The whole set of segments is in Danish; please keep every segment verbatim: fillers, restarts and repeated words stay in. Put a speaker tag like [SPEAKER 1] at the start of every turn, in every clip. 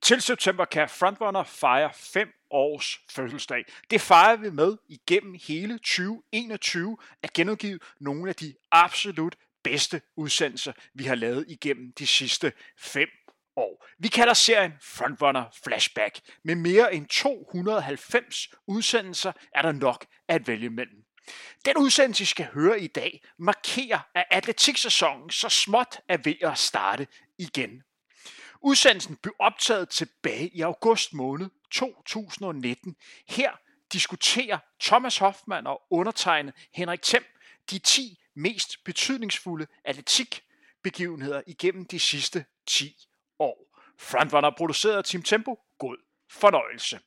[SPEAKER 1] Til september kan Frontrunner fejre fem års fødselsdag. Det fejrer vi med igennem hele tyve enogtyve at genudgive nogle af de absolut bedste udsendelser, vi har lavet igennem de sidste fem år. Vi kalder serien Frontrunner Flashback. Med mere end to hundrede og halvfems udsendelser er der nok at vælge mellem. Den udsendelse, I skal høre i dag, markerer, at atletiksæsonen så småt er ved at starte igen. Udsendelsen blev optaget tilbage i august måned to tusind og nitten. Her diskuterer Thomas Hoffmann og undertegnet Henrik Them de ti mest betydningsfulde atletikbegivenheder igennem de sidste ti år. Frontrunner produceret af Team Tempo. God fornøjelse.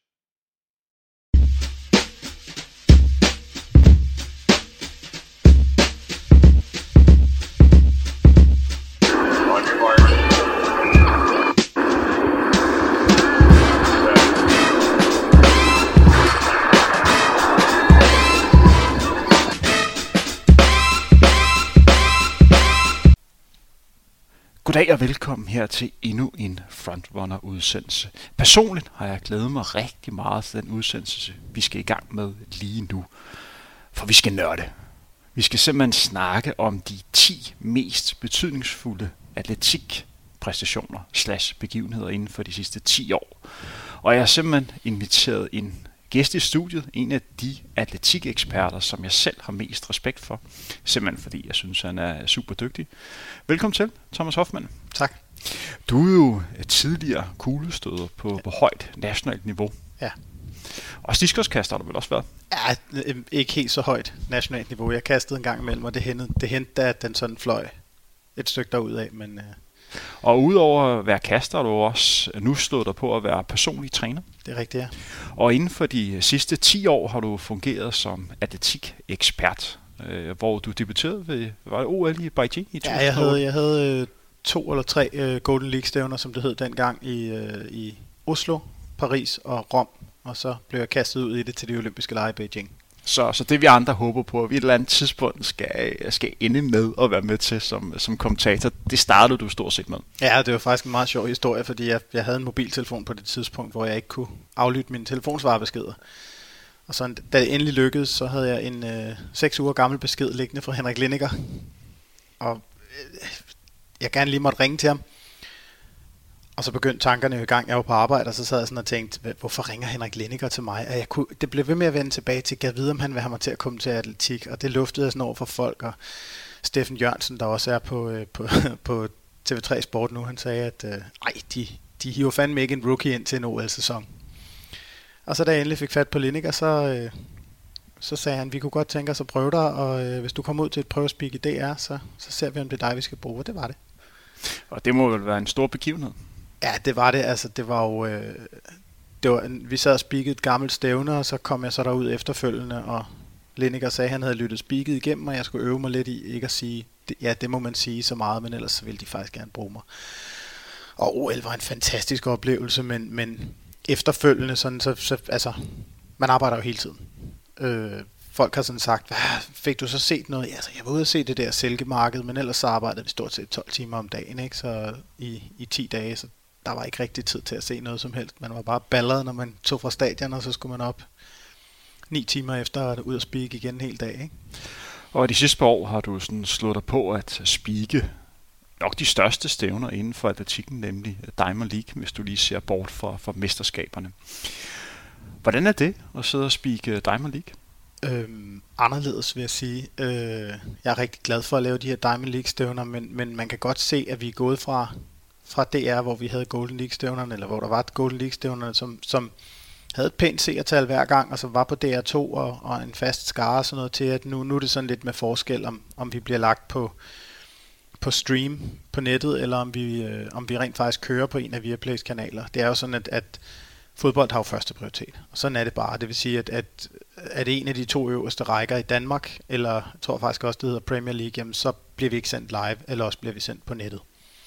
[SPEAKER 1] Goddag og velkommen her til endnu en Frontrunner-udsendelse. Personligt har jeg glædet mig rigtig meget til den udsendelse, vi skal i gang med lige nu. For vi skal nørde. Vi skal simpelthen snakke om de ti mest betydningsfulde atletikpræstationer slash begivenheder inden for de sidste ti år. Og jeg har simpelthen inviteret en gæst i studiet, en af de atletikeksperter, som jeg selv har mest respekt for, simpelthen fordi jeg synes, han er super dygtig. Velkommen til, Thomas Hoffmann.
[SPEAKER 2] Tak.
[SPEAKER 1] Du er jo tidligere kuglestøder på, ja. på højt nationalt niveau.
[SPEAKER 2] Ja.
[SPEAKER 1] Og stiskoskaster har du vel også været?
[SPEAKER 2] Ja, ikke helt så højt nationalt niveau. Jeg kastede en gang imellem, og det hentede, det hentede at den sådan fløj et stykke derudad, men... Uh...
[SPEAKER 1] Og udover at være kaster, har du også nu stået der på at være personlig træner.
[SPEAKER 2] Det er rigtigt, ja.
[SPEAKER 1] Og inden for de sidste ti år har du fungeret som atletikekspert, øh, hvor du debuterede ved var det O L i Beijing i to tusind og otte.
[SPEAKER 2] Ja, jeg havde, jeg havde to eller tre uh, Golden League-stævner, som det hed dengang, i, uh, i Oslo, Paris og Rom. Og så blev jeg kastet ud i det til de olympiske lege i Beijing.
[SPEAKER 1] Så, så det vi andre håber på, at vi et eller andet tidspunkt skal, skal ende med at være med til som, som kommentator, det startede du stort set med.
[SPEAKER 2] Ja, det var faktisk en meget sjov historie, fordi jeg, jeg havde en mobiltelefon på det tidspunkt, hvor jeg ikke kunne aflytte mine telefonsvarebeskeder. Og så da det endelig lykkedes, så havde jeg en øh, seks uger gammel besked liggende fra Henrik Lineker. Og øh, jeg gerne lige måtte ringe til ham. Og så begyndte tankerne i gang. Jeg var på arbejde, og så sad jeg sådan og tænkte, hvorfor ringer Henrik Lineker til mig? Og jeg kunne, det blev ved med at vende tilbage til, at vide, om han vil have mig til at komme til atletik. Og det luftede jeg sådan over for folk. Og Steffen Jørgensen, der også er på, på, på T V tre Sport nu, han sagde, at øh, ej, de, de hiver fandme ikke en rookie ind til en O L-sæson. Og så da jeg endelig fik fat på Lineker, så, øh, så sagde han, vi kunne godt tænke os at prøve dig, og øh, hvis du kommer ud til et prøvespeak i D R, så, så ser vi, om det er dig, vi skal bruge. Og det var det.
[SPEAKER 1] Og det må vel være en stor begivenhed?
[SPEAKER 2] Ja, det var det. Altså, det var jo... Øh, det var, vi sad og speakede et gammelt stævne, og så kom jeg så derud efterfølgende, og Lineker sagde, at han havde lyttet speaket igennem, og jeg skulle øve mig lidt i ikke at sige, det, ja, det må man sige så meget, men ellers så ville de faktisk gerne bruge mig. Og O L var en fantastisk oplevelse, men, men efterfølgende, sådan, så, så, altså, man arbejder jo hele tiden. Øh, folk har sådan sagt, hvad, fik du så set noget? Ja, altså, jeg var ude at se det der Silkemarked, men ellers så arbejdede vi stort set tolv timer om dagen, ikke? Så i, i ti dage, så der var ikke rigtig tid til at se noget som helst. Man var bare balleret, når man tog fra stadion, og så skulle man op ni timer efter ud og speak igen en hel dag, ikke?
[SPEAKER 1] Og de sidste par år har du sådan slået dig på at speake nok de største stævner inden for atletikken, nemlig Diamond League, hvis du lige ser bort fra, fra mesterskaberne. Hvordan er det at sidde og speake Diamond League?
[SPEAKER 2] Øhm, anderledes vil jeg sige. Øh, jeg er rigtig glad for at lave de her Diamond League-stævner, men, men man kan godt se, at vi er gået fra fra D R, hvor vi havde Golden League-stævnerne, eller hvor der var Golden League-stævnerne, som, som havde et pænt seertal hver gang, og så var på D R to og, og en fast skare og sådan noget til, at nu, nu er det sådan lidt med forskel, om, om vi bliver lagt på, på stream på nettet, eller om vi, øh, om vi rent faktisk kører på en af Viaplays kanaler. Det er jo sådan, at, at fodbold har jo første prioritet, og sådan er det bare. Det vil sige, at, at, at en af de to øverste rækker i Danmark, eller jeg tror faktisk også, det hedder Premier League, jamen, så bliver vi ikke sendt live, eller også bliver vi sendt på nettet.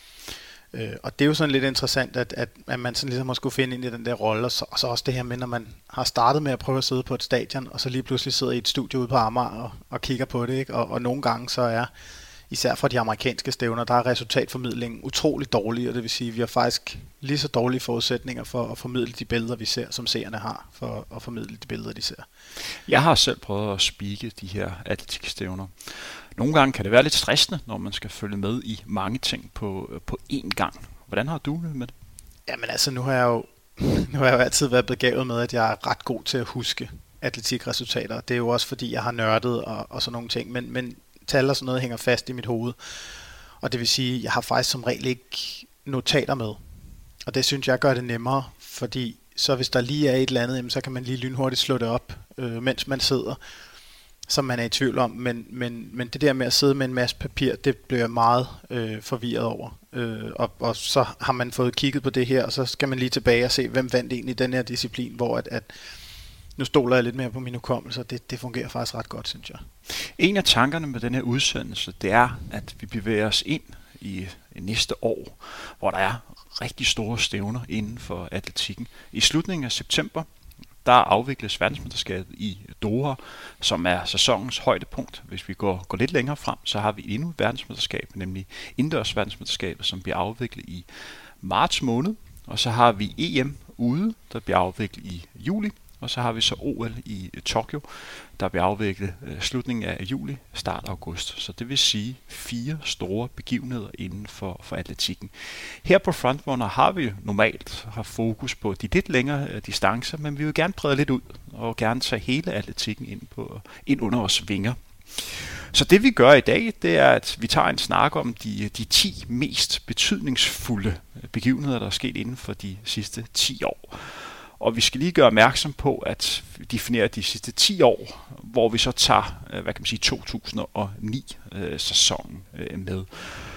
[SPEAKER 2] Øh, og det er jo sådan lidt interessant, at, at, at man sådan ligesom må skulle finde ind i den der rolle, og så, og så også det her med, når man har startet med at prøve at sidde på et stadion, og så lige pludselig sidder i et studie ude på Amager og, og kigger på det, ikke? Og, og nogle gange så er især fra de amerikanske stævner, der er resultatformidlingen utrolig dårlig, og det vil sige, at vi har faktisk lige så dårlige forudsætninger for at formidle de billeder, vi ser, som seerne har, for at formidle de billeder, de ser.
[SPEAKER 1] Jeg har selv prøvet at speake de her atletikstævner. Nogle gange kan det være lidt stressende, når man skal følge med i mange ting på, på én gang. Hvordan har du det med det?
[SPEAKER 2] Jamen altså, nu har jeg jo, nu har jeg jo altid været begavet med, at jeg er ret god til at huske atletikresultater. Det er jo også fordi, jeg har nørdet og, og sådan nogle ting, men, men tal og sådan noget hænger fast i mit hoved. Og det vil sige, at jeg har faktisk som regel ikke notater med. Og det synes jeg gør det nemmere, fordi så hvis der lige er et eller andet, jamen, så kan man lige lynhurtigt slå det op, øh, mens man sidder, som man er i tvivl om. Men, men, men det der med at sidde med en masse papir, det bliver jeg meget øh, forvirret over. Øh, og, og så har man fået kigget på det her, og så skal man lige tilbage og se, hvem vandt egentlig den her disciplin, hvor at, at nu stoler jeg lidt mere på min hukommelse, og det, det fungerer faktisk ret godt, synes jeg.
[SPEAKER 1] En af tankerne med den her udsendelse, det er, at vi bevæger os ind i næste år, hvor der er rigtig store stævner inden for atletikken. I slutningen af september, der afvikles verdensmesterskabet i Doha, som er sæsonens højdepunkt. Hvis vi går, går lidt længere frem, så har vi endnu et verdensmesterskab, nemlig indendørs verdensmesterskabet, som bliver afviklet i marts måned. Og så har vi E M ude, der bliver afviklet i juli. Og så har vi så O L i Tokyo, der bliver afviklet slutningen af juli, start august. Så det vil sige fire store begivenheder inden for, for atletikken. Her på Frontrunner har vi normalt haft fokus på de lidt længere distancer, men vi vil gerne brede lidt ud og gerne tage hele atletikken ind, på, ind under vores vinger. Så det vi gør i dag, det er, at vi tager en snak om de, de ti mest betydningsfulde begivenheder, der er sket inden for de sidste ti år. Og vi skal lige gøre opmærksom på at definere de sidste ti år, hvor vi så tager, hvad kan man sige, to tusind og ni sæsonen med.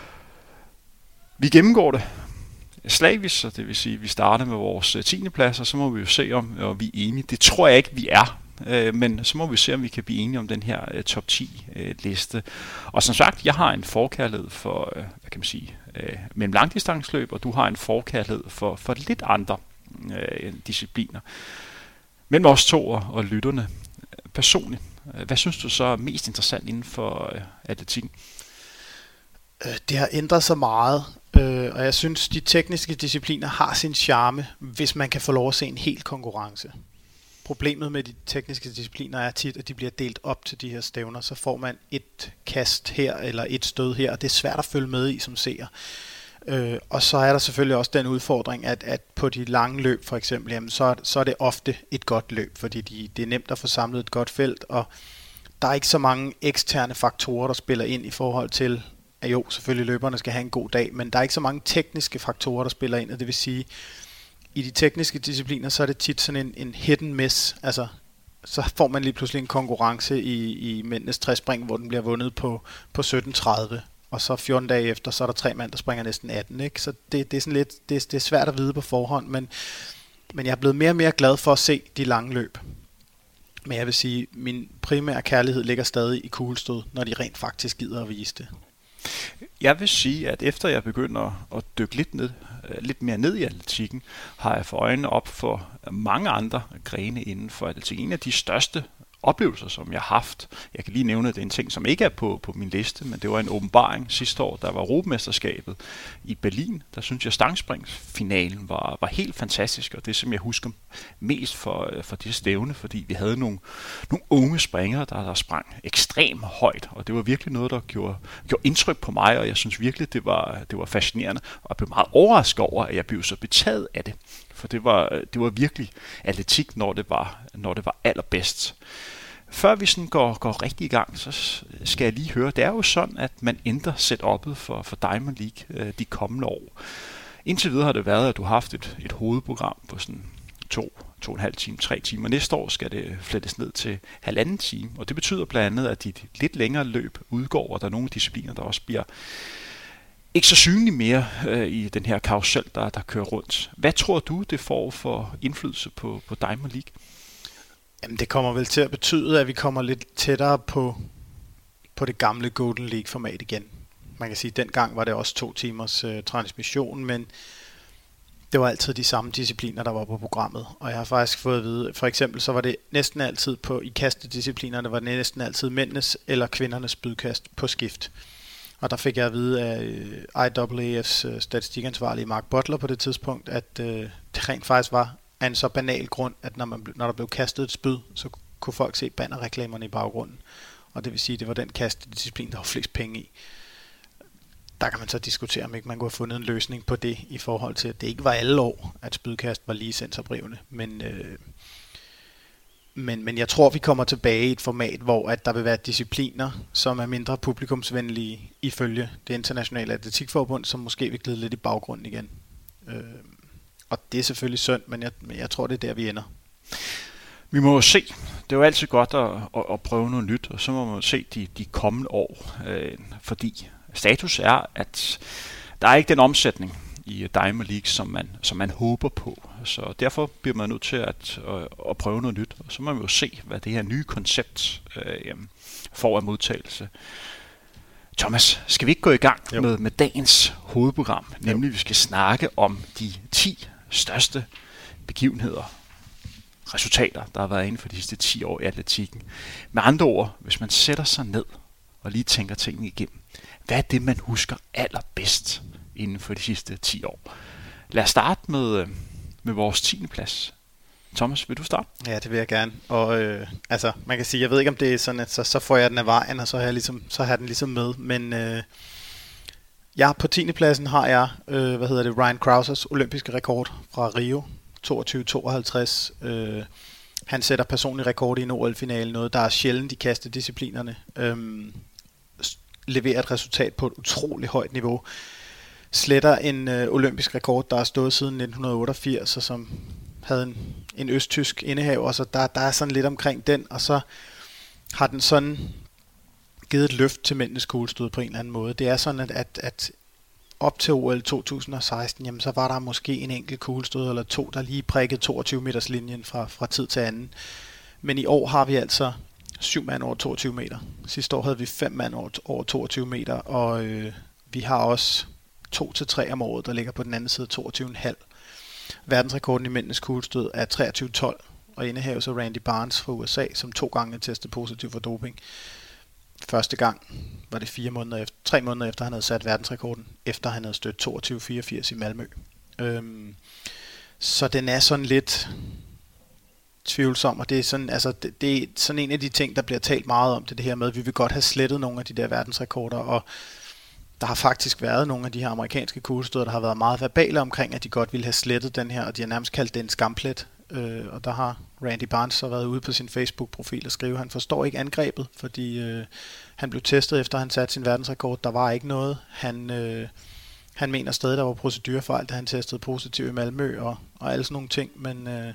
[SPEAKER 1] Vi gennemgår det slavisk, så det vil sige, at vi starter med vores tiende plads, og så må vi jo se, om vi er enige. Det tror jeg ikke, vi er. Men så må vi se, om vi kan blive enige om den her top ti liste. Og som sagt, jeg har en forkærlighed for, hvad kan man sige, mellem langdistanceløb, og du har en forkærlighed for, for lidt andre discipliner. Men os to og, og lytterne personligt, hvad synes du så er mest interessant inden for øh, atletikken?
[SPEAKER 2] Det har ændret sig meget, øh, og jeg synes, de tekniske discipliner har sin charme, hvis man kan få lov at se en hel konkurrence. Problemet med de tekniske discipliner er tit, at de bliver delt op til de her stævner, så får man et kast her eller et stød her, og det er svært at følge med i som seer. Øh, og så er der selvfølgelig også den udfordring, at, at på de lange løb for eksempel, jamen, så, så er det ofte et godt løb, fordi de, det er nemt at få samlet et godt felt, og der er ikke så mange eksterne faktorer, der spiller ind i forhold til, at jo, selvfølgelig løberne skal have en god dag, men der er ikke så mange tekniske faktorer, der spiller ind, og det vil sige, i de tekniske discipliner, så er det tit sådan en, en hit and miss, altså så får man lige pludselig en konkurrence i, i mændenes trespring, hvor den bliver vundet på, på sytten tredive. Og så fjorten dage efter, så er der tre mand, der springer næsten atten, ikke? Så det, det er sådan lidt, det, det er svært at vide på forhånd, men, men jeg er blevet mere og mere glad for at se de lange løb. Men jeg vil sige, min primære kærlighed ligger stadig i kuglestød, når de rent faktisk gider at vise det.
[SPEAKER 1] Jeg vil sige, at efter jeg begynder at dykke lidt, ned, lidt mere ned i atletikken, har jeg for øjnene op for mange andre grene inden for atletikken. En af de største oplevelser, som jeg har haft. Jeg kan lige nævne, at det er en ting, som ikke er på, på min liste, men det var en åbenbaring sidste år, der var Europamesterskabet i Berlin. Der synes jeg, stangspringsfinalen var, var helt fantastisk, og det som jeg husker mest for, for det stævne, fordi vi havde nogle, nogle unge springere, der, der sprang ekstremt højt, og det var virkelig noget, der gjorde, gjorde indtryk på mig, og jeg synes virkelig, det var, det var fascinerende, og jeg blev meget overrasket over, at jeg blev så betaget af det. For det var, det var virkelig atletik, når det var, når det var allerbedst. Før vi sådan går, går rigtig i gang, så skal jeg lige høre, det er jo sådan, at man ændrer setup'et for, for Diamond League øh, de kommende år. Indtil videre har det været, at du har haft et, et hovedprogram på sådan to, to og en halv time, tre timer. Næste år skal det flettes ned til halvanden time, og det betyder blandt andet, at dit lidt længere løb udgår, og der er nogle discipliner, der også bliver ikke så synlig mere øh, i den her karusel, der, der kører rundt. Hvad tror du, det får for indflydelse på, på Diamond League?
[SPEAKER 2] Jamen, det kommer vel til at betyde, at vi kommer lidt tættere på, på det gamle Golden League-format igen. Man kan sige, at dengang var det også to timers øh, transmission, men det var altid de samme discipliner, der var på programmet. Og jeg har faktisk fået at vide, for eksempel så var det næsten altid på, i kastedisciplinerne, var det næsten altid mændenes eller kvindernes spydkast på skift. Og der fik jeg at vide af I A A F's statistikansvarlige Mark Butler på det tidspunkt, at øh, det rent faktisk var af en så banal grund, at når, man, når der blev kastet et spyd, så kunne folk se bannerreklamerne i baggrunden. Og det vil sige, at det var den kastedisciplin, der var flest penge i. Der kan man så diskutere, om ikke man kunne have fundet en løsning på det, i forhold til, at det ikke var alle år, at spydkast var licensoprivende. Men, øh, men, men jeg tror, vi kommer tilbage i et format, hvor at der vil være discipliner, som er mindre publikumsvenlige ifølge det internationale atletikforbund, som måske vil glide lidt i baggrunden igen. Øh, og det er selvfølgelig synd, men jeg, men jeg tror, det er der, vi ender.
[SPEAKER 1] Vi må jo se. Det er jo altid godt at, at, at prøve noget nyt, og så må man jo se de, de kommende år, øh, fordi status er, at der er ikke den omsætning i Diamond League, som man, som man håber på. Så derfor bliver man nødt til at, at, at prøve noget nyt, og så må man jo se, hvad det her nye koncept øh, får af modtagelse. Thomas, skal vi ikke gå i gang med, med dagens hovedprogram? Nemlig, jo. Vi skal snakke om de ti største begivenheder, resultater, der har været inden for de sidste ti år i atletikken. Med andre ord, hvis man sætter sig ned og lige tænker tingene igennem, hvad er det, man husker allerbedst inden for de sidste ti år? Lad os starte med, med vores tiende plads. Thomas, vil du starte?
[SPEAKER 2] Ja, det vil jeg gerne. Og øh, altså, man kan sige, jeg ved ikke, om det er sådan, at så, så får jeg den af vejen, og så har jeg, ligesom, så har jeg den ligesom med. Men øh, ja, på tiende pladsen har jeg, øh, hvad hedder det, Ryan Krausers olympiske rekord fra Rio, toogtyve tooghalvtreds. Øh, han sætter personlig rekord i en O L-finale, noget der er sjældent i kastedisciplinerne. Øh, leverer et resultat på et utroligt højt niveau. Sletter en øh, olympisk rekord, der har stået siden nitten otteogfirs, og som havde en, en østtysk indehaver, så der, der er sådan lidt omkring den, og så har den sådan givet et løft til mændenes kuglestød på en eller anden måde. Det er sådan, at, at, at op til O L to tusind og seksten, jamen, så var der måske en enkelt kuglestød eller to, der lige prikkede toogtyve meters linjen fra, fra tid til anden. Men i år har vi altså syv mand over toogtyve meter. Sidste år havde vi fem mand over, over toogtyve meter, og øh, vi har også to til tre om året, der ligger på den anden side toogtyve komma fem. Verdensrekorden i mændenes kuglestød er treogtyve tolv, og indehaves af Randy Barnes fra U S A, som to gange testede positiv for doping. Første gang var det fire måneder efter, tre måneder efter, han havde sat verdensrekorden, efter han havde stødt toogtyve fireogfirs i Malmø. Øhm, så den er sådan lidt tvivlsom, og det er sådan, altså det, det er sådan en af de ting, der bliver talt meget om, det, det her med, at vi vil godt have slettet nogle af de der verdensrekorder, og der har faktisk været nogle af de her amerikanske kuglestøder, der har været meget verbale omkring, at de godt ville have slettet den her, og de har nærmest kaldt det en skamplet. Øh, og der har Randy Barnes så været ude på sin Facebook-profil og skrive, at han forstår ikke angrebet, fordi øh, han blev testet efter, han satte sin verdensrekord. Der var ikke noget. Han, øh, han mener stadig, der var procedurefejl, da han testede positiv i Malmø og, og alle sådan nogle ting. Men, øh,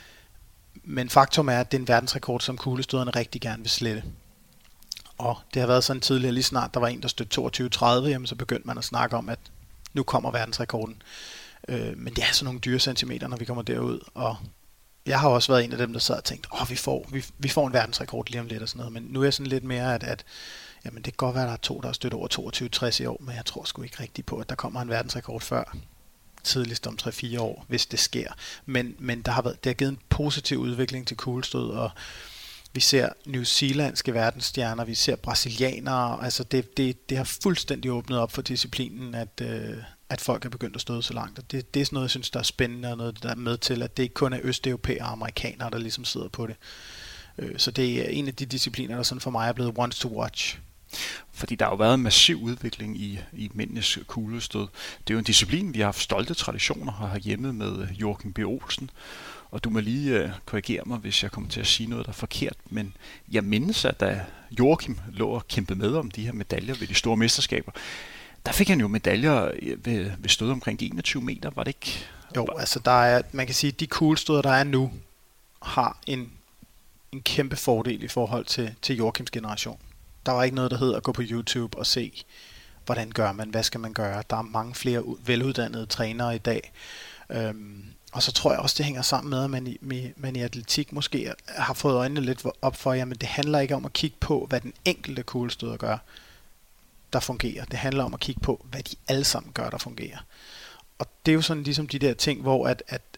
[SPEAKER 2] men faktum er, at det er en verdensrekord, som kuglestøderne rigtig gerne vil slette. Og det har været sådan tidligere, lige snart der var en, der stødte toogtyve tredive, jamen så begyndte man at snakke om, at nu kommer verdensrekorden. Øh, men det er sådan nogle dyre centimeter, når vi kommer derud. Og jeg har også været en af dem, der sad og tænkte, åh, vi får, vi, vi får en verdensrekord lige om lidt og sådan noget. Men nu er jeg sådan lidt mere, at, at jamen, det kan godt være, at der er to, der har stødt over toogtyve tres i år, men jeg tror sgu ikke rigtigt på, at der kommer en verdensrekord før tidligst om tre fire år, hvis det sker. Men, men der har været, det har givet en positiv udvikling til kuglestød, og vi ser newzealandske verdensstjerner, vi ser brasilianere, altså det, det, det har fuldstændig åbnet op for disciplinen, at, øh, at folk er begyndt at støde så langt. Og det, det er sådan noget, jeg synes, der er spændende, og noget, der er med til, at det ikke kun er østeuropæere og amerikanere, der ligesom sidder på det. Øh, så det er en af de discipliner, der sådan for mig er blevet ones to watch.
[SPEAKER 1] Fordi der har jo været en massiv udvikling i, i mændenes kuglestød. Det er jo en disciplin, vi har haft stolte traditioner herhjemme med Joachim B. Olsen. Og du må lige uh, korrigere mig, hvis jeg kommer til at sige noget, der er forkert. Men jeg mindes, at da Joachim lå og kæmpede med om de her medaljer ved de store mesterskaber, der fik han jo medaljer ved, ved stød omkring de enogtyve meter, var det ikke?
[SPEAKER 2] Jo, altså der er, man kan sige, at de kuglestøder, der er nu, har en, en kæmpe fordel i forhold til, til Joachims generation. Der var ikke noget, der hedder at gå på YouTube og se, hvordan gør man, hvad skal man gøre. Der er mange flere veluddannede trænere i dag. Øhm, og så tror jeg også, det hænger sammen med, at man i, man i atletik måske har fået øjnene lidt op for, jamen det handler ikke om at kigge på, hvad den enkelte kuglestøder gør, der fungerer. Det handler om at kigge på, hvad de alle sammen gør, der fungerer. Og det er jo sådan ligesom de der ting, hvor at, at,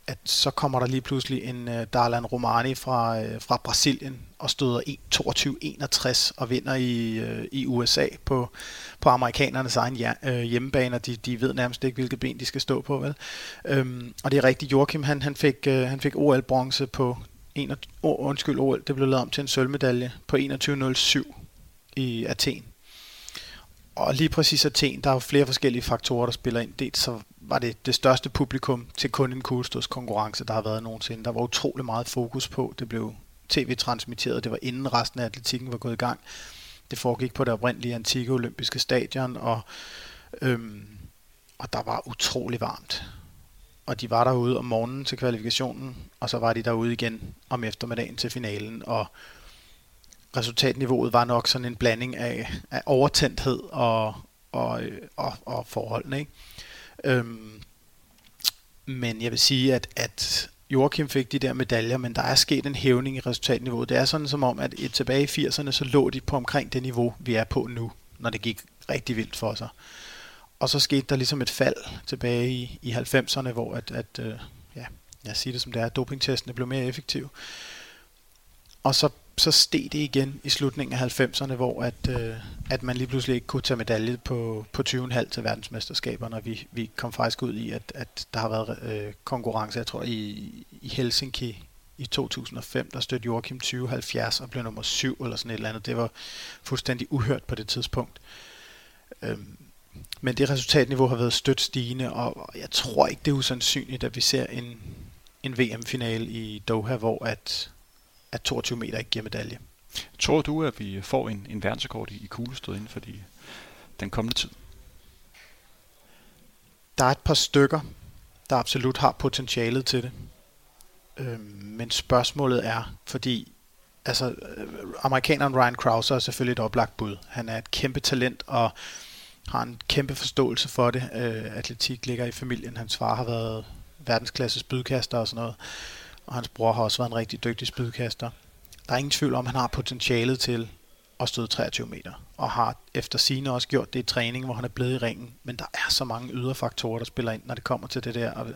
[SPEAKER 2] at så kommer der lige pludselig en uh, Darlan Romani fra, uh, fra Brasilien og støder toogtyve enogtres og vinder i, uh, i U S A på, på amerikanernes egen uh, hjemmebane, og de, de ved nærmest ikke, hvilket ben de skal stå på, vel? Um, og det er rigtigt, Joachim, han, han fik, uh, han fik O L-bronze på enogtyve, oh, undskyld, O L, det blev lavet om til en sølvmedalje på enogtyve nul syv i Athen. Og lige præcis Athen, der er jo flere forskellige faktorer, der spiller ind. Dels så var det det største publikum til kun en kuglestødskonkurrence, der har været nogensinde. Der var utrolig meget fokus på. Det blev tv-transmitteret. Det var inden resten af atletikken var gået i gang. Det foregik på det oprindelige antikke olympiske stadion, og, øhm, og der var utrolig varmt. Og de var derude om morgenen til kvalifikationen, og så var de derude igen om eftermiddagen til finalen, og resultatniveauet var nok sådan en blanding af, af overtændthed og, og, og, og forholdene, ikke? Øhm, men jeg vil sige, at, at Joachim fik de der medaljer, men der er sket en hævning i resultatniveauet. Det er sådan som om, at tilbage i firserne, så lå de på omkring det niveau, vi er på nu, når det gik rigtig vildt for sig. Og så skete der ligesom et fald tilbage i, i halvfemserne, hvor at, at øh, ja, jeg siger det som det er, dopingtestene blev mere effektive. Og så så steg det igen i slutningen af halvfemserne, hvor at, øh, at man lige pludselig ikke kunne tage medalje på, på tyve komma fem til verdensmesterskaberne, og vi, vi kom faktisk ud i, at, at der har været øh, konkurrence, jeg tror i, i Helsinki i to tusind og fem, der stødte Joachim tyve halvfjerds og blev nummer syv eller sådan et eller andet. Det var fuldstændig uhørt på det tidspunkt. Øhm, men det resultatniveau har været stødt stigende, og jeg tror ikke, det er usandsynligt, at vi ser en, en V M-finale i Doha, hvor at at toogtyve meter ikke giver medalje.
[SPEAKER 1] Tror du, at vi får en, en verdensrekord i, i kuglestød inden for de, den kommende tid?
[SPEAKER 2] Der er et par stykker, der absolut har potentialet til det. Øhm, men spørgsmålet er, fordi altså, øh, amerikaneren Ryan Crouser er selvfølgelig et oplagt bud. Han er et kæmpe talent og har en kæmpe forståelse for det. Øh, atletik ligger i familien. Hans far har været verdensklasse spydkaster og sådan noget. Og hans bror har også været en rigtig dygtig spydkaster. Der er ingen tvivl om, at han har potentialet til at støde treogtyve meter. Og har efter sigende også gjort det i træning, hvor han er blevet i ringen. Men der er så mange ydre faktorer, der spiller ind, når det kommer til det der. Og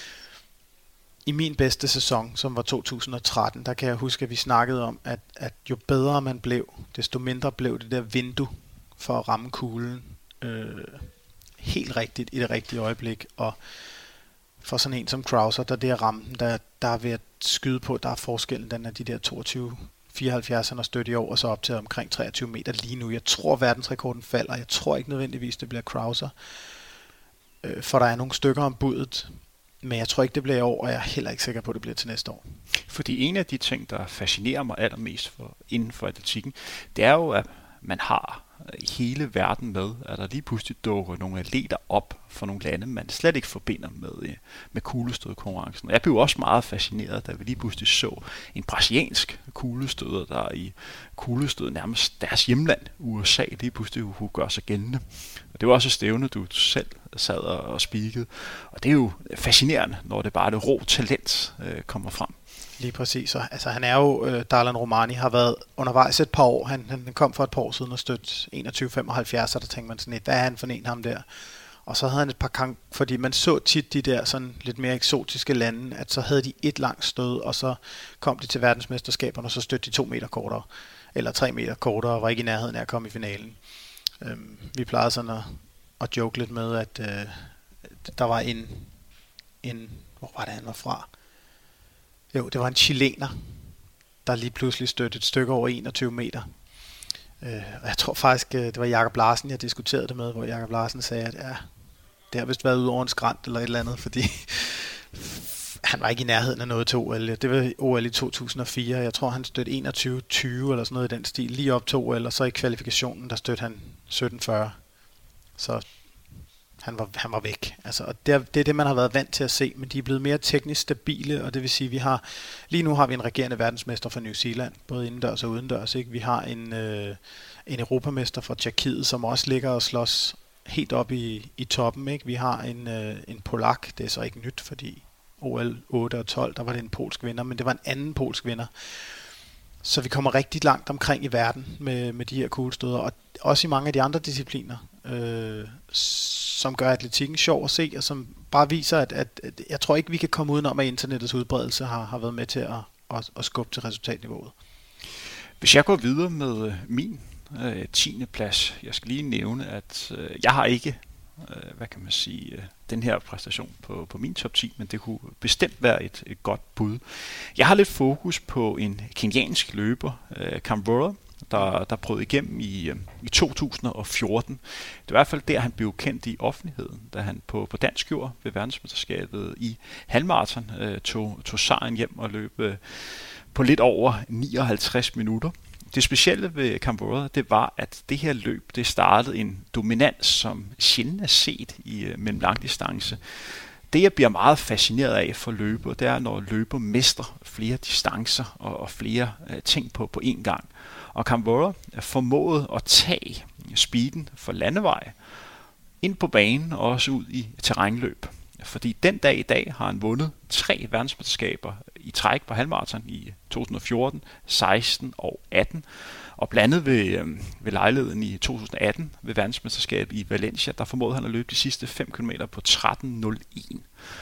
[SPEAKER 2] i min bedste sæson, som var to tusind og tretten, der kan jeg huske, at vi snakkede om, at, at jo bedre man blev, desto mindre blev det der vindue for at ramme kuglen øh, helt rigtigt i det rigtige øjeblik. Og for sådan en som Crouser, der det er rammen, der, der er ved at skyde på, der er forskellen, den er de der toogtyve fireoghalvfjerds, han har stødt i år, og så op til omkring treogtyve meter lige nu. Jeg tror, verdensrekorden falder. Jeg tror ikke nødvendigvis, det bliver Crouser. Øh, for der er nogle stykker om budet, men jeg tror ikke, det bliver i år, og jeg er heller ikke sikker på, at det bliver til næste år.
[SPEAKER 1] Fordi en af de ting, der fascinerer mig allermest for, inden for atletikken, det er jo, at man har hele verden med, at der lige pludselig dukker nogle atleter op for nogle lande, man slet ikke forbinder med, med kuglestødkonkurrencen. Jeg blev også meget fascineret, da vi lige pludselig så en brasiliansk kuglestøder, der i kuglestød nærmest deres hjemland, U S A, lige pludselig kunne gøre sig gældende. Og det var også et stævne, du selv sad og speakede. Og det er jo fascinerende, når det bare det rå talent øh, kommer frem.
[SPEAKER 2] Lige præcis. Og, altså, han er jo, øh, Darlan Romani har været undervejs et par år. Han, han kom for et par år siden og stødt enogtyve femoghalvfjerds, og der tænkte man sådan lidt, hvad er han for en ham der? Og så havde han et par gange, fordi man så tit de der sådan lidt mere eksotiske lande, at så havde de et langt stød, og så kom de til verdensmesterskaberne, og så stødte de to meter kortere, eller tre meter kortere, og var ikke i nærheden af at komme i finalen. Øhm, vi plejede sådan at, at joke lidt med, at øh, der var en, en, hvor var det han var fra? Jo, det var en chilener, der lige pludselig stødte et stykke over enogtyve meter. Øh, og jeg tror faktisk, det var Jakob Larsen, jeg diskuterede det med, hvor Jakob Larsen sagde, at ja, det har vist været ude over en skrant eller et eller andet, fordi han var ikke i nærheden af noget til O L. Det var O L i to tusind og fire. Jeg tror, han stødte enogtyve tyve eller sådan noget i den stil, lige op til O L, og så i kvalifikationen, der stødte han sytten fyrre. Så han var, han var væk. Altså, og det, er, det er det, man har været vant til at se, men de er blevet mere teknisk stabile, og det vil sige, vi har lige nu har vi en regerende verdensmester fra New Zealand, både indendørs og udendørs. Ikke? Vi har en, øh, en europamester fra Tjekkiet, som også ligger og slås helt op i, i toppen. Ikke? Vi har en, øh, en polak, det er så ikke nyt, fordi O L otte og tolv, der var det en polsk vinder, men det var en anden polsk vinder. Så vi kommer rigtig langt omkring i verden med, med de her kuglestøder, og også i mange af de andre discipliner. øh, som gør atletikken sjov at se, og som bare viser, at, at, at jeg tror ikke, vi kan komme udenom, at internettets udbredelse har, har været med til at, at, at skubbe til resultatniveauet.
[SPEAKER 3] Hvis jeg går videre med min øh, tiende plads, jeg skal lige nævne, at øh, jeg har ikke, øh, hvad kan man sige, øh, den her præstation på, på min top ti, men det kunne bestemt være et, et godt bud. Jeg har lidt fokus på en kenyansk løber, øh, Kamvora, der, der brød igennem i, øh, i to tusind og fjorten. Det var i hvert fald der, han blev kendt i offentligheden, da han på, på dansk jord ved verdensmesterskabet i halvmarathon øh, tog, tog sejren hjem og løb øh, på lidt over nioghalvtreds minutter. Det specielle ved Kamvora, det var, at det her løb, det startede en dominans, som sjældent er set i øh, mellem langdistance. Det, jeg bliver meget fascineret af for løber, det er, når løber mestrer flere distancer og, og flere øh, ting på, på én gang. Og Kamvora formåede at tage speeden for landevej ind på banen og også ud i terrænløb. Fordi den dag i dag har han vundet tre verdensmesterskaber i træk på halvmarathon i to tusind og fjorten, seksten og atten. Og blandet ved, øh, ved lejligheden i to tusind og atten ved verdensmesterskabet i Valencia, der formåede han at løbe de sidste fem kilometer på tretten nul en.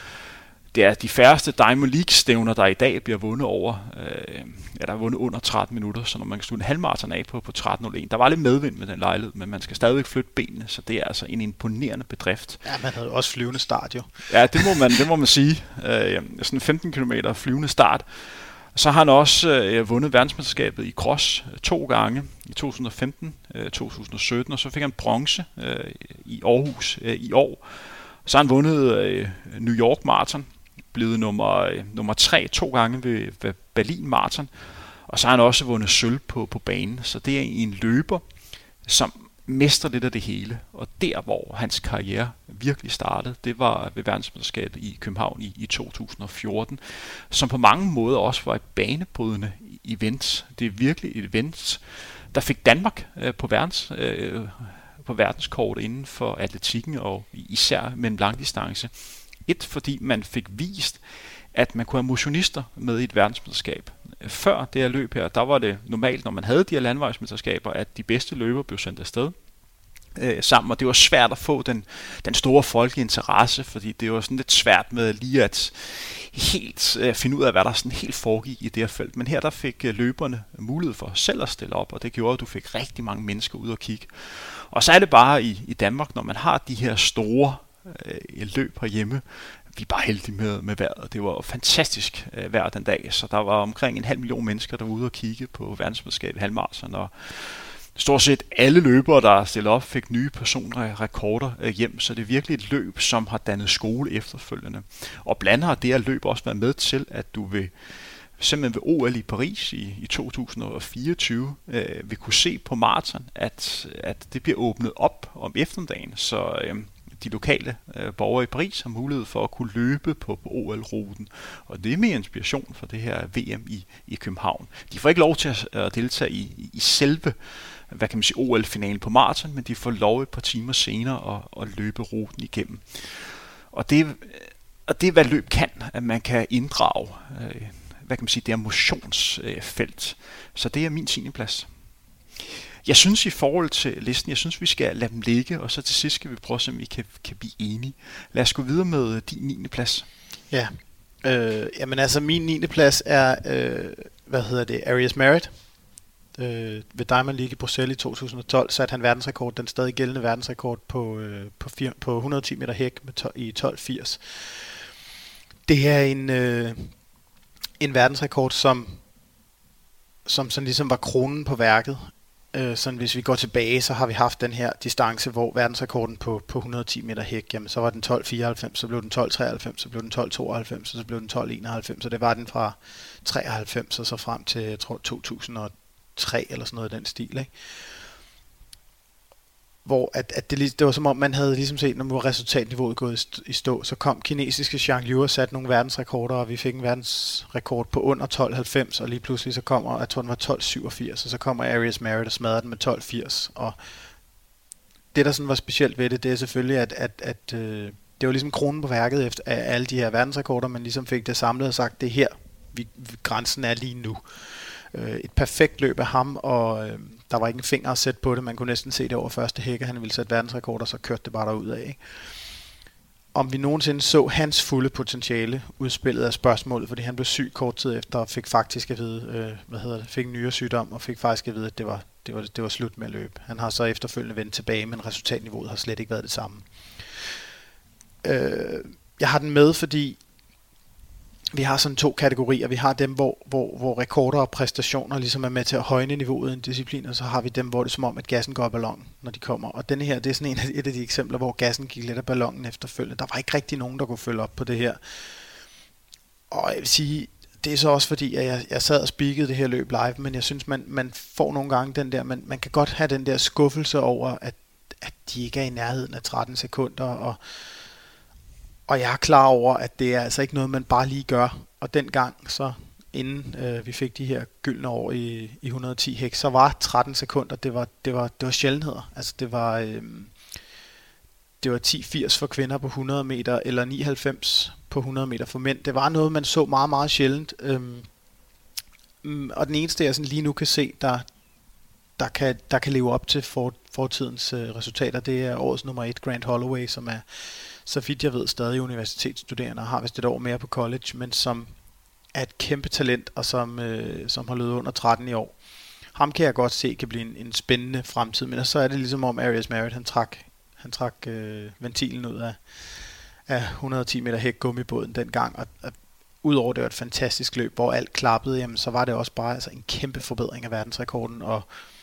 [SPEAKER 3] Det er de færreste Diamond League-stævner, der i dag bliver vundet over, øh, ja, der er vundet under tretten minutter, så når man kan slutte en halvmarathon af på, på tretten nul en. Der var lidt medvind med den lejlighed, men man skal stadigvæk flytte benene, så det er altså en imponerende bedrift.
[SPEAKER 2] Ja, man havde jo også flyvende start jo.
[SPEAKER 3] Ja, det må man, det må man sige. Øh, sådan femten kilometer flyvende start. Så har han også øh, vundet verdensmesterskabet i cross øh, to gange, i to tusind og femten, øh, to tusind og sytten, og så fik han bronze øh, i Aarhus øh, i år. Så har han vundet øh, New York Marathon, blevet nummer, øh, nummer tre to gange ved, ved Berlin Marathon, og så har han også vundet sølv på, på banen. Så det er en løber, som mestrer lidt af det hele, og der hvor hans karriere virkelig startede, det var ved verdensmesterskabet i København i, i to tusind og fjorten, som på mange måder også var et banebrydende event. Det er virkelig et event, der fik Danmark øh, på verdens øh, på verdenskort inden for atletikken og især mellem langdistance. Et, fordi man fik vist, at man kunne have motionister med i et verdensmesterskab. Før det her løb her, der var det normalt, når man havde de her landevejsmesterskaber, at de bedste løber blev sendt afsted øh, sammen, og det var svært at få den, den store folkelige interesse, fordi det var sådan lidt svært med lige at helt øh, finde ud af, hvad der sådan helt foregik i det her felt. Men her der fik øh, løberne mulighed for selv at stille op, og det gjorde, at du fik rigtig mange mennesker ud og kigge. Og så er det bare i, i Danmark, når man har de her store øh, løb herhjemme, vi er bare heldige med, med vejret. Det var fantastisk øh, vejr den dag, så der var omkring en halv million mennesker, der var ude og kigge på verdensmesterskabet i halvmarathon, og stort set alle løbere, der stillede op, fik nye personlige rekorder øh, hjem, så det er virkelig et løb, som har dannet skole efterfølgende. Og blandt har det her løb også været med til, at du vil simpelthen ved O L i Paris i, i to tusind og fireogtyve øh, vil kunne se på maraton, at, at det bliver åbnet op om eftermiddagen, så øh, de lokale øh, borgere i Paris har mulighed for at kunne løbe på, på O L-ruten. Og det er mere inspiration for det her V M i, i København. De får ikke lov til at øh, deltage i, i selve hvad kan man sige, O L-finalen på maraton, men de får lov et par timer senere at, at løbe ruten igennem. Og det, og det er, hvad løb kan, at man kan inddrage øh, hvad kan man sige, det er motionsfelt. Så det er min tiende plads. Jeg synes i forhold til listen, jeg synes vi skal lade dem ligge, og så til sidst skal vi prøve at se, om vi kan, kan blive enige. Lad os gå videre med din niende plads.
[SPEAKER 2] Ja, øh, jamen altså min niende plads er, øh, hvad hedder det, Arias Merritt. Øh, ved Diamond League i Bruxelles i to tusind og tolv satte han verdensrekord, den stadig gældende verdensrekord på, øh, på, fire, på hundrede og ti meter hæk med to, i tolv firs. Det er en... Øh, en verdensrekord, som, som sådan ligesom var kronen på værket. Øh, sådan hvis vi går tilbage, så har vi haft den her distance, hvor verdensrekorden på, på hundrede og ti meter hæk, jamen så var den tolv fireoghalvfems, så blev den tolv treoghalvfems, så blev den tolv tooghalvfems, og så blev den tolv enoghalvfems, så det var den fra treoghalvfems og så frem til, jeg tror, to tusind og tre eller sådan noget i den stil, ikke? Hvor at, at det, det var som om, man havde ligesom set, når resultatniveauet gået i stå, så kom kinesiske Zhang Liu og satte nogle verdensrekorder, og vi fik en verdensrekord på under tolv halvfems, og lige pludselig så kommer, jeg tror den var tolv syvogfirs, og så kommer Arias Merritt og smadrer den med tolv firs, og det der sådan var specielt ved det, det er selvfølgelig, at, at, at øh, det var ligesom kronen på værket efter af alle de her verdensrekorder, man ligesom fik det samlet og sagt, det her, vi, grænsen er lige nu. øh, et perfekt løb af ham, og øh, der var ikke en finger at sætte på det. Man kunne næsten se det over første hække. Han ville sætte verdensrekord, og så kørte det bare derud af. Ikke? Om vi nogensinde så hans fulde potentiale udspillet af spørgsmålet, fordi han blev syg kort tid efter, og fik faktisk at vide, øh, hvad hedder det, fik en nyresygdom, og fik faktisk at vide, at det var, det var, det var slut med at løbe. Han har så efterfølgende vendt tilbage, men resultatniveauet har slet ikke været det samme. Øh, jeg har den med, fordi vi har sådan to kategorier. Vi har dem, hvor, hvor, hvor rekorder og præstationer ligesom er med til at højne niveauet i en disciplin, og så har vi dem, hvor det er som om, at gassen går af ballonen, når de kommer. Og denne her, det er sådan en af, et af de eksempler, hvor gassen gik lidt af ballonen efterfølgende. Der var ikke rigtig nogen, der kunne følge op på det her. Og jeg vil sige, det er så også fordi, at jeg, jeg sad og speakede det her løb live, men jeg synes, man, man får nogle gange den der, man, man kan godt have den der skuffelse over, at, at de ikke er i nærheden af tretten sekunder, og Og jeg er klar over, at det er altså ikke noget, man bare lige gør. Og dengang, så inden øh, vi fik de her gyldne år i, i et hundrede og ti hæk, så var tretten sekunder, det var, det var, det var sjældenheder. Altså det var, øh, det var ti firs for kvinder på hundrede meter, eller nioghalvfems på hundrede meter for mænd. Det var noget, man så meget, meget sjældent. Øhm, og den eneste, jeg sådan lige nu kan se, der, der, kan, der kan leve op til for, fortidens øh, resultater, det er årets nummer et, Grant Holloway, som er, så vidt jeg ved, stadig universitetsstuderende og har vist et år mere på college, men som er et kæmpe talent, og som, øh, som har løbet under tretten i år. Ham kan jeg godt se kan blive en, en spændende fremtid, men så er det ligesom om Arias Merritt, han trak, han trak øh, ventilen ud af, af et hundrede og ti meter hæk gummibåden dengang, og, og udover det var et fantastisk løb, hvor alt klappede, jamen, så var det også bare altså, en kæmpe forbedring af verdensrekorden, og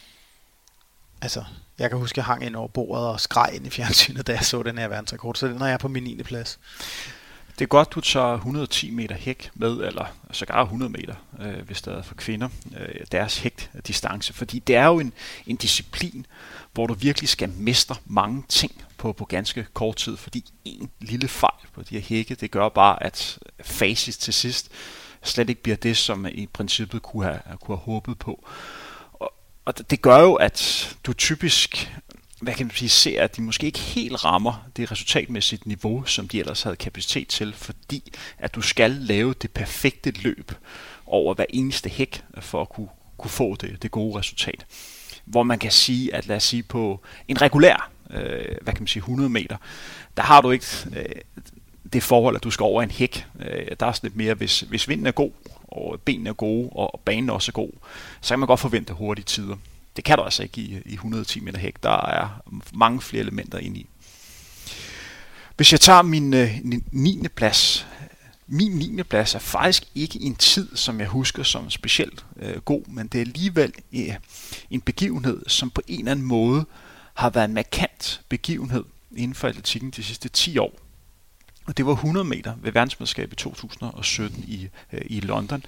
[SPEAKER 2] altså, jeg kan huske, at jeg hang ind over bordet og skreg ind i fjernsynet, da jeg så den her verdensrekord, så den er jeg på min niende plads.
[SPEAKER 3] Det er godt, du tager et hundrede og ti meter hæk med, eller sågar hundrede meter, øh, hvis det er for kvinder, øh, deres hækdistance, fordi det er jo en, en disciplin, hvor du virkelig skal mestre mange ting på, på ganske kort tid, fordi en lille fejl på de her hække, det gør bare, at facit til sidst slet ikke bliver det, som i princippet kunne have, kunne have håbet på. Og, og det gør jo, at du typisk, hvad kan man sige, ser, at de måske ikke helt rammer det resultatmæssigt niveau, som de ellers havde kapacitet til, fordi at du skal lave det perfekte løb over hver eneste hæk, for at kunne, kunne få det, det gode resultat. Hvor man kan sige, at lad os sige på en regulær, øh, hvad kan man sige, hundrede meter, der har du ikke øh, det forhold, at du skal over en hæk. Øh, der er sådan lidt mere, hvis, hvis vinden er god, og benene er gode, og banen også er god, så kan man godt forvente hurtige tider. Det kan du altså ikke i, i et hundrede og ti meter hæk. Der er mange flere elementer inde i. Hvis jeg tager min øh, niende plads, min niende plads er faktisk ikke en tid, som jeg husker som specielt øh, god, men det er alligevel øh, en begivenhed, som på en eller anden måde har været en markant begivenhed inden for atletikken de sidste ti år. Og det var hundrede meter ved verdensmesterskabet i to tusind og sytten i, øh, i London.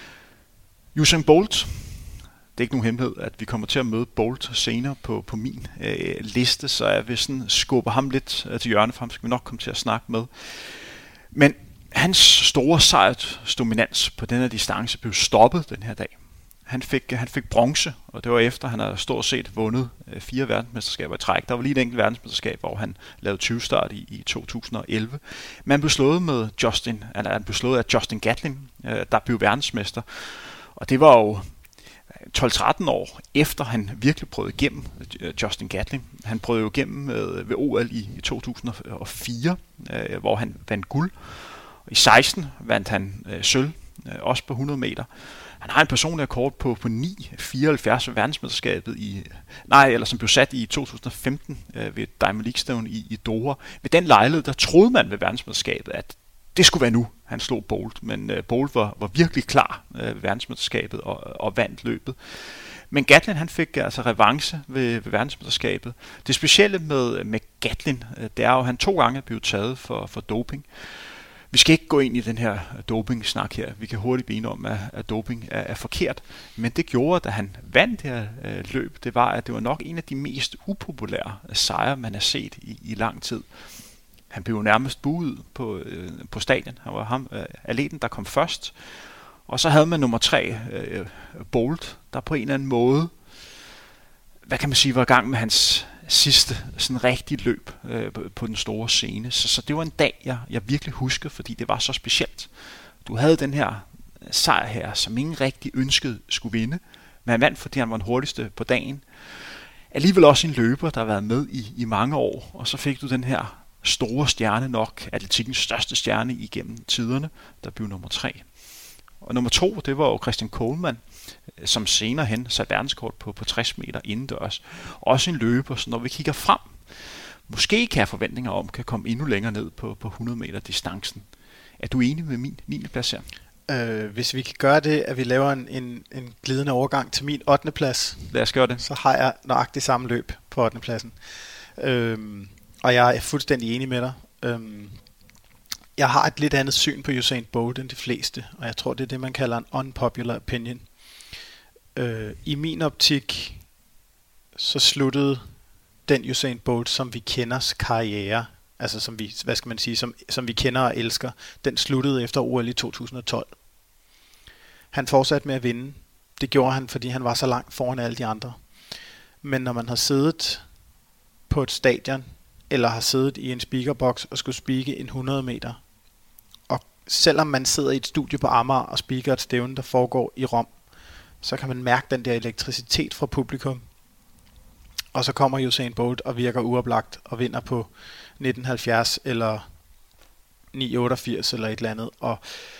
[SPEAKER 3] Usain Bolt. Det er ikke nogen hemmelighed, at vi kommer til at møde Bolt senere på, på min øh, liste, så jeg vil sådan skubbe ham lidt øh, til hjørne, for ham skal vi nok komme til at snakke med. Men hans store sejrsdominans på den her distance blev stoppet den her dag. Han fik, han fik bronze, og det var efter, han havde stort set vundet øh, fire verdensmesterskaber i træk. Der var lige et enkelt verdensmesterskab, hvor han lavede tyve start i, i to tusind og elleve. Men han blev slået med Justin, eller han blev slået af Justin Gatlin, øh, der blev verdensmester. Og det var jo tolv tretten år efter han virkelig prøvede igennem, Justin Gatlin. Han prøvede jo igennem øh, ved O L i, i to tusind og fire, øh, hvor han vandt guld. I seksten vandt han øh, sølv, øh, også på hundrede meter. Han har en personlig rekord på, på ni fireoghalvfjerds ved verdensmesterskabet i, nej, eller som blev sat i to tusind og femten øh, ved Diamond League Stævne i, i Doha. Ved den lejlighed, der troede man ved verdensmesterskabet, at det skulle være nu, han slog Bolt, men uh, Bolt var, var virkelig klar uh, ved verdensmesterskabet og, og vandt løbet. Men Gatlin, han fik altså revanche ved, ved verdensmesterskabet. Det specielle med, med Gatlin, uh, det er jo, at han to gange er blevet taget for, for doping. Vi skal ikke gå ind i den her doping-snak her. Vi kan hurtigt blive enige om, at, at doping er, er forkert. Men det gjorde, da han vandt det her uh, løb, det var, at det var nok en af de mest upopulære sejre, man har set i, i lang tid. Han blev nærmest buet på, øh, på stadion. Han var ham, øh, atleten, der kom først. Og så havde man nummer tre, øh, Bolt, der på en eller anden måde, hvad kan man sige, var i gang med hans sidste sådan rigtige løb øh, på den store scene. Så, så det var en dag, jeg, jeg virkelig husker, fordi det var så specielt. Du havde den her sejr her, som ingen rigtig ønskede skulle vinde. Men han vandt, fordi han var den hurtigste på dagen. Alligevel også en løber, der har været med i, i mange år, og så fik du den her store stjerne nok, atletikkens største stjerne igennem tiderne, der blev nummer tre. Og nummer to, det var jo Christian Coleman, som senere hen satte verdenskort på, på tres meter indendørs. Også en løber, så når vi kigger frem, måske kan jeg forventninger om, kan komme endnu længere ned på, på hundrede meter distancen. Er du enig med min niende plads her?
[SPEAKER 2] Øh, hvis vi kan gøre det, at vi laver en, en, en glidende overgang til min ottende plads.
[SPEAKER 3] Lad os gøre det.
[SPEAKER 2] Så har jeg nøjagtigt samme løb på ottende pladsen. Øh, og jeg er fuldstændig enig med dig. Øh, jeg har et lidt andet syn på Usain Bolt end de fleste, og jeg tror, det er det, man kalder en unpopular opinion. Øh, I min optik, så sluttede den Usain Bolt, som vi kenders karriere, altså som vi, hvad skal man sige, som, som vi kender og elsker, den sluttede efter O L i to tusind og tolv. Han fortsatte med at vinde. Det gjorde han, fordi han var så langt foran alle de andre. Men når man har siddet på et stadion, eller har siddet i en speakerbox og skulle speake en hundrede meter, og selvom man sidder i et studie på Amager og speaker et stævne, der foregår i Rom, så kan man mærke den der elektricitet fra publikum. Og så kommer Usain Bolt og virker uoplagt og vinder på nitten halvfjerds eller ni otteogfirs eller et eller andet. Og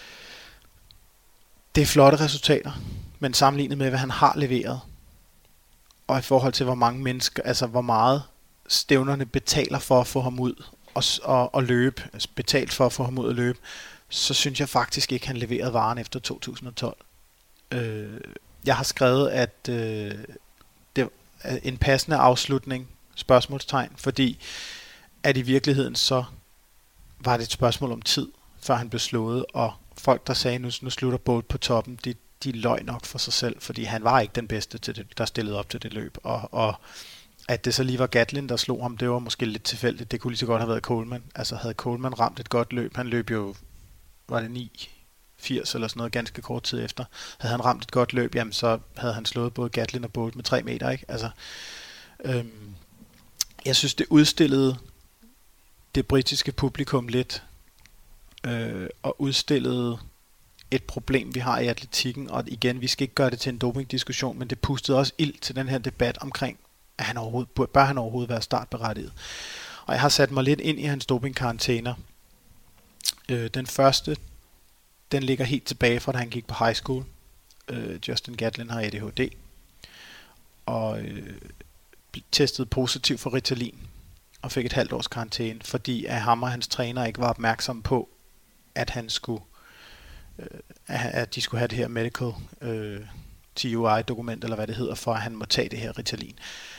[SPEAKER 2] det er flotte resultater, men sammenlignet med, hvad han har leveret, og i forhold til, hvor mange mennesker, altså hvor meget stævnerne betaler for at få ham ud og, og, og løbe, altså betalt for at få ham ud og løbe, så synes jeg faktisk ikke, han leverede varen efter to tusind og tolv. Øh, jeg har skrevet, at øh, det er en passende afslutning, spørgsmålstegn, fordi at i virkeligheden så var det et spørgsmål om tid, før han blev slået, og folk, der sagde, nu, nu slutter Bolt på toppen, de, de løg nok for sig selv, fordi han var ikke den bedste, til det, der stillede op til det løb, og, og at det så lige var Gatlin, der slog ham, det var måske lidt tilfældigt. Det kunne lige så godt have været Coleman. Altså havde Coleman ramt et godt løb, han løb jo, var det ni firs eller sådan noget, ganske kort tid efter. Havde han ramt et godt løb, jamen så havde han slået både Gatlin og Bolt med tre meter, ikke? Altså, øhm, jeg synes, det udstillede det britiske publikum lidt, øh, og udstillede et problem, vi har i atletikken, og igen, vi skal ikke gøre det til en dopingdiskussion, men det pustede også ild til den her debat omkring, at han overhovedet, bør han overhovedet være startberettiget. Og jeg har sat mig lidt ind i hans dopingkarantæner. Øh, den første, den ligger helt tilbage fra, da han gik på high school. Øh, Justin Gatlin har A D H D, og øh, testede positivt for Ritalin, og fik et halvt års karantæne, fordi at ham og hans træner ikke var opmærksom på, at han skulle, øh, at de skulle have det her medical øh, T U I-dokument, eller hvad det hedder, for at han må tage det her Ritalin.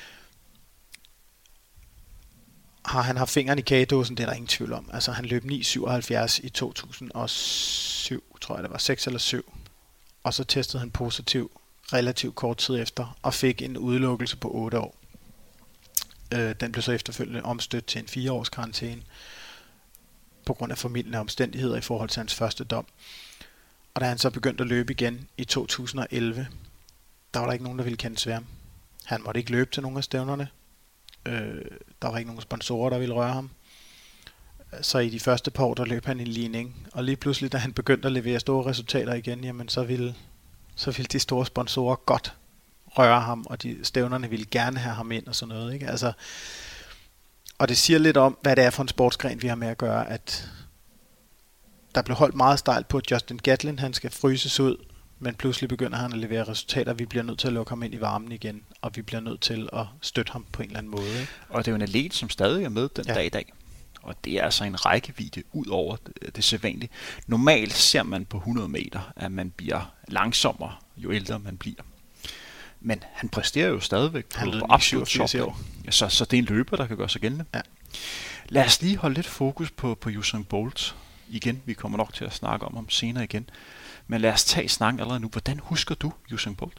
[SPEAKER 2] Har han haft fingeren i kagedåsen, det er der ingen tvivl om. Altså han løb ni syvoghalvfjerds i to tusind og syv, tror jeg det var, seks eller syv. Og så testede han positiv relativt kort tid efter, og fik en udelukkelse på otte år. Øh, den blev så efterfølgende omstødt til en fire års karantæne, på grund af formildende omstændigheder i forhold til hans første dom. Og da han så begyndte at løbe igen i to tusind og elleve, der var der ikke nogen, der ville kende sværm. Han måtte ikke løbe til nogen af stævnerne. Øh, der var ikke nogen sponsorer, der ville røre ham. Så i de første par år, der løb han en ligning. Og lige pludselig, da han begyndte at levere store resultater igen, jamen så ville, så ville de store sponsorer godt røre ham, og de stævnerne ville gerne have ham ind og sådan noget, ikke? Altså, og det siger lidt om, hvad det er for en sportsgren, vi har med at gøre, at der blev holdt meget stejlt på, at Justin Gatlin, han skal fryses ud, men pludselig begynder han at levere resultater, vi bliver nødt til at lukke ham ind i varmen igen, og vi bliver nødt til at støtte ham på en eller anden måde, ikke?
[SPEAKER 3] Og det er jo en atlet, som stadig er med den ja. dag i dag. Og det er altså en rækkevidde ud over det, det sædvanlige. Normalt ser man på hundrede meter, at man bliver langsommere, jo ældre man bliver. Men han præsterer jo stadigvæk på, på absolut top. Ja, så, så det er en løber, der kan gøre sig gældende.
[SPEAKER 2] Ja.
[SPEAKER 3] Lad os lige holde lidt fokus på, på Usain Bolt igen. Vi kommer nok til at snakke om ham senere igen. Men lad os tage snakken allerede nu. Hvordan husker du Usain Bolt?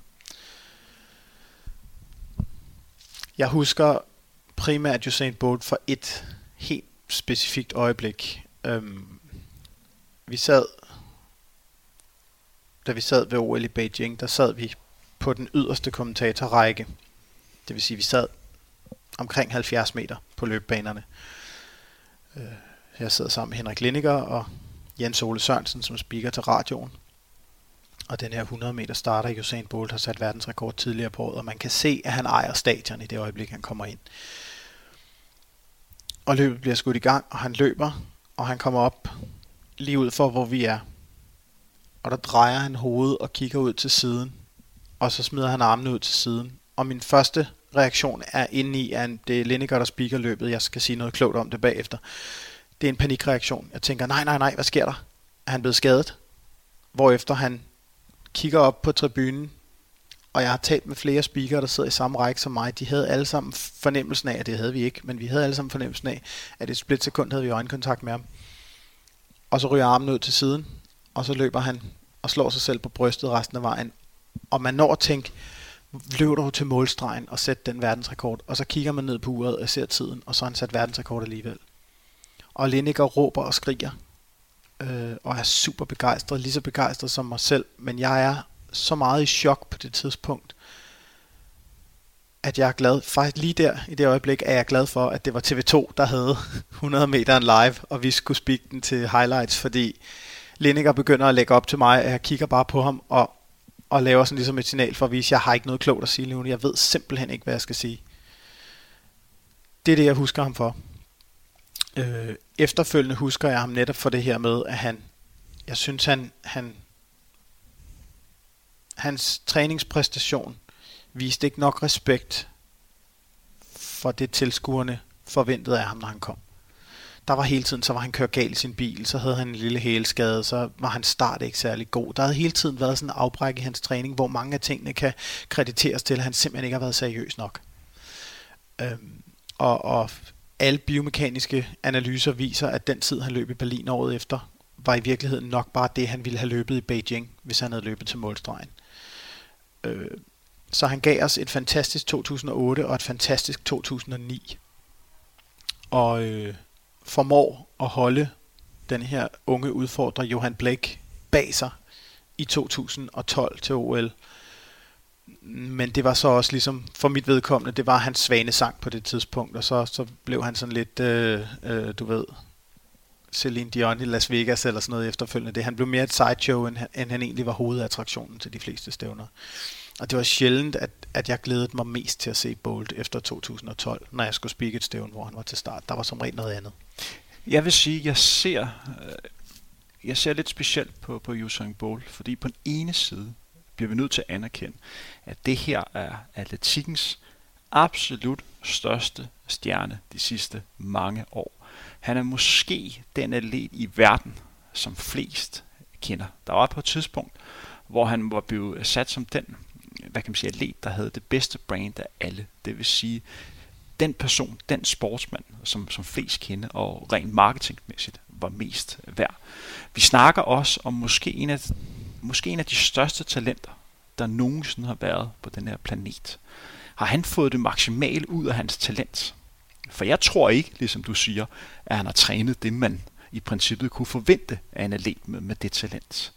[SPEAKER 2] Jeg husker primært Usain Bolt for et helt specifikt øjeblik. Øhm, vi sad, da vi sad ved O L i Beijing, der sad vi på den yderste kommentatorrække. Det vil sige, vi sad omkring halvfjerds meter på løbebanerne. Jeg sad sammen med Henrik Lindiger og Jens Ole Sørensen, som speaker til radioen. og den her hundrede meter starter, Usain Bolt har sat verdensrekord tidligere på året, og man kan se, at han ejer stadion i det øjeblik, han kommer ind. Og løbet bliver skudt i gang, og han løber, og han kommer op lige ud for, hvor vi er. Og der drejer han hovedet og kigger ud til siden, og så smider han armene ud til siden. Og min første reaktion er inde i, at det er Lineker, der speaker løbet. Jeg skal sige noget klogt om det bagefter. Det er en panikreaktion. Jeg tænker, nej, nej, nej, hvad sker der? Er han blevet skadet? Hvorefter han kigger op på tribunen, og jeg har talt med flere speakere, der sidder i samme række som mig. De havde alle sammen fornemmelsen af, at det havde vi ikke, men vi havde alle sammen fornemmelsen af, at et split sekund havde vi øjenkontakt med ham. Og så ryger armen ud til siden, og så løber han og slår sig selv på brystet resten af vejen. Og man når at tænke, løb du til målstregen og sæt den verdensrekord, og så kigger man ned på uret og ser tiden, og så har han sat verdensrekord alligevel. Og Lineker råber og skriger, øh, og er super begejstret, lige så begejstret som mig selv, men jeg er så meget i chok på det tidspunkt, at jeg er glad, faktisk lige der i det øjeblik, er jeg glad for, at det var T V to, der havde hundrede meteren live, og vi skulle speak den til highlights, fordi Lineker begynder at lægge op til mig, og jeg kigger bare på ham, og, og laver sådan ligesom et signal for at vise, at jeg har ikke noget klogt at sige lige nu, jeg ved simpelthen ikke, hvad jeg skal sige. Det er det, jeg husker ham for. Øh, efterfølgende husker jeg ham netop for det her med, at han, jeg synes han, han hans træningspræstation viste ikke nok respekt for det tilskuerne forventede af ham, når han kom. Der var hele tiden, så var han kørt galt i sin bil, så havde han en lille hælskade, så var hans start ikke særlig god. Der havde hele tiden været sådan en afbræk i hans træning, hvor mange af tingene kan krediteres til, at han simpelthen ikke har været seriøs nok. Øhm, og, og alle biomekaniske analyser viser, at den tid, han løb i Berlin året efter, var i virkeligheden nok bare det, han ville have løbet i Beijing, hvis han havde løbet til målstregen. Øh, så han gav os et fantastisk to tusind og otte og et fantastisk to tusind og ni. Og øh, formår at holde den her unge udfordrer Johan Blake bag sig i to tusind og tolv til O L. Men det var så også ligesom, for mit vedkommende, det var hans svanesang på det tidspunkt, og så, så blev han sådan lidt, øh, øh, du ved, Celine Dion i Las Vegas eller sådan noget efterfølgende. Det. Han blev mere et sideshow, end han, end han egentlig var hovedattraktionen til de fleste stævner. Og det var sjældent, at, at jeg glædede mig mest til at se Bolt efter to tusind og tolv, når jeg skulle speak et stævn, hvor han var til start. Der var som regel noget andet.
[SPEAKER 3] Jeg vil sige, jeg ser, jeg ser lidt specielt på, på Usain Bolt, fordi på den ene side bliver vi nødt til at anerkende, at det her er atletikkens absolut største stjerne de sidste mange år. Han er måske den atlet i verden, som flest kender. Der var på et tidspunkt, hvor han var blevet sat som den, hvad kan man sige, atlet, der havde det bedste brand af alle. Det vil sige, den person, den sportsmand, som, som flest kender, og rent marketingmæssigt var mest værd. Vi snakker også om måske en af, måske en af de største talenter, der nogensinde har været på den her planet. Har han fået det maksimale ud af hans talent? For jeg tror ikke, ligesom du siger, at han har trænet det, man i princippet kunne forvente af en atlet med, med det talent.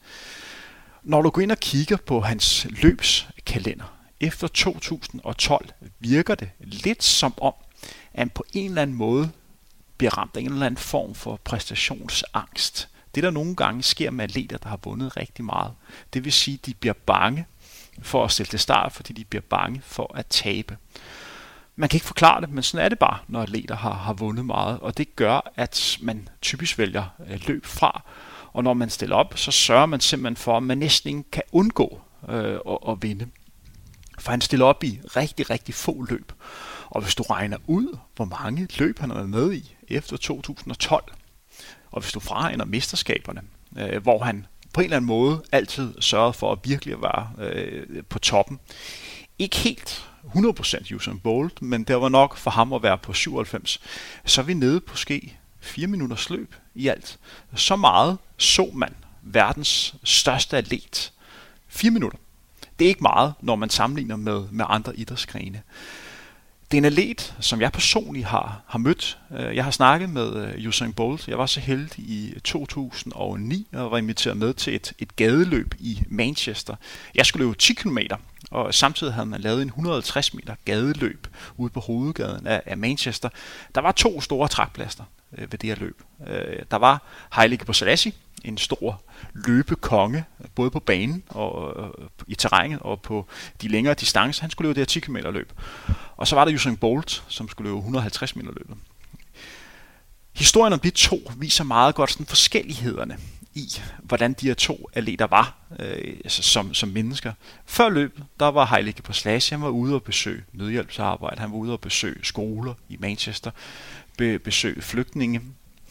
[SPEAKER 3] Når du går ind og kigger på hans løbskalender, efter to tusind og tolv virker det lidt som om, at han på en eller anden måde bliver ramt af en eller anden form for præstationsangst. Det der nogle gange sker med atleter, der har vundet rigtig meget, det vil sige, at de bliver bange for at stille til start, fordi de bliver bange for at tabe. Man kan ikke forklare det, men sådan er det bare, når atleter har, har vundet meget, og det gør, at man typisk vælger løb fra, og når man stiller op, så sørger man simpelthen for, at man næsten ikke kan undgå øh, at, at vinde. For han stiller op i rigtig, rigtig få løb, og hvis du regner ud, hvor mange løb han har været med i efter to tusind og tolv, og hvis du fraregner mesterskaberne, øh, hvor han på en eller anden måde altid sørgede for at virkelig være øh, på toppen. Ikke helt hundrede procent Usain Bolt, men det var nok for ham at være på syvoghalvfems. Så er vi nede på ske fire minutters løb i alt. Så meget så man verdens største atlet. Fire minutter. Det er ikke meget, når man sammenligner med, med andre idrætsgrene. Det er en atlet, som jeg personligt har, har mødt. Jeg har snakket med Usain Bolt. Jeg var så heldig i to tusind og ni og var inviteret med til et, et gadeløb i Manchester. Jeg skulle løbe ti kilometer, og samtidig havde man lavet en et hundrede og halvtreds meter gadeløb ude på hovedgaden af, af Manchester. Der var to store trækplaster. øh, ved det her løb. Øh, der var Haile Gebrselassie, en stor løbekonge, både på banen og øh, i terrænet og på de længere distancer. Han skulle løbe det her ti kilometer løb. Og så var der Usain Bolt, som skulle løbe et hundrede og halvtreds meter løbet. Historien om de to viser meget godt sådan forskellighederne i, hvordan de her to atleter var øh, altså som, som mennesker. Før løbet, der var Haile Gebrselassie, han var ude og besøge nødhjælpsarbejde, han var ude og besøge skoler i Manchester, be, besøge flygtninge.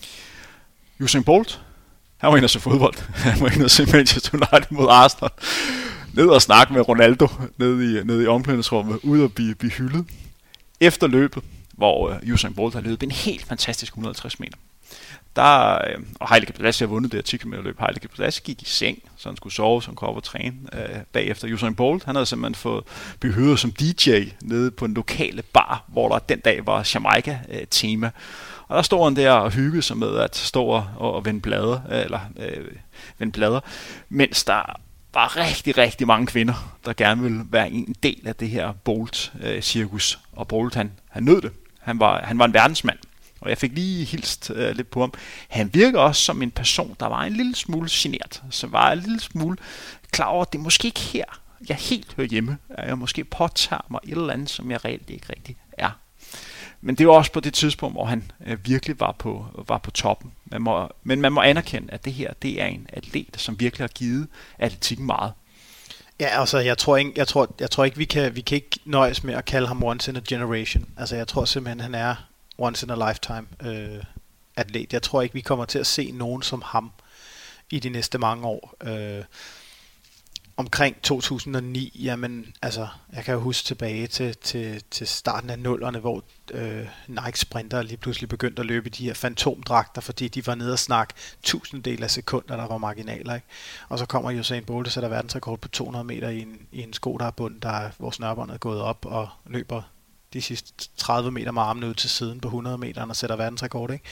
[SPEAKER 3] Usain Bolt, han var inde og se fodbold. Han var inde og se Manchester United mod Arsenal. Ned og snakke med Ronaldo nede i, nede i omklædningsrummet, ude og blive, blive hyldet. Efter løbet, hvor uh, Usain Bolt har løbet en helt fantastisk et hundrede og halvtreds meter. Der, øh, og Haile Gebrselassie har vundet det her ti kilometer løb. Haile Gebrselassie gik i seng, så han skulle sove, så han kunne op og træne øh, bagefter. Usain Bolt, han havde simpelthen fået behyret som D J nede på en lokale bar, hvor der den dag var Jamaica-tema. Øh, og der stod han der og hyggede sig med at stå og, og vende blader, eller øh, vende blader, mens der var rigtig, rigtig mange kvinder, der gerne ville være en del af det her Bolt-cirkus. Øh, og Bolt, han, han nød det. Han var, han var en verdensmand. Og jeg fik lige hilst øh, lidt på ham. Han virker også som en person, der var en lille smule genert. Som var en lille smule klar over, at det er måske ikke her, jeg helt hører hjemme. Jeg måske påtager mig et eller andet, som jeg reelt ikke rigtig er. Men det var også på det tidspunkt, hvor han øh, virkelig var på, var på toppen. Man må, men man må anerkende, at det her det er en atlet, som virkelig har givet atletikken meget.
[SPEAKER 2] Ja, altså jeg tror ikke, jeg tror, jeg tror ikke vi kan, vi kan ikke nøjes med at kalde ham once in a generation. Altså jeg tror simpelthen, han er once in a lifetime øh, atlet. Jeg tror ikke, vi kommer til at se nogen som ham i de næste mange år. Øh, omkring to tusind og ni, jamen, altså, jeg kan jo huske tilbage til, til, til starten af nullerne, hvor øh, Nike Sprinter lige pludselig begyndte at løbe de her fantomdragter, fordi de var nede og snakke tusindedel af sekunder, der var marginaler, ikke? Og så kommer Usain Bolt og sætter verdensrekord på to hundrede meter i en, i en sko, der er bund, der er, hvor snørbåndet er gået op og løber de sidste tredive meter med armene ud til siden på hundrede meter og sætter verdensrekord, ikke?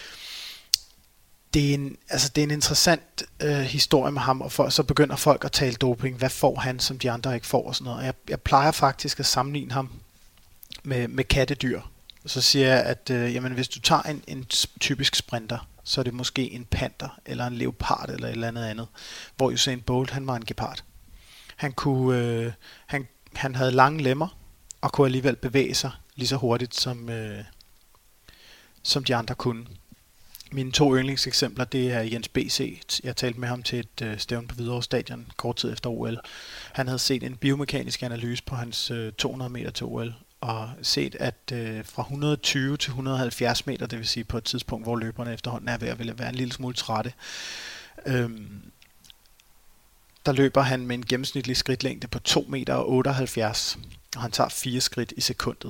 [SPEAKER 2] Det er en, altså det er en interessant øh, historie med ham, og for, så begynder folk at tale doping. Hvad får han, som de andre ikke får? Og sådan noget. Jeg, jeg plejer faktisk at sammenligne ham med, med kattedyr. Så siger jeg, at øh, jamen, hvis du tager en, en typisk sprinter, så er det måske en panter, eller en leopard, eller et eller andet andet. Hvor Usain Bolt, han var en gepard. Han, kunne, øh, han, han havde lange lemmer, og kunne alligevel bevæge sig lige så hurtigt, som, øh, som de andre kunne. Mine to yndlingseksempler, det er Jens B C. Jeg talte med ham til et øh, stævn på Hvidovre Stadion kort tid efter O L. Han havde set en biomekanisk analyse på hans øh, to hundrede meter til O L, og set, at øh, fra et hundrede og tyve til et hundrede og halvfjerds meter, det vil sige på et tidspunkt, hvor løberne efterhånden er ved at være en lille smule trætte, øhm, der løber han med en gennemsnitlig skridtlængde på to meter og otteoghalvfjerds, og han tager fire skridt i sekundet.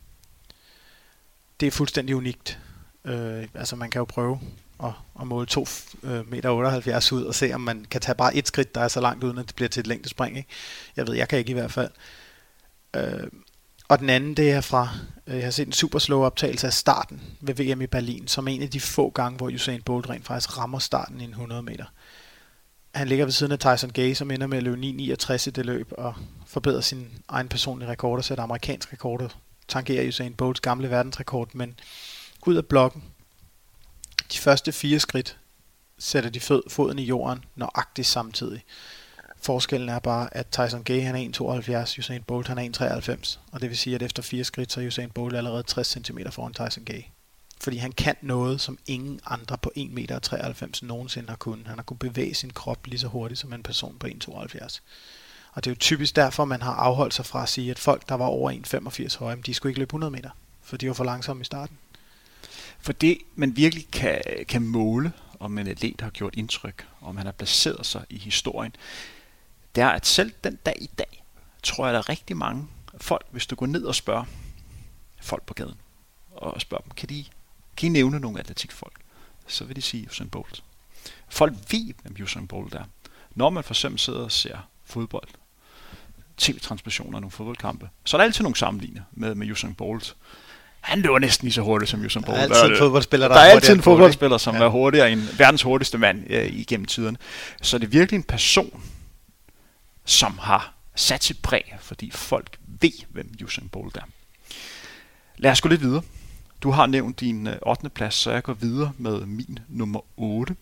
[SPEAKER 2] Det er fuldstændig unikt. Øh, altså man kan jo prøve at, at måle to meter otteoghalvfjerds ud og se, om man kan tage bare et skridt, der er så langt uden, at det bliver til et længdespring, ikke? Jeg ved, jeg kan ikke i hvert fald. Øh, og den anden, det er fra, øh, jeg har set en super slow optagelse af starten ved V M i Berlin, som en af de få gange, hvor Usain Bolt rent faktisk rammer starten i en hundrede meter. Han ligger ved siden af Tyson Gay, som ender med at løbe ni niogtres i det løb, og forbedrer sin egen personlige rekord og sætter amerikansk rekord og tangerer Usain Bolts gamle verdensrekord, men ud af blokken, de første fire skridt, sætter de fød, foden i jorden nøjagtigt samtidig. Forskellen er bare, at Tyson Gay han er en tooghalvfjerds, Usain Bolt han er en treoghalvfems, og det vil sige, at efter fire skridt, så er Usain Bolt allerede tres centimeter foran Tyson Gay. Fordi han kan noget, som ingen andre på en meter treoghalvfems nogensinde har kunnet. Han har kunnet bevæge sin krop lige så hurtigt som en person på en tooghalvfjerds. Og det er jo typisk derfor, man har afholdt sig fra at sige, at folk, der var over en femogfirs høje, de skulle ikke løbe hundrede meter, for de var for langsomme i starten.
[SPEAKER 3] For det, man virkelig kan, kan måle, om en atlet har gjort indtryk, om han har placeret sig i historien, det er, at selv den dag i dag, tror jeg, der er rigtig mange folk, hvis du går ned og spørger folk på gaden, og spørger dem, kan de, kan I nævne nogle atletikfolk? Så vil de sige Usain Bolt. Folk ved, hvem Usain Bolt er. Når man for eksempel sidder og ser fodbold, tv-transmissioner af nogle fodboldkampe, så er der altid nogle sammenligninger med, med Usain Bolt. Han løber næsten lige så hurtigt som Usain Bolt.
[SPEAKER 2] Der er altid en fodboldspiller, der,
[SPEAKER 3] der er,
[SPEAKER 2] er
[SPEAKER 3] altid en fodboldspiller, som ja. er hurtigere end verdens hurtigste mand øh, igennem tiderne. Så det er virkelig en person, som har sat sit præg, fordi folk ved, hvem Usain Bolt er. Lad os gå lidt videre. Du har nævnt din øh, ottende plads, så jeg går videre med min nummer otte.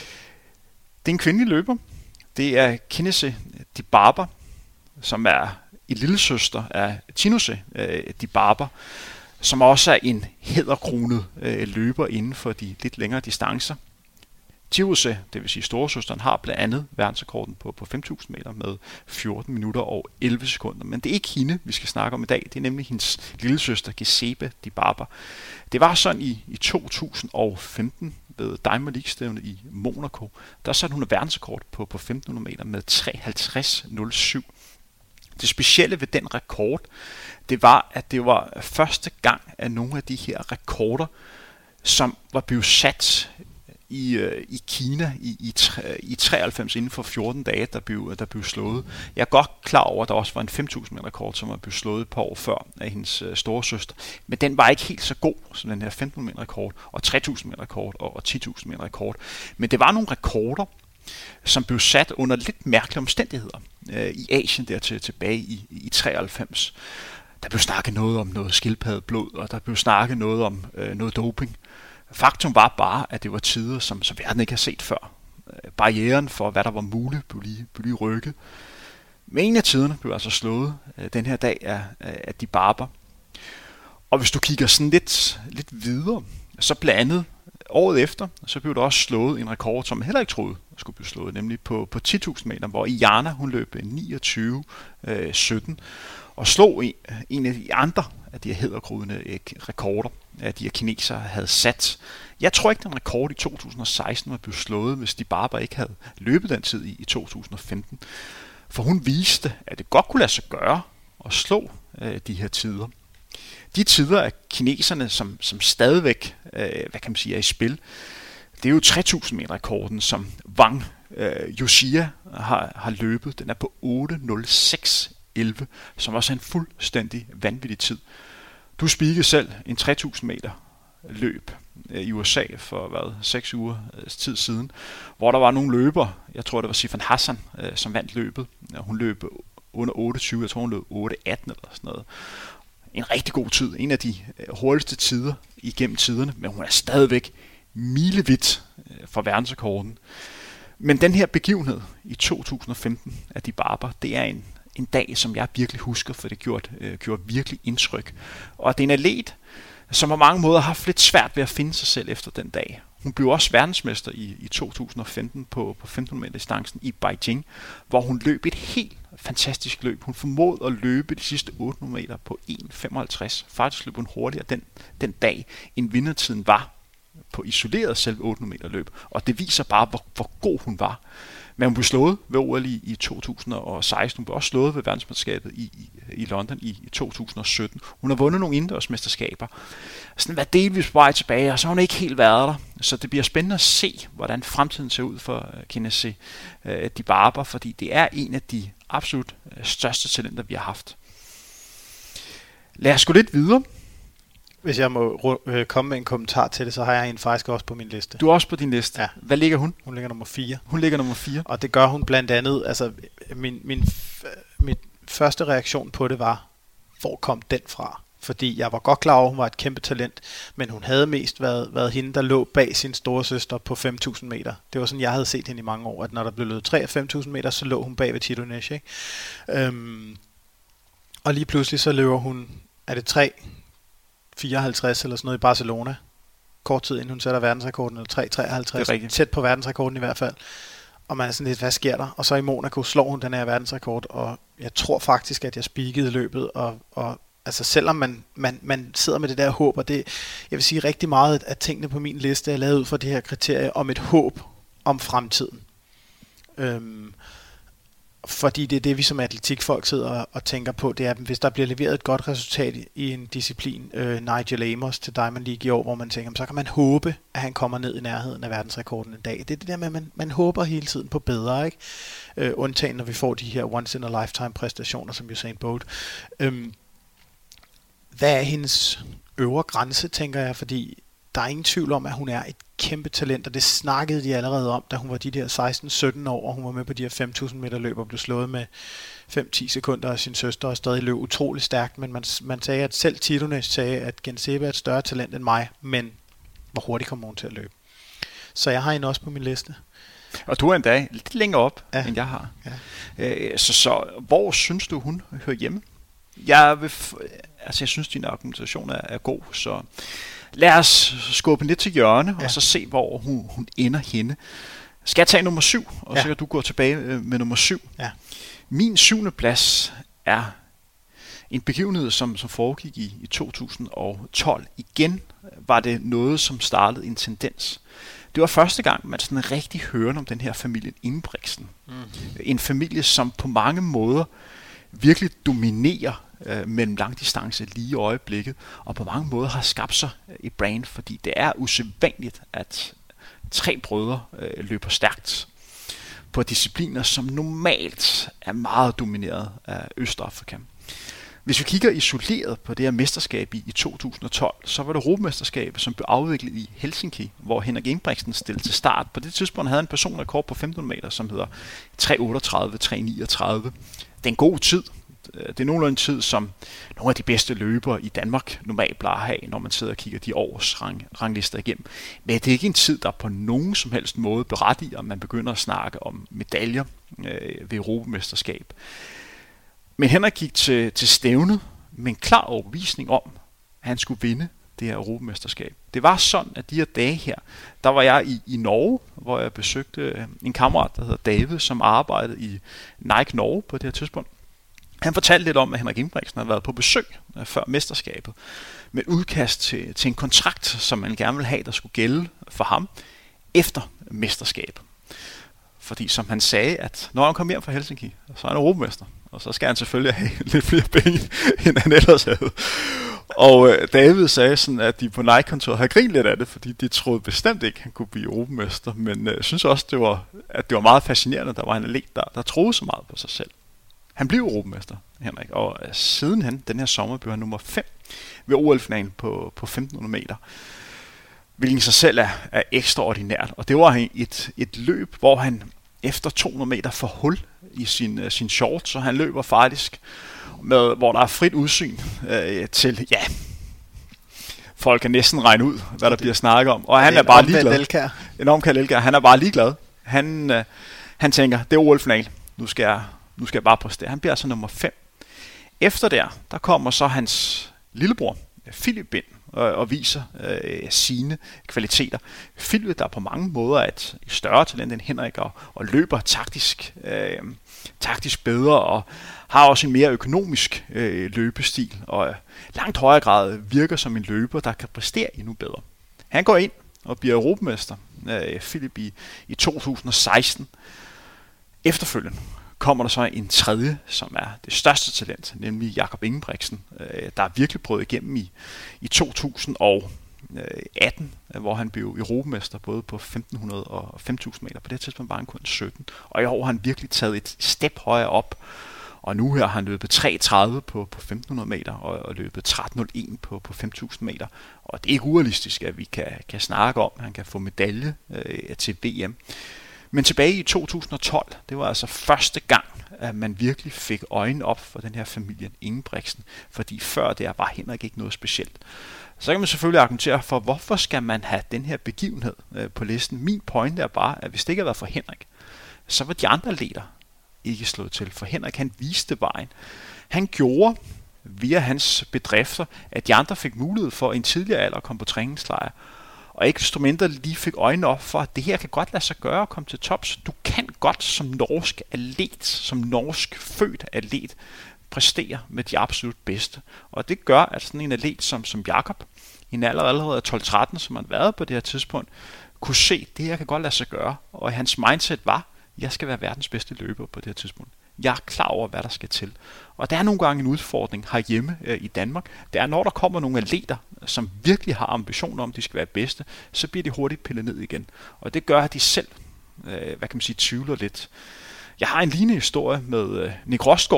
[SPEAKER 3] Det er en kvindelig løber. Det er Kenenisa Dibaba, som er en lille søster af Chinonsa øh, Dibaba, som også er en hæderkronet øh, løber inden for de lidt længere distancer. Chinonsa, det vil sige storesøsteren, har blandt andet verdensrekorden på, på fem tusind meter med fjorten minutter og elleve sekunder. Men det er ikke hende, vi skal snakke om i dag. Det er nemlig hendes lille søster, Gesebe Dibaba. Det var sådan i, i to tusind og femten ved Diamond League-stævnet i Monaco. Der satte hun verdensrekord på, på femten hundrede meter med treoghalvtreds nul syv. Det specielle ved den rekord, det var, at det var første gang, at nogle af de her rekorder, som var blevet sat i, øh, i Kina i, i, i treoghalvfems inden for fjorten dage, der blev, der blev slået. Jeg er godt klar over, at der også var en fem tusind meter rekord, som var blevet slået et par år før af hendes øh, store søster. Men den var ikke helt så god som den her femten hundrede meter rekord, og tre tusind meter rekord, og, og ti tusind meter rekord. Men det var nogle rekorder, som blev sat under lidt mærkelige omstændigheder øh, i Asien der til, tilbage i, i treoghalvfems. Der blev snakket noget om noget skildpaddeblod, og der blev snakket noget om øh, noget doping. Faktum var bare, at det var tider, som, som verden ikke har set før. Barrieren for, hvad der var muligt, blev lige, blev lige rykket. Men en af tiderne blev altså slået øh, den her dag af, af Dibaba. Og hvis du kigger sådan lidt, lidt videre, så blandt andet året efter, så blev der også slået en rekord, som man heller ikke troede skulle blive slået, nemlig på, på ti tusind meter, hvor Iyana, hun løb niogtyve sytten og slog en, en af de andre af de her hæderkrudende rekorder, at de her kinesere havde sat. Jeg tror ikke, den rekord i to tusind og seksten var blevet slået, hvis Dibaba ikke havde løbet den tid i, i to tusind og femten. For hun viste, at det godt kunne lade sig gøre at slå øh, de her tider. De tider af kineserne, som, som stadigvæk øh, hvad kan man sige, er i spil, det er jo tre tusind meter rekorden, som Wang øh, Yuxia har, har løbet. Den er på otte nul seks elleve, som også er en fuldstændig vanvittig tid. Du spikede selv en tre tusind meter løb i U S A for hvad, seks uger tid siden, hvor der var nogle løbere, jeg tror det var Sifan Hassan, som vandt løbet. Hun løb under otte tyve, jeg tror hun løb otte atten eller sådan noget. En rigtig god tid, en af de hurtigste tider igennem tiderne, men hun er stadigvæk milevidt fra verdensrekorden. Men den her begivenhed i to tusind og femten af Dibaba, det er en en dag, som jeg virkelig husker, for det gjorde, øh, gjorde virkelig indtryk. Og det er en atlet, som på mange måder har haft lidt svært ved at finde sig selv efter den dag. Hun blev også verdensmester i, i to tusind og femten på, på femten hundrede meter distancen i Beijing, hvor hun løb et helt fantastisk løb. Hun formåede at løbe de sidste otte hundrede meter på en femoghalvtreds. Faktisk løb hun hurtigere den, den dag, end vindertiden var på isoleret selv otte hundrede meter løb. Og det viser bare, hvor, hvor god hun var. Men hun blev slået ved O L i, i to tusind og seksten. Hun blev også slået ved verdensmesterskabet i, i, i London i, i to tusind og sytten. Hun har vundet nogle indendørsmesterskaber. Sådan var delvis på vej tilbage, og så har hun ikke helt været der. Så det bliver spændende at se, hvordan fremtiden ser ud for uh, Kenenisa uh, Dibaba, fordi det er en af de absolut uh, største talenter, vi har haft. Lad os gå lidt videre.
[SPEAKER 2] Hvis jeg må øh, komme med en kommentar til det, så har jeg en faktisk også på min liste.
[SPEAKER 3] Du er også på din liste?
[SPEAKER 2] Ja.
[SPEAKER 3] Hvad ligger hun?
[SPEAKER 2] Hun ligger nummer fire.
[SPEAKER 3] Hun ligger nummer fire.
[SPEAKER 2] Og det gør hun blandt andet, altså min, min, min første reaktion på det var, hvor kom den fra? Fordi jeg var godt klar over, at hun var et kæmpe talent, men hun havde mest været, været hende, der lå bag sin store søster på fem tusind meter. Det var sådan, jeg havde set hende i mange år, at når der blev løbet tre af fem tusind meter, så lå hun bag ved Tito Nesh, ikke? Øhm, og lige pludselig så løber hun, er det tre fireoghalvtreds eller sådan noget i Barcelona, kort tid inden hun sætter verdensrekorden, eller tre treoghalvtreds, tæt på verdensrekorden i hvert fald. Og man er sådan lidt, hvad sker der? Og så i Monaco slår hun den her verdensrekord, og jeg tror faktisk, at jeg spikede løbet, og, og altså selvom man, man, man sidder med det der håb, og det, jeg vil sige rigtig meget, at tingene på min liste er lavet ud fra det her kriterie om et håb om fremtiden. Øhm, Fordi det er det, vi som atletikfolk sidder og, og tænker på, det er, hvis der bliver leveret et godt resultat i, i en disciplin, øh, Nigel Amos til Diamond League i år, hvor man tænker, så kan man håbe, at han kommer ned i nærheden af verdensrekorden en dag. Det er det der med, at man, man håber hele tiden på bedre, ikke? Øh, undtagen når vi får de her once in a lifetime præstationer, som Usain Bolt. Øhm, hvad er hendes øvre grænse, tænker jeg, fordi der er ingen tvivl om, at hun er et kæmpe talent, og det snakkede de allerede om, da hun var de der seksten sytten år, og hun var med på de her fem tusind meter løb og blev slået med fem til ti sekunder af sin søster og stadig løb utrolig stærkt, men man, man sagde, at selv Tidones sagde, at Genseba er et større talent end mig, men hvor hurtigt kommer hun til at løbe. Så jeg har hende også på min liste.
[SPEAKER 3] Og du er endda lidt længere op, ja. end jeg har.
[SPEAKER 2] Ja.
[SPEAKER 3] Øh, så, så hvor synes du, hun hører hjemme? Jeg, vil f- altså, jeg synes, din argumentation er, er god, så lad os skubbe lidt til hjørne, ja. og så se, hvor hun, hun ender henne. Skal jeg tage nummer syv, og ja. så kan du gå tilbage med nummer syv.
[SPEAKER 2] Ja.
[SPEAKER 3] Min syvende plads er en begivenhed, som, som foregik i, i to tusind og tolv. Igen var det noget, som startede en tendens. Det var første gang, man sådan rigtig hørte om den her familie Ingebrigtsen. Mm. En familie, som på mange måder virkelig dominerer øh, mellem langdistance lige i øjeblikket, og på mange måder har skabt sig et brand, fordi det er usædvanligt, at tre brødre øh, løber stærkt på discipliner, som normalt er meget domineret af Østafrika. Hvis vi kigger isoleret på det her mesterskab i, i to tusind og tolv, så var det Europamesterskabet, som blev afviklet i Helsinki, hvor Henrik Ingebrigtsen stillede til start. På det tidspunkt havde han en personrekord på femten meter, som hedder tre otteogtredive tre niogtredive. Det er en god tid. Det er nogenlunde en tid, som nogle af de bedste løbere i Danmark normalt plejer at have, når man sidder og kigger de års rang, ranglister igennem. Men det er ikke en tid, der på nogen som helst måde berettiger, at man begynder at snakke om medaljer øh, ved Europamesterskab. Men Henrik gik til, til stævnet med en klar overbevisning om, at han skulle vinde det her Europamesterskab. Det var sådan, at de her dage her, der var jeg i, i Norge, hvor jeg besøgte en kammerat, der hedder David, som arbejdede i Nike Norge på det her tidspunkt. Han fortalte lidt om, at Henrik Ingebrigtsen havde været på besøg før mesterskabet med udkast til, til en kontrakt, som man gerne ville have, der skulle gælde for ham efter mesterskabet. Fordi som han sagde, at når han kom hjem fra Helsinki, så er han europamester, og så skal han selvfølgelig have lidt flere penge, end han ellers havde. Og øh, David sagde sådan, at de på Nike-kontoret havde grint lidt af det, fordi de troede bestemt ikke, at han kunne blive europamester, men jeg øh, synes også, det var, at det var meget fascinerende, der var en atlet, der, der troede så meget på sig selv. Han blev europamester, Henrik, og øh, sidenhen, den her sommer, blev han nummer fem ved O L-finalen på, på femten hundrede meter. Hvilken i sig selv er, er ekstraordinært. Og det var et, et løb, hvor han efter to hundrede meter får hul i sin, sin shorts, så han løber faktisk, med, hvor der er frit udsyn øh, til, ja, folk kan næsten regne ud, hvad der bliver snakket om. Og han er, er bare ligeglad. Elkær. En omkaldt Elkær. Han er bare ligeglad. Han, øh, han tænker, det er O L-final. Nu skal jeg, nu skal jeg bare præstere. Han bliver altså nummer fem. Efter der, der kommer så hans lillebror, Philip, ind og, og viser øh, sine kvaliteter. Philip, der på mange måder er et større talent end Henrik, og, og løber taktisk, øh, taktisk bedre, og har også en mere økonomisk øh, løbestil, og langt højere grad virker som en løber, der kan præstere endnu bedre. Han går ind og bliver europamester, øh, Philip, i, i to tusind og seksten. Efterfølgende kommer der så en tredje, som er det største talent, nemlig Jakob Ingebrigtsen, øh, der er virkelig prøvet igennem i, i to tusind og atten, hvor han blev europamester både på femten hundrede og fem tusind meter. På det tidspunkt var han kun sytten, og i år har han virkelig taget et step højere op, og nu her har han løbet tre tredive på, på femten hundrede meter, og, og løbet tretten nul en på, på fem tusind meter, og det er ikke urealistisk, at vi kan, kan snakke om, at han kan få medalje øh, til V M. Men tilbage i to tusind og tolv, det var altså første gang, at man virkelig fik øjnene op for den her familie Ingebrigtsen, fordi før det var Henrik ikke noget specielt. Så kan man selvfølgelig argumentere for, hvorfor skal man have den her begivenhed øh, på listen. Min point er bare, at hvis det ikke havde været for Henrik, så var de andre atleter ikke slået til. For Henrik, han viste vejen. Han gjorde via hans bedrifter, at de andre fik mulighed for en tidligere alder at komme på træningslejr. Og ikke desto mindre lige fik øjnene op for, at det her kan godt lade sig gøre at komme til tops. Du kan godt som norsk atlet, som norsk født atlet, præstere med de absolut bedste. Og det gør, at sådan en atlet som, som Jakob, i en alder allerede af tolv tretten, som han været på det her tidspunkt, kunne se, at det her kan godt lade sig gøre. Og hans mindset var, jeg skal være verdens bedste løber på det her tidspunkt. Jeg er klar over, hvad der skal til. Og der er nogle gange en udfordring herhjemme øh, i Danmark. Det er, når der kommer nogle atleter, som virkelig har ambitioner om, at de skal være bedste, så bliver de hurtigt pillet ned igen. Og det gør, at de selv, øh, hvad kan man sige, tvivler lidt. Jeg har en lignende historie med øh, Nick Rostgaard,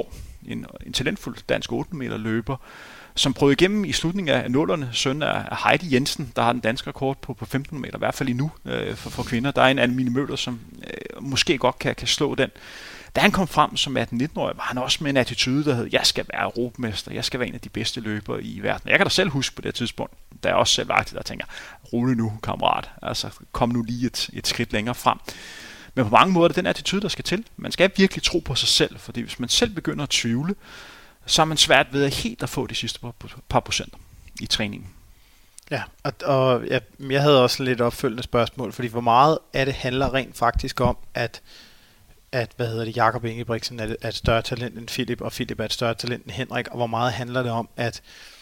[SPEAKER 3] en, en talentfuld dansk otte meter løber, som brød igennem i slutningen af nullerne, søn af Heidi Jensen, der har den danske rekord på, på femten meter, i hvert fald endnu øh, for, for kvinder. Der er en Anne-Mine Møller, som øh, måske godt kan, kan slå den. Da han kom frem som atten-nitten-årig, var han også med en attitude, der hed, jeg skal være europamester, jeg skal være en af de bedste løbere i verden. Jeg kan da selv huske på det tidspunkt, da jeg også selv var aktiv, der tænker, rolig nu, kammerat, altså kom nu lige et, et skridt længere frem. Men på mange måder er det den attitude, der skal til. Man skal virkelig tro på sig selv, fordi hvis man selv begynder at tvivle, så er man svært ved at helt at få de sidste par, par procenter i træningen.
[SPEAKER 2] Ja, og, og jeg, jeg havde også lidt opfølgende spørgsmål, fordi hvor meget af det handler rent faktisk om, at at, hvad hedder det, Jakob Ingebrigtsen er, er et større talent end Philip, og Philip er et større talent end Henrik, og hvor meget handler det om, at,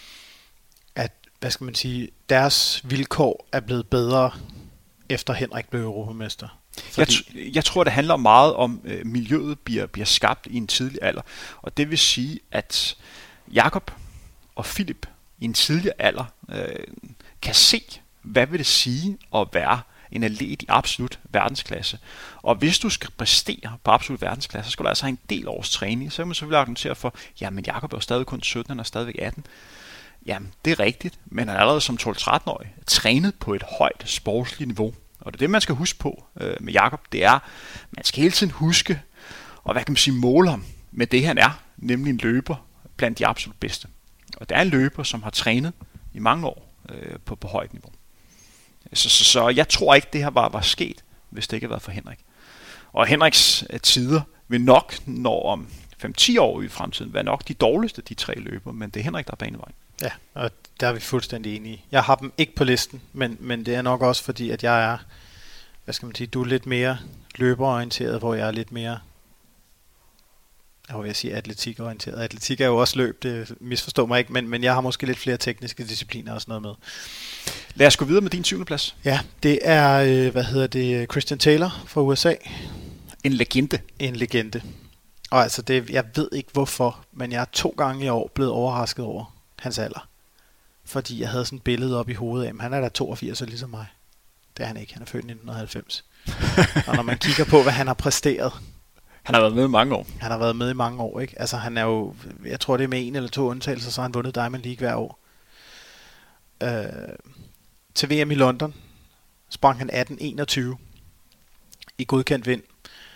[SPEAKER 2] at hvad skal man sige, deres vilkår er blevet bedre, efter Henrik blev europamester?
[SPEAKER 3] Fordi jeg, t- jeg tror, det handler meget om, at øh, miljøet bliver, bliver skabt i en tidlig alder, og det vil sige, at Jakob og Philip i en tidlig alder øh, kan se, hvad vil det sige at være en atlet i absolut verdensklasse. Og hvis du skal præstere på absolut verdensklasse, så skal du altså have en del års træning. Så kan man selvfølgelig argumentere for, jamen Jakob er jo stadig kun sytten, han er stadigvæk atten. Jamen, det er rigtigt, men han er allerede som tolv-tretten-årig trænet på et højt sportsligt niveau. Og det er det, man skal huske på øh, med Jakob, det er, man skal hele tiden huske, og hvad kan man sige, måle ham med det, han er, nemlig en løber blandt de absolut bedste. Og det er en løber, som har trænet i mange år øh, på, på højt niveau. Så, så, så jeg tror ikke, det her var, var sket, hvis det ikke havde været for Henrik. Og Henriks tider vil nok, når om fem til ti år i fremtiden, være nok de dårligste de tre løber, men det er Henrik, der er banevejen.
[SPEAKER 2] Ja, og der er vi fuldstændig enige. Jeg har dem ikke på listen, men, men det er nok også fordi, at jeg er, hvad skal man sige, du er lidt mere løberorienteret, hvor jeg er lidt mere, jeg vil sige atletikorienteret. Atletik er jo også løb, det misforstår mig ikke, men, men jeg har måske lidt flere tekniske discipliner og sådan noget med.
[SPEAKER 3] Lad os gå videre med din syvende plads.
[SPEAKER 2] Ja, det er, øh, hvad hedder det, Christian Taylor fra U S A.
[SPEAKER 3] En legende.
[SPEAKER 2] En legende. Og altså, det, jeg ved ikke hvorfor, men jeg er to gange i år blevet overrasket over hans alder. Fordi jeg havde sådan et billede op i hovedet af, han er da toogfirs og ligesom mig. Det er han ikke, han er født i nitten halvfems. Og når man kigger på, hvad han har præsteret.
[SPEAKER 3] Han har været med i mange år.
[SPEAKER 2] Han har været med i mange år, ikke? Altså han er jo, jeg tror det er med en eller to undtagelser, så har han vundet Diamond League hver år. Øh, til V M i London sprang han atten enogtyve i godkendt vind.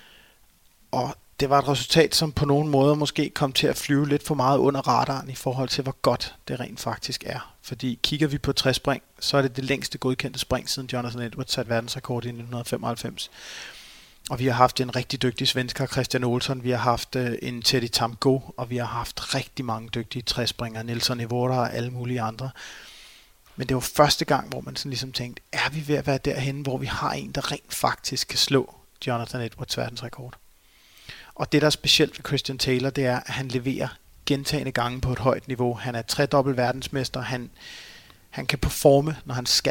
[SPEAKER 2] Og det var et resultat, som på nogle måder måske kom til at flyve lidt for meget under radaren i forhold til, hvor godt det rent faktisk er. Fordi kigger vi på tres spring, så er det det længste godkendte spring, siden Jonathan Edwards satte verdensrekord i nitten femoghalvfems. Og vi har haft en rigtig dygtig svensker, Christian Olsson, vi har haft uh, en Teddy Tamgo, og vi har haft rigtig mange dygtige tres-springere, Nelson Evora og alle mulige andre. Men det var første gang, hvor man sådan ligesom tænkte, er vi ved at være derhenne, hvor vi har en, der rent faktisk kan slå Jonathan Edwards verdensrekord. Og det, der er specielt ved Christian Taylor, det er, at han leverer gentagne gange på et højt niveau. Han er tredobbelt verdensmester. Han, han kan performe, når han skal.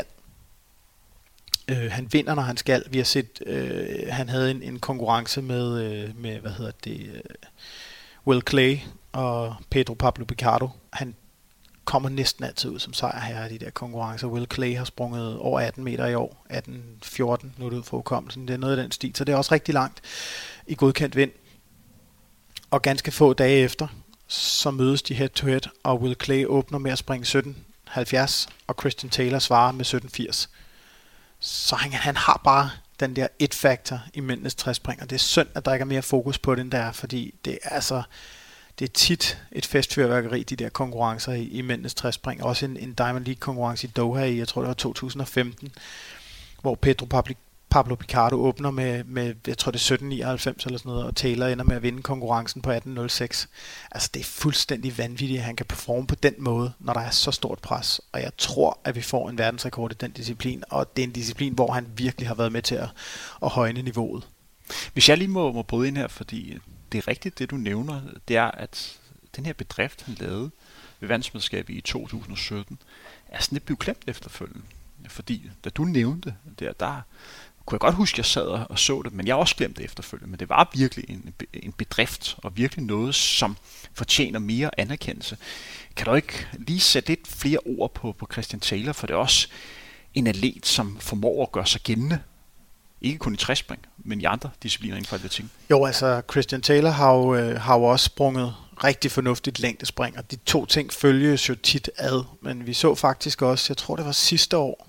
[SPEAKER 2] Øh, han vinder, når han skal. Vi har set, øh, han havde en, en konkurrence med, øh, med, hvad hedder det, øh, Will Clay og Pedro Pablo Picardo. Han kommer næsten altid ud som sejrherre i de der konkurrencer. Will Clay har sprunget over atten meter i år. atten fjorten, nu er det ud fra hukommelsen. Det er noget af den stil, så det er også rigtig langt i godkendt vind. Og ganske få dage efter, så mødes de head to head, og Will Clay åbner med at springe sytten halvfjerds, og Christian Taylor svarer med sytten firs. Så han, han har bare den der et-faktor i mændenes tres spring, og det er synd, at der ikke er mere fokus på den der, fordi det er altså, det er tit et festfyrværkeri, de der konkurrencer i, i mændenes tres spring. Også en, en Diamond League konkurrence i Doha i, jeg tror det var to tusind og femten, hvor Pedro Pablo Pablo Picardo åbner med, med, jeg tror det er sytten nioghalvfems eller sådan noget, og Taylor ender med at vinde konkurrencen på atten nul seks. Altså det er fuldstændig vanvittigt, at han kan performe på den måde, når der er så stort pres. Og jeg tror, at vi får en verdensrekord i den disciplin, og det er en disciplin, hvor han virkelig har været med til at, at højne niveauet.
[SPEAKER 3] Hvis jeg lige må, må bryde ind her, fordi det er rigtigt, det du nævner, det er, at den her bedrift, han lavede ved verdensmesterskabet i to tusind og sytten, er sådan lidt blevet glemt efterfølgende. Fordi da du nævnte det, der kunne jeg godt huske, at jeg sad og så det, men jeg har også glemt det efterfølgende. Men det var virkelig en, en bedrift, og virkelig noget, som fortjener mere anerkendelse. Kan du ikke lige sætte lidt flere ord på, på Christian Taylor, for det er også en atlet, som formår at gøre sig gældende. Ikke kun i tres-spring, men i andre discipliner inden for atletikken.
[SPEAKER 2] Jo, altså Christian Taylor har jo, øh, har jo også sprunget rigtig fornuftigt længdespring, og de to ting følges jo tit ad, men vi så faktisk også, jeg tror det var sidste år,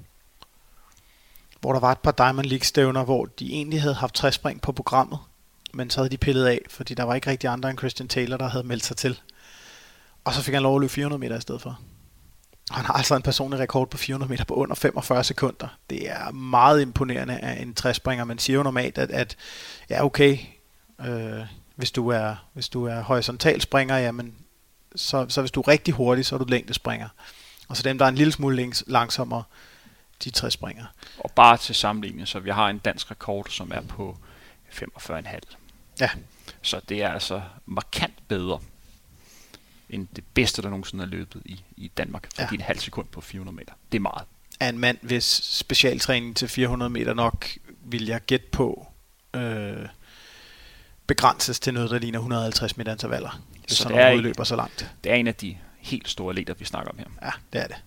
[SPEAKER 2] hvor der var et par Diamond League-stævner, hvor de egentlig havde haft træspring på programmet, men så havde de pillet af, fordi der var ikke rigtig andre end Christian Taylor, der havde meldt sig til. Og så fik han lov at løbe fire hundrede meter i stedet for. Han har altså en personlig rekord på fire hundrede meter på under femogfyrre sekunder. Det er meget imponerende af en træspringer. Man siger jo normalt, at, at ja okay, øh, hvis du er hvis du er horisontal springer, jamen så, så hvis du er rigtig hurtig, så er du længdespringer. Og så dem, der er en lille smule længs, langsommere, de træspringer.
[SPEAKER 3] Og bare til sammenligning, så vi har en dansk rekord, som er på femogfyrre komma fem.
[SPEAKER 2] Ja.
[SPEAKER 3] Så det er altså markant bedre end det bedste, der nogensinde er løbet i, i Danmark. Fordi ja. En halv sekund på fire hundrede meter. Det er meget.
[SPEAKER 2] Af en mand, hvis specialtræning til fire hundrede meter nok, vil jeg gætte på, øh, begrænses til noget, der ligner et hundrede og halvtreds meter intervaller. Hvis sådan noget løber så langt.
[SPEAKER 3] Det er en af de helt store atleter, vi snakker om her.
[SPEAKER 2] Ja, det er det.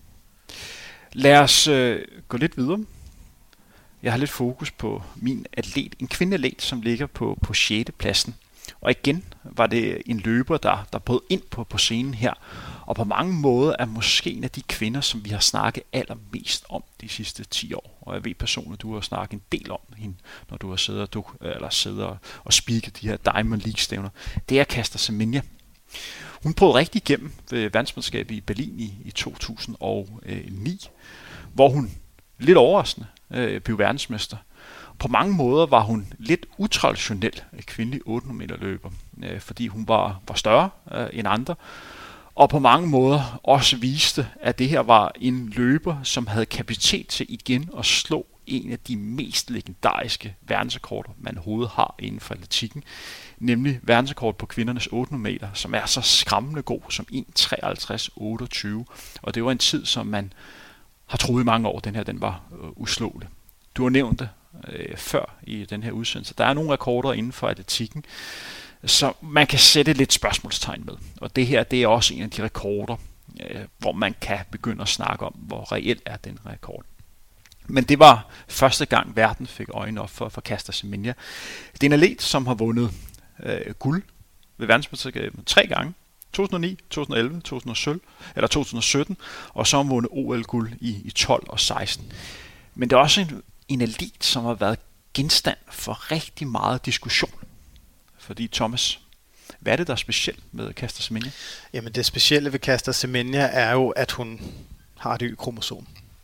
[SPEAKER 3] Lad os øh, gå lidt videre. Jeg har lidt fokus på min atlet, en kvindeatlet, som ligger på, på sjette pladsen. Og igen var det en løber, der, der brød ind på, på scenen her. Og på mange måder er måske en af de kvinder, som vi har snakket allermest om de sidste ti år. Og jeg ved personligt, du har snakket en del om hende, når du har siddet og, du, eller siddet og, og speaket de her Diamond League-stævner. Det er Caster Semenya. Hun prøvede rigtig igennem ved verdensmesterskabet i Berlin i, i to tusind og ni, hvor hun lidt overraskende øh, blev verdensmester. På mange måder var hun lidt utraditionel kvindelig otte hundrede meter løber, øh, fordi hun var, var større øh, end andre, og på mange måder også viste, at det her var en løber, som havde kapacitet til igen at slå en af de mest legendariske verdensrekorder, man overhovedet har inden for atletikken, nemlig verdensrekord på kvindernes otte hundrede meter, som er så skræmmende god som en treoghalvtreds otteogtyve, og det var en tid, som man har troet i mange år, den her den var øh, uslåelig. Du har nævnt det øh, før i den her udsendelse. Der er nogle rekorder inden for atletikken, så man kan sætte lidt spørgsmålstegn med. Og det her, det er også en af de rekorder, øh, hvor man kan begynde at snakke om, hvor reelt er den rekord. Men det var første gang, verden fik øjnene op for, for Caster Semenya. Det er en atlet, som har vundet øh, guld ved verdensmesterskabet tre gange. to tusind og ni, to tusind og elleve, to tusind og sytten, eller to tusind og sytten, og så har hun vundet O L-guld i, i tolv og seksten. Men det er også en, en atlet, som har været genstand for rigtig meget diskussion. Fordi Thomas, hvad er det, der er specielt med Caster Semenya?
[SPEAKER 2] Jamen det specielle ved Caster Semenya er jo, at hun har et Y-kromosom.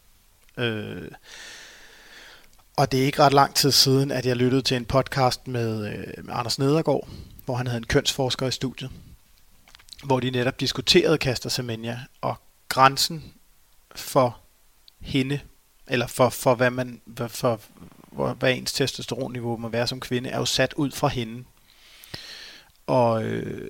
[SPEAKER 2] Øh, og det er ikke ret lang tid siden, at jeg lyttede til en podcast med, øh, med Anders Nedergaard, hvor han havde en kønsforsker i studiet, hvor de netop diskuterede Caster Semenya, og grænsen for hende, eller for, for hvad man, for, for hvad ens testosteronniveau må være som kvinde, er jo sat ud fra hende. Og, øh,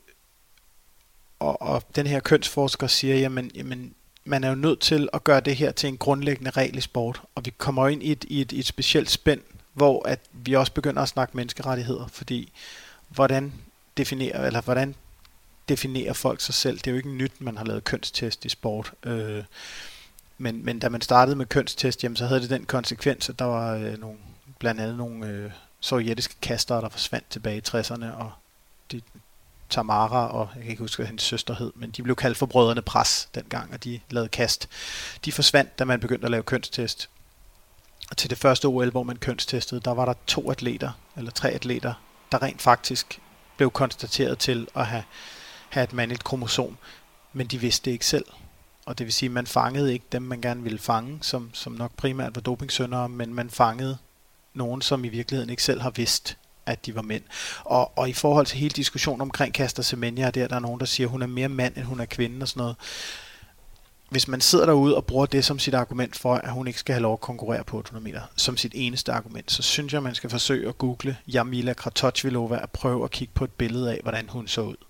[SPEAKER 2] og, og den her kønsforsker siger, jamen, jamen man er jo nødt til at gøre det her til en grundlæggende regel i sport, og vi kommer ind i et, i et, i et specielt spænd, hvor at vi også begynder at snakke menneskerettigheder, fordi hvordan definerer, eller hvordan definerer folk sig selv? Det er jo ikke nyt, man har lavet kønstest i sport, øh, men, men da man startede med kønstest, jamen, så havde det den konsekvens, at der var øh, nogle, blandt andet nogle øh, sovjetiske kastere, der forsvandt tilbage i tresserne, og de Tamara og jeg kan ikke huske, hvad hendes søster hed, men de blev kaldt for brødrene Pres dengang, og de lavede kast. De forsvandt, da man begyndte at lave kønstest. Og til det første O L, hvor man kønstestede, der var der to atleter, eller tre atleter, der rent faktisk blev konstateret til at have, have et mandligt kromosom, men de vidste det ikke selv. Og det vil sige, at man fangede ikke dem, man gerne ville fange, som, som nok primært var dopingsyndere, men man fangede nogen, som i virkeligheden ikke selv har vidst, at de var mænd. Og, og i forhold til hele diskussionen omkring Caster Semenya, der, der er nogen, der siger, at hun er mere mand, end hun er kvinde og sådan noget. Hvis man sidder derude og bruger det som sit argument for, at hun ikke skal have lov at konkurrere på otte hundrede meter, som sit eneste argument, så synes jeg, man skal forsøge at google Jarmila Kratochvilova og prøve at kigge på et billede af, hvordan hun så ud.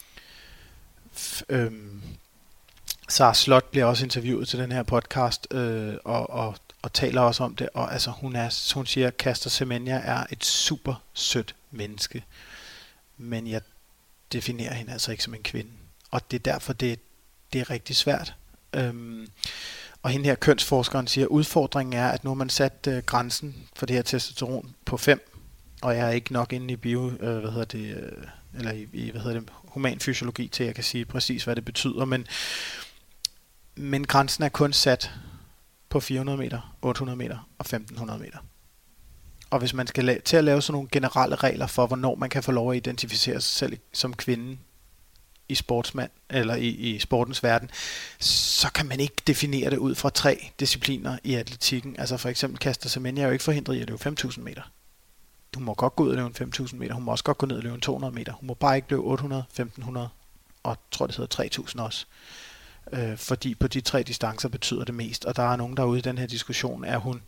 [SPEAKER 2] F- øhm, Sara Slot bliver også interviewet til den her podcast, øh, og, og og taler også om det, og altså hun er, hun siger, at Caster Semenya er et super sødt menneske, men jeg definerer hende altså ikke som en kvinde, og det er derfor, det, det er rigtig svært. Øhm, og hende her kønsforskeren siger, at udfordringen er, at nu har man sat øh, grænsen for det her testosteron på fem, og jeg er ikke nok inde i bio, øh, hvad hedder det, øh, eller i, i hvad hedder det, human fysiologi til, at jeg kan sige præcis, hvad det betyder, men, men grænsen er kun sat på fire hundrede meter, otte hundrede meter og femten hundrede meter. Og hvis man skal la- til at lave sådan nogle generelle regler for, hvornår man kan få lov at identificere sig selv som kvinde i sportsmand, eller i, i sportens verden, så kan man ikke definere det ud fra tre discipliner i atletikken. Altså for eksempel Caster Semenya er jo ikke forhindret i at løbe fem tusind meter. Hun må godt gå ud og løbe en fem tusind meter, hun må også godt gå ned og løbe en to hundrede meter. Hun må bare ikke løbe otte hundrede, femten hundrede, og jeg tror det hedder tre tusind også. Øh, fordi på de tre distancer betyder det mest, og der er nogen derude i den her diskussion, er hun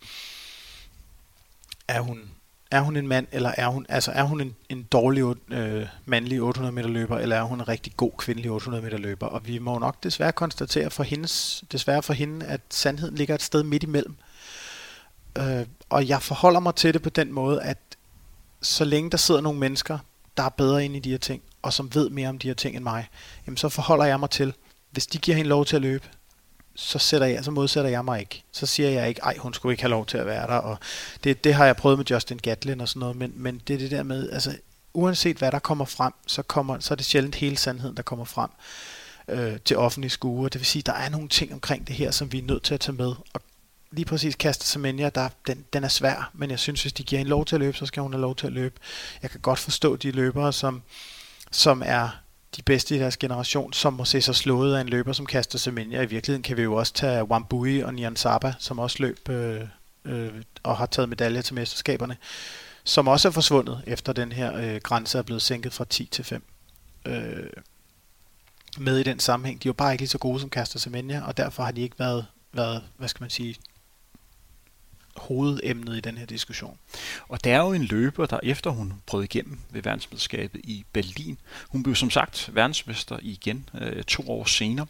[SPEAKER 2] er hun er hun en mand, eller er hun altså er hun en, en dårlig øh, mandlig otte hundrede meter løber, eller er hun en rigtig god kvindelig otte hundrede meter løber? Og vi må nok desværre konstatere for hendes, desværre for hende, at sandheden ligger et sted midt imellem. Øh, og jeg forholder mig til det på den måde, at så længe der sidder nogle mennesker, der er bedre inde i de her ting, og som ved mere om de her ting end mig, jamen så forholder jeg mig til, hvis de giver hende lov til at løbe, så, sætter jeg, så modsætter jeg mig ikke. Så siger jeg ikke, ej, hun skulle ikke have lov til at være der. Og det, det har jeg prøvet med Justin Gatlin og sådan noget, men, men det er det der med, altså uanset hvad der kommer frem, så, kommer, så er det sjældent hele sandheden, der kommer frem øh, til offentlig skue. Det vil sige, der er nogle ting omkring det her, som vi er nødt til at tage med. Og lige præcis Caster Semenya, der, den, den er svær, men jeg synes, hvis de giver hende lov til at løbe, så skal hun have lov til at løbe. Jeg kan godt forstå de løbere, som, som er de bedste i deres generation, som må se sig slået af en løber som Caster Semenya. I virkeligheden kan vi jo også tage Wambui og Nian Saba, som også løb øh, øh, og har taget medaljer til mesterskaberne, som også er forsvundet efter den her øh, grænse er blevet sænket fra ti til fem. Øh, med i den sammenhæng. De er jo bare ikke lige så gode som Caster Semenya, og derfor har de ikke været, været hvad skal man sige, hovedemnet i den her diskussion.
[SPEAKER 3] Og der er jo en løber, der efter hun brød igennem ved verdensmesterskabet i Berlin. Hun blev som sagt verdensmester igen øh, to år senere.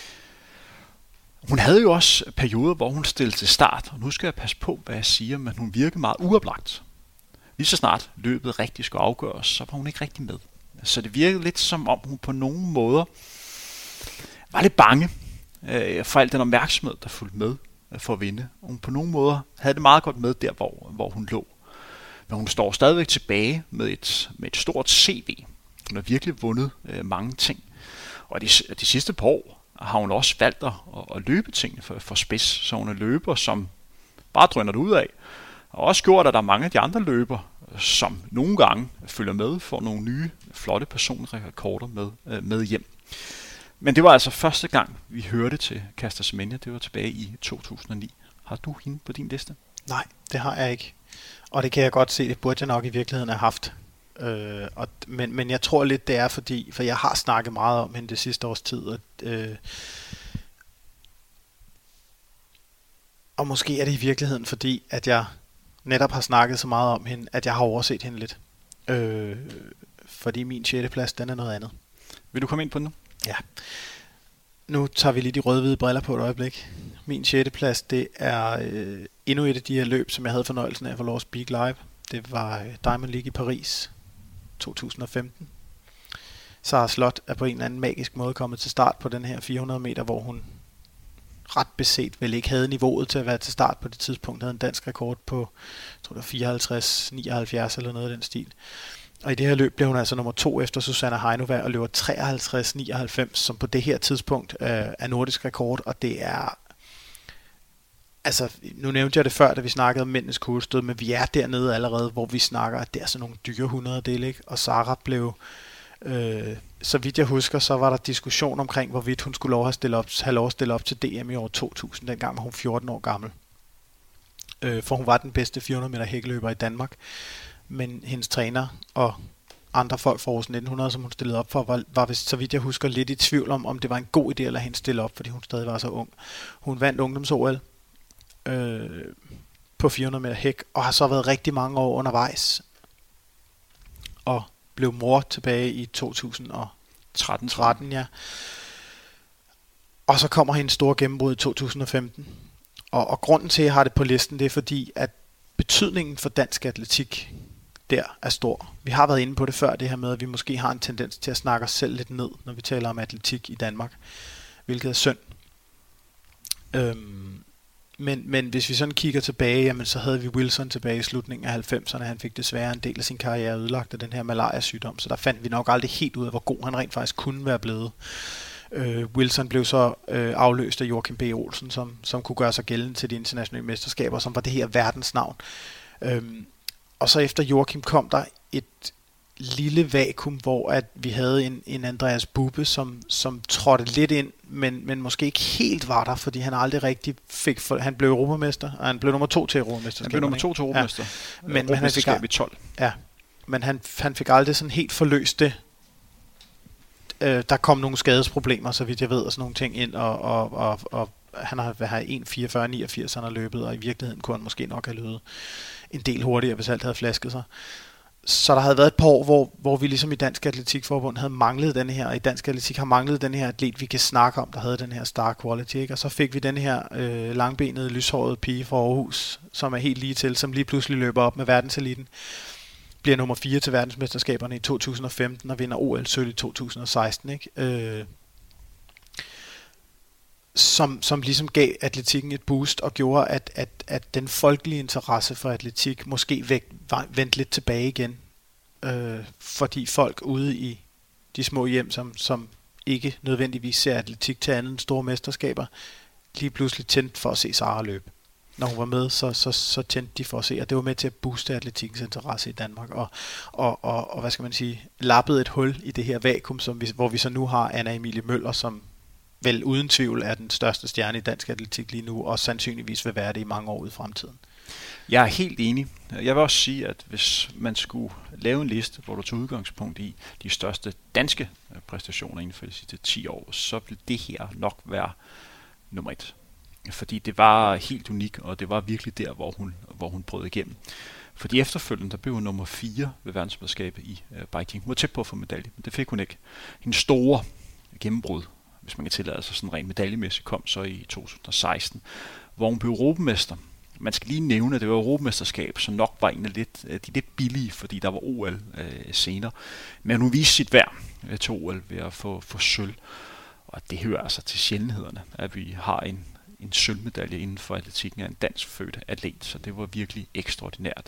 [SPEAKER 3] Hun havde jo også perioder, hvor hun stillede til start, og nu skal jeg passe på, hvad jeg siger, men hun virkede meget uoplagt. Lige så snart løbet rigtig skulle afgøres, så var hun ikke rigtig med. Så det virkede lidt som om hun på nogle måder var lidt bange øh, for al den opmærksomhed, der fulgte med for at vinde. Hun på nogle måder havde det meget godt med der, hvor, hvor hun lå. Men hun står stadigvæk tilbage med et, med et stort C V. Hun har virkelig vundet øh, mange ting. Og de, de sidste par år har hun også valgt at, at løbe tingene for, for spids. Så hun er løber, som bare drøner det ud af. Og også gjort, at der er mange af de andre løber, som nogle gange følger med, får nogle nye, flotte personlige rekorder med, øh, med hjem. Men det var altså første gang, vi hørte til Caster Semenya. Det var tilbage i to tusind og ni. Har du hende på din liste?
[SPEAKER 2] Nej, det har jeg ikke. Og det kan jeg godt se, det burde jeg nok i virkeligheden have haft. Øh, og, men, men jeg tror lidt, det er fordi, for jeg har snakket meget om hende det sidste års tid. Og, øh, og måske er det i virkeligheden fordi, at jeg netop har snakket så meget om hende, at jeg har overset hende lidt. Øh, fordi min sjette plads, den er noget andet.
[SPEAKER 3] Vil du komme ind på den nu?
[SPEAKER 2] Ja. Nu tager vi lige de rød-hvide briller på et øjeblik. Min sjette plads, det er øh, endnu et af de her løb, som jeg havde fornøjelsen af at få lov at speak live. Det var øh, Diamond League i Paris to tusind og femten. Sarah Slot er på en eller anden magisk måde kommet til start på den her fire hundrede meter, hvor hun ret beset vel ikke havde niveauet til at være til start på det tidspunkt. Havde en dansk rekord på, jeg tror det var fireoghalvtreds nioghalvfjerds eller noget af den stil. Og i det her løb blev hun altså nummer to efter Susanna Heinova og løber treoghalvtreds nioghalvfems, som på det her tidspunkt øh, er nordisk rekord, og det er, altså nu nævnte jeg det før, da vi snakkede om mændenes kuglestød, men vi er dernede allerede, hvor vi snakker, at det er sådan nogle dyre hundrededele, ikke? Og Sarah blev, øh, så vidt jeg husker, så var der diskussion omkring, hvorvidt hun skulle lov at stille op, have lov at stille op til D M i år to tusind, dengang var hun fjorten år gammel. Øh, for hun var den bedste fire hundrede meter hækkeløber i Danmark. Men hendes træner og andre folk fra Aarhus nitten hundrede, som hun stillede op for, var, var vist, så vidt jeg husker, lidt i tvivl om, om det var en god idé at lade hende stille op, fordi hun stadig var så ung. Hun vandt ungdoms-O L øh, på fire hundrede meter hæk, og har så været rigtig mange år undervejs, og blev mor tilbage i to tusind og tretten, ja. Og så kommer hendes store gennembrud i to tusind og femten. Og, og grunden til, at jeg har det på listen, det er fordi, at betydningen for dansk atletik der er stor. Vi har været inde på det før, det her med, at vi måske har en tendens til at snakke os selv lidt ned, når vi taler om atletik i Danmark, hvilket er synd. Øhm, Men, men hvis vi sådan kigger tilbage, jamen, så havde vi Wilson tilbage i slutningen af halvfemserne. Han fik desværre en del af sin karriere ødelagt af den her malaria-sygdom, så der fandt vi nok aldrig helt ud af, hvor god han rent faktisk kunne være blevet. Øh, Wilson blev så øh, afløst af Joachim B. Olsen, som, som kunne gøre sig gældende til de internationale mesterskaber, som var det her verdensnavn. Øhm, og så efter Joachim kom der et lille vakuum, hvor at vi havde en, en Andreas Bubbe, som, som trådte lidt ind, men, men måske ikke helt var der, fordi han aldrig rigtig fik, for, han blev europamester, og han blev nummer to til europamesterskabet.
[SPEAKER 3] Han blev nummer to til europamester.
[SPEAKER 2] Ja. Men, men han fik
[SPEAKER 3] i tolv.
[SPEAKER 2] Ja, men han, han fik aldrig sådan helt forløst det. Øh, der kom nogle skadesproblemer, så vidt jeg ved, og sådan nogle ting ind, og, og, og, og han har været en fireogfyrre niogfirs, han har løbet, og i virkeligheden kunne han måske nok have løbet en del hurtigere, hvis alt havde flasket sig. Så der havde været et par år, hvor, hvor vi ligesom i Dansk Atletikforbund havde manglet den her, og i Dansk Atletik har manglet den her atlet, vi kan snakke om, der havde den her star quality, ikke? Og så fik vi den her øh, langbenede, lyshårede pige fra Aarhus, som er helt lige til, som lige pludselig løber op med verdenseliten, bliver nummer fire til verdensmesterskaberne i to tusind og femten og vinder O L-sølv i to tusind og seksten, ikke? Øh, som, som ligesom gav atletikken et boost og gjorde, at, at, at den folkelige interesse for atletik måske væk, vendte lidt tilbage igen. Øh, fordi folk ude i de små hjem, som, som ikke nødvendigvis ser atletik til andet end store mesterskaber, lige pludselig tændte for at se Sara løbe. Når hun var med, så, så, så tændte de for at se, og det var med til at booste atletikkens interesse i Danmark, og, og, og, og hvad skal man sige, lappede et hul i det her vakuum, som vi, hvor vi så nu har Anna Emilie Møller, som vel uden tvivl er den største stjerne i dansk atletik lige nu, og sandsynligvis vil være det i mange år ude i fremtiden.
[SPEAKER 3] Jeg er helt enig. Jeg vil også sige, at hvis man skulle lave en liste, hvor du tog udgangspunkt i de største danske præstationer inden for de sidste ti år, så vil det her nok være nummer et. Fordi det var helt unik, og det var virkelig der, hvor hun, hvor hun brød igennem. Fordi efterfølgende, der blev hun nummer fire ved verdensmesterskabet i uh, Beijing. Hun var tæt på at få medalje, men det fik hun ikke. Hendes store gennembrud, hvis man kan tillade sig sådan rent medaljemæssigt, kom så i to tusind og seksten, hvor hun blev europamester. Man skal lige nævne, at det var europamesterskab, som nok var en af lidt, de lidt billige, fordi der var O L øh, senere. Men hun viste sit værd øh, til O L ved at få, få sølv. Og det hører altså til sjældenhederne, at vi har en, en sølvmedalje inden for atletikken af en dansk født atlet. Så det var virkelig ekstraordinært.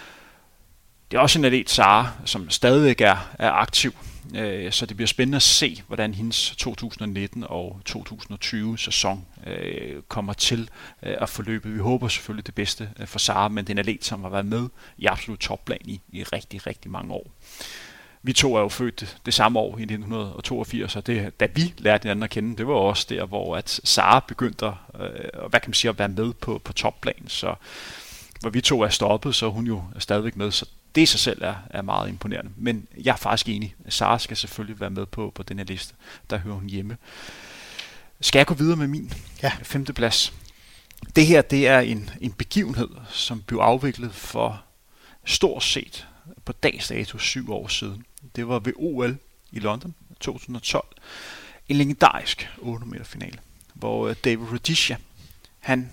[SPEAKER 3] Det er også en atlet, Sara, som stadig er, er aktiv. Øh, så det bliver spændende at se, hvordan hendes to tusind og nitten og to tusind og tyve sæson øh, kommer til øh, at forløbe. Vi håber selvfølgelig det bedste øh, for Sara, men det er en atlet, som har været med i absolut topplan i, i rigtig, rigtig mange år. Vi to er jo født det, det samme år i nitten toogfirs, og det, da vi lærte hinanden at kende, det var også der, hvor at Sara begyndte øh, hvad kan man sige, at være med på, på topplan. Så hvor vi to er stoppet, så er hun jo stadigvæk med, så det i sig selv er, er meget imponerende. Men jeg er faktisk enig. Sara skal selvfølgelig være med på, på den her liste. Der hører hun hjemme. Skal jeg gå videre med min
[SPEAKER 2] ja.
[SPEAKER 3] femte plads? Det her, det er en, en begivenhed, som blev afviklet for stort set på dags dato syv år siden. Det var ved O L i London to tusind og tolv. En legendarisk otte meter finale, hvor David Rudisha, han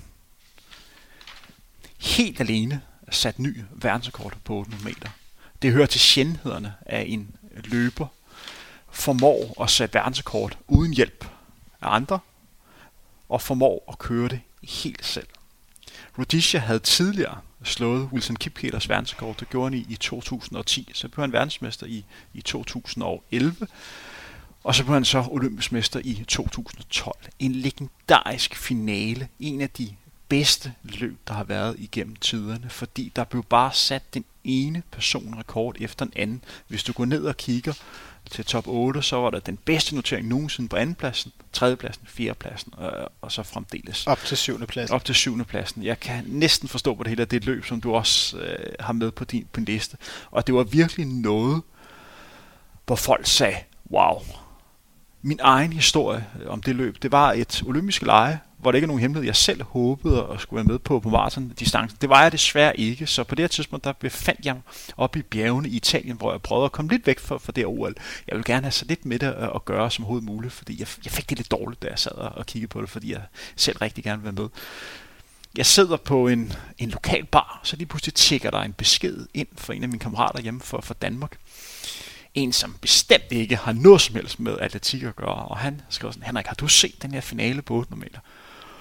[SPEAKER 3] helt alene sat ny verdensrekord på otte hundrede meter. Det hører til sjældenhederne, at en løber formår at sætte verdensrekord uden hjælp af andre, og formår at køre det helt selv. Rudisha havde tidligere slået Wilson Kipketers verdensrekord, det gjorde han i, i to tusind og ti, så blev han verdensmester i, i to tusind og elleve, og så blev han så olympisk mester i to tusind og tolv. En legendarisk finale, en af de bedste løb, der har været igennem tiderne, fordi der blev bare sat den ene personrekord efter den anden. Hvis du går ned og kigger til top otte, så var der den bedste notering nogensinde på andenpladsen, tredjepladsen, fjerdepladsen og, og så fremdeles.
[SPEAKER 2] Op til syvende pladsen.
[SPEAKER 3] Op til syvende pladsen. Jeg kan næsten forstå på det hele, at det er et løb, som du også øh, har med på din, på din liste. Og det var virkelig noget, hvor folk sagde, wow. Min egen historie om det løb, det var et olympisk lege, hvor det ikke er nogen hemmelighed, jeg selv håbede at skulle være med på på maratondistancen. Det var jeg desværre ikke, så på det her tidspunkt, der befandt jeg mig oppe i bjergene i Italien, hvor jeg prøvede at komme lidt væk fra, fra det O L. Jeg ville gerne have så lidt med det at, at gøre som overhovedet muligt, fordi jeg, jeg fik det lidt dårligt, da jeg sad og kiggede på det, fordi jeg selv rigtig gerne ville være med. Jeg sidder på en, en lokal bar, så lige pludselig tjekker der en besked ind fra en af mine kammerater hjemme fra, fra Danmark. En, som bestemt ikke har noget som helst med atletik at gøre, og han skrev sådan, Henrik, har du set den her finale på otte hundrede meter?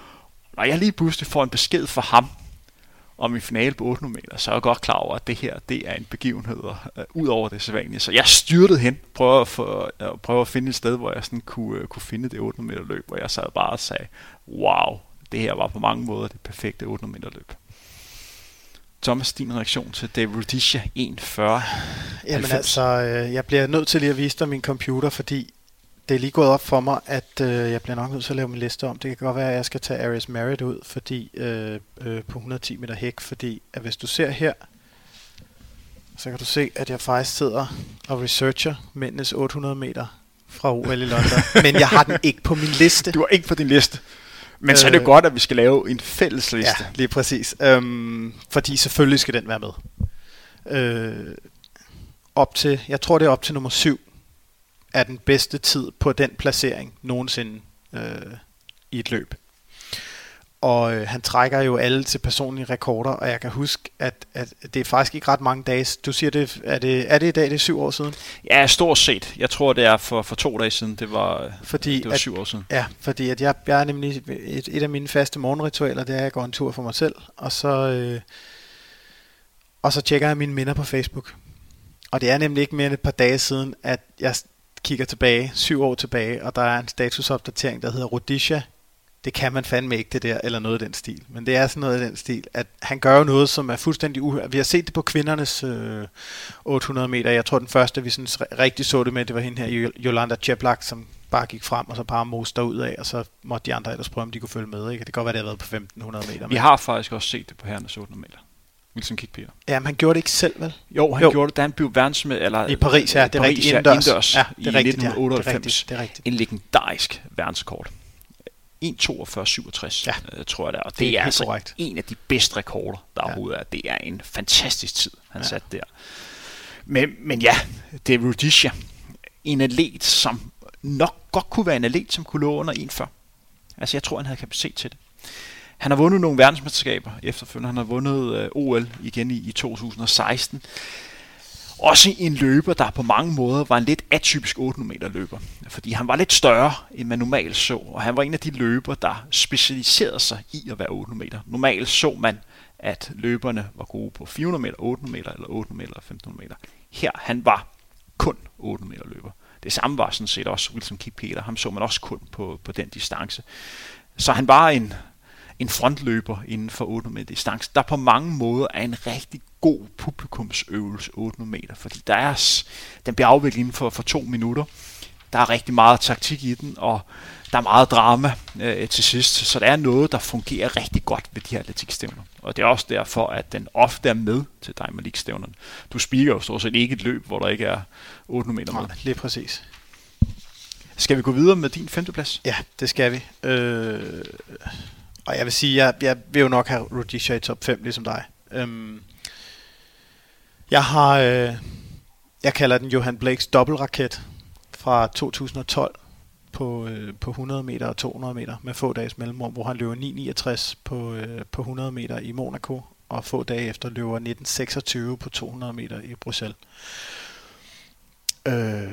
[SPEAKER 3] når jeg lige pludselig får en besked fra ham om en finale på otte hundrede meter, så er jeg godt klar over, at det her, det er en begivenhed uh, ud over det sædvanlige. Så jeg styrtede hen, prøver at, få, uh, prøver at finde et sted, hvor jeg sådan kunne, uh, kunne finde det otte hundrede meter løb, hvor jeg sad bare og sagde, wow, det her var på mange måder det perfekte otte hundrede meter løb. Thomas, din reaktion til David Rudisha en fyrre?
[SPEAKER 2] Jamen altså, øh, jeg bliver nødt til lige at vise dig min computer, fordi det er lige gået op for mig, at øh, jeg bliver nok nødt til at lave min liste om. Det kan godt være, at jeg skal tage Aries Merritt ud fordi, øh, øh, på hundrede og ti meter hæk, fordi at hvis du ser her, så kan du se, at jeg faktisk sidder og researcher mændenes otte hundrede meter fra O L i London. Men jeg har den ikke på min liste.
[SPEAKER 3] Du har ikke på din liste. Men øh, så er det jo godt, at vi skal lave en fælles liste.
[SPEAKER 2] Ja, lige præcis. Øhm, fordi selvfølgelig skal den være med. Øh, op til, jeg tror det er op til nummer syv, er den bedste tid på den placering nogensinde øh, i et løb. Og øh, han trækker jo alle til personlige rekorder, og jeg kan huske, at, at det er faktisk ikke ret mange dage. Du siger, det er det, er det i dag, det er syv år siden?
[SPEAKER 3] Ja, stort set. Jeg tror, det er for, for to dage siden, det var,
[SPEAKER 2] fordi
[SPEAKER 3] det var
[SPEAKER 2] at,
[SPEAKER 3] syv år siden.
[SPEAKER 2] Ja, fordi at jeg, jeg er nemlig et, et af mine faste morgenritualer, det er, at jeg går en tur for mig selv, og så, øh, og så tjekker jeg mine minder på Facebook. Og det er nemlig ikke mere end et par dage siden, at jeg kigger tilbage, syv år tilbage, og der er en statusopdatering, der hedder Rudisha. Det kan man fandme ikke, det der, eller noget i den stil. Men det er sådan noget i den stil, at han gør jo noget, som er fuldstændig uhørt. Vi har set det på kvindernes øh, otte hundrede meter. Jeg tror, den første, vi sådan rigtig så det med, det var hende her, Jolanda Cheplak, som bare gik frem, og så bare moste ud af, og så måtte de andre ellers prøve, om de kunne følge med. Ikke? Det kan godt være, det har været på femten hundrede meter.
[SPEAKER 3] Vi har faktisk også set det på herrenes otte hundrede meter. Wilson Kipketer.
[SPEAKER 2] Ja, men han gjorde det ikke selv, vel?
[SPEAKER 3] Jo, han jo. gjorde det, da han blev verdensmester. Eller
[SPEAKER 2] i Paris, ja, det er
[SPEAKER 3] Paris,
[SPEAKER 2] rigtigt, indendørs.
[SPEAKER 3] indendørs
[SPEAKER 2] ja, det er
[SPEAKER 3] i
[SPEAKER 2] rigtigt,
[SPEAKER 3] nitten otteoghalvfems.
[SPEAKER 2] Ja, det er rigtigt, det er rigtigt.
[SPEAKER 3] En legendarisk verdensrekord. en toogfyrre syvogtres, ja. øh, tror jeg det er. Og det, det er, er altså korrekt. En af de bedste rekorder, der ja. overhovedet er. Det er en fantastisk tid, han ja. satte der. Men, men ja, det er Rudisha. En atlet, som nok godt kunne være en atlet, som kunne lå under en fyrre. Altså, jeg tror, han havde kapacitet til det. Han har vundet nogle verdensmesterskaber efterfølgende. Han har vundet øh, O L igen i, i to tusind og seksten. Også en løber, der på mange måder var en lidt atypisk otte hundrede meter løber. Fordi han var lidt større, end man normalt så. Og han var en af de løber, der specialiserede sig i at være otte hundrede meter. Normalt så man, at løberne var gode på fire hundrede meter, otte hundrede meter, eller otte hundrede meter, eller femten hundrede meter. Her, han var kun otte hundrede meter løber. Det samme var sådan set også Wilson Kipketer. Ham så man også kun på, på den distance. Så han var en... en frontløber inden for otte hundrede meter distance, der på mange måder er en rigtig god publikumsøvelse otte hundrede meter, fordi der er, den bliver afviklet inden for, for to minutter. Der er rigtig meget taktik i den, og der er meget drama øh, til sidst, så der er noget, der fungerer rigtig godt ved de her atletikstævner. Og det er også derfor, at den ofte er med til Diamond League-stævnerne. Du speaker jo stort set ikke et løb, hvor der ikke er otte hundrede meter med.
[SPEAKER 2] Nej, lige præcis.
[SPEAKER 3] Skal vi gå videre med din femteplads?
[SPEAKER 2] Ja, det skal vi. Øh... Og jeg vil sige, jeg, jeg vil jo nok have Rudisha i top fem, ligesom dig. Øhm, jeg har, øh, jeg kalder den Johan Blakes dobbeltraket fra to tusind og tolv på, øh, på hundrede meter og to hundrede meter med få dages mellemrum, hvor han løber ni niogtres på, øh, på hundrede meter i Monaco, og få dage efter løber nitten seksogtyve på to hundrede meter i Bruxelles. Øh,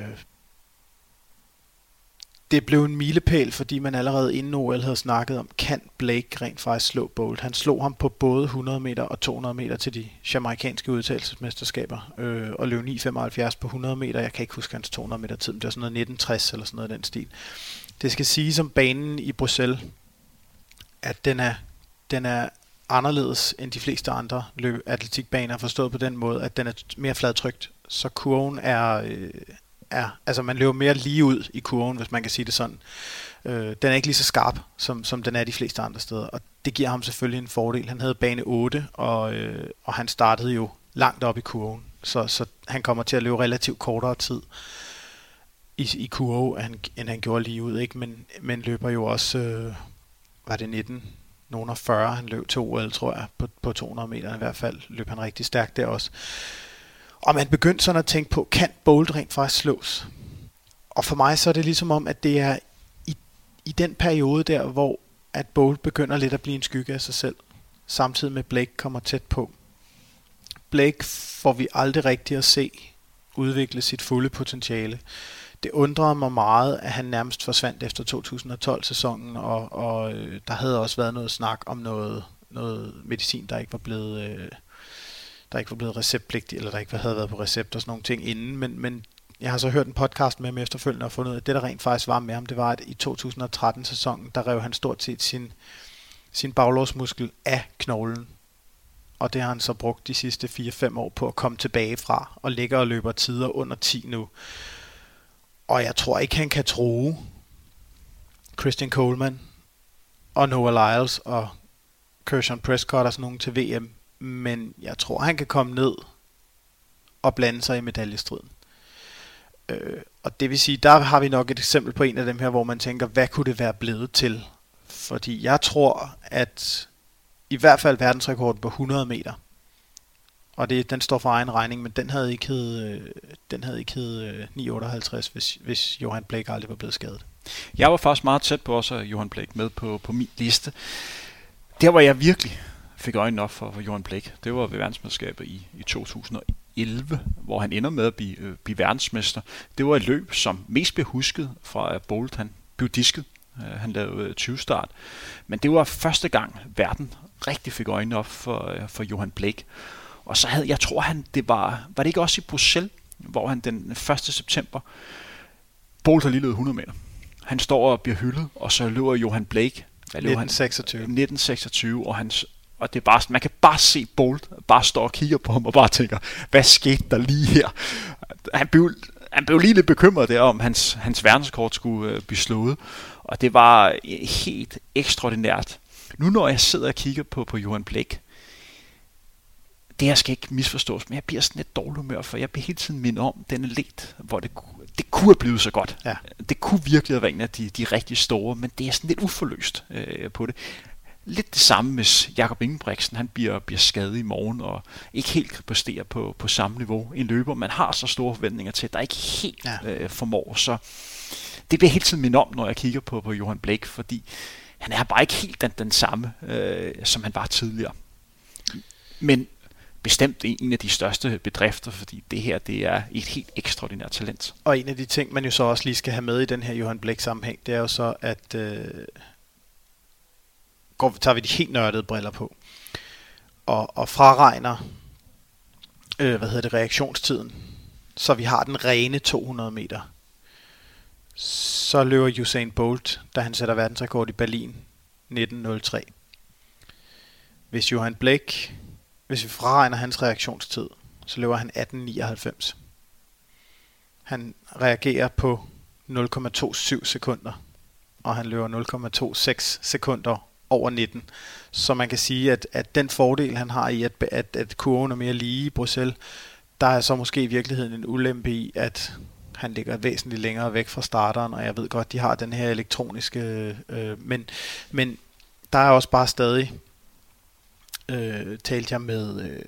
[SPEAKER 2] Det blev en milepæl, fordi man allerede inden O L havde snakket om, kan Blake rent faktisk slå Bolt. Han slog ham på både hundrede meter og to hundrede meter til de jamaikanske udtagelsesmesterskaber, øh, og løb ni femoghalvfjerds på hundrede meter. Jeg kan ikke huske hans to hundrede meter tid, men det var sådan noget nitten tres eller sådan noget i den stil. Det skal siges om banen i Bruxelles, at den er, den er anderledes end de fleste andre løb atletikbaner, forstået på den måde, at den er mere fladtrykt, så kurven er... Øh, Ja, altså man løber mere lige ud i kurven, hvis man kan sige det sådan. Øh, den er ikke lige så skarp, som, som den er de fleste andre steder, og det giver ham selvfølgelig en fordel. Han havde bane otte, og, øh, og han startede jo langt op i kurven, så, så han kommer til at løbe relativt kortere tid i, i kurve, end, end han gjorde lige ud, ikke? Men, men løber jo også, øh, var det nitten, nogen af fyrre, han løb til O L, tror jeg, på, på to hundrede meter i hvert fald, løb han rigtig stærkt der også. Og man begyndte sådan at tænke på, kan Bolt rent faktisk slås? Og for mig så er det ligesom om, at det er i, i den periode der, hvor at Bolt begynder lidt at blive en skygge af sig selv, samtidig med Blake kommer tæt på. Blake får vi aldrig rigtig at se udvikle sit fulde potentiale. det undrede mig meget, at han nærmest forsvandt efter to tusind og tolv-sæsonen, og, og øh, der havde også været noget snak om noget, noget medicin, der ikke var blevet, øh, der ikke var blevet receptpligtig, eller der ikke havde været på recept og sådan nogle ting inden, men, men jeg har så hørt en podcast med ham efterfølgende og fundet ud af, at det, der rent faktisk var med ham, det var, at i to tusind og tretten-sæsonen, der rev han stort set sin, sin baglårsmuskel af knoglen. Og det har han så brugt de sidste fire fem år på at komme tilbage fra, og ligger og løber tider under ti nu. Og jeg tror ikke, han kan true Christian Coleman og Noah Lyles og Kershaw Prescott og sådan nogen til V M, men jeg tror, han kan komme ned og blande sig i medaljestriden. Øh, og det vil sige, der har vi nok et eksempel på en af dem her, hvor man tænker, hvad kunne det være blevet til? Fordi jeg tror, at i hvert fald verdensrekorden på hundrede meter, og det, den står for egen regning, men den havde ikke hed, den havde ikke hed ni otteoghalvtreds, hvis, hvis Johan Blake aldrig var blevet skadet.
[SPEAKER 3] Jeg var faktisk meget tæt på også Johan Blake med på, på min liste. Der hvor jeg virkelig fik øjnene op for, for Johan Blake, det var ved verdensmesterskabet i, i to tusind og elleve, hvor han ender med at blive, øh, blive verdensmester. Det var et løb, som mest blev husket fra at Bolt, han blev disket. Uh, han lavede tyve start. Men det var første gang, verden rigtig fik øjnene op for, uh, for Johan Blake. Og så havde, jeg tror han, det var, var det ikke også i Bruxelles, hvor han den første september, Bolt har lige løbet hundrede meter. Han står og bliver hyldet, og så løber Johan Blake.
[SPEAKER 2] nitten seksogtyve.
[SPEAKER 3] nitten seksogtyve, og han, og det er bare, man kan bare se Bolt bare stå og kigger på ham og bare tænker, hvad skete der lige her? Han blev, han blev lige lidt bekymret der, om hans, hans verdenskort skulle øh, blive slået, og det var helt ekstraordinært. Nu når jeg sidder og kigger på, på Johan Blake, det her skal ikke misforstås, men jeg bliver sådan lidt dårlig humør, for jeg bliver hele tiden mindet om den atlet, hvor det, det kunne have blevet så godt. Ja. Det kunne virkelig have været en af de, de rigtig store, men det er sådan lidt uforløst øh, på det. Lidt det samme, hvis Jakob Ingebrigtsen, han bliver, bliver skadet i morgen, og ikke helt kan præstere på, på samme niveau. En løber, man har så store forventninger til, der ikke helt ja. øh, formår. Så det bliver hele tiden mindet om, når jeg kigger på, på Johan Blake, fordi han er bare ikke helt den, den samme, øh, som han var tidligere. Men bestemt en af de største bedrifter, fordi det her, det er et helt ekstraordinært talent.
[SPEAKER 2] Og en af de ting, man jo så også lige skal have med i den her Johan Blake sammenhæng, det er jo så, at øh, går, tager vi de helt nørdede briller på, og, og fraregner øh, hvad hedder det, reaktionstiden, så vi har den rene to hundrede meter, så løber Usain Bolt, da han sætter verdensrekord i Berlin, nitten nul tre. Hvis Johan Blake, hvis vi fraregner hans reaktionstid, så løber han atten nioghalvfems. Han reagerer på nul komma to syv sekunder, og han løber nul komma to seks sekunder over nitten. Så man kan sige, at, at den fordel, han har i, at, at, at kurven er mere lige i Bruxelles, der er så måske i virkeligheden en ulempe i, at han ligger væsentligt længere væk fra starteren, og jeg ved godt, de har den her elektroniske, øh, men, men der er også bare stadig, øh, talte jeg med øh,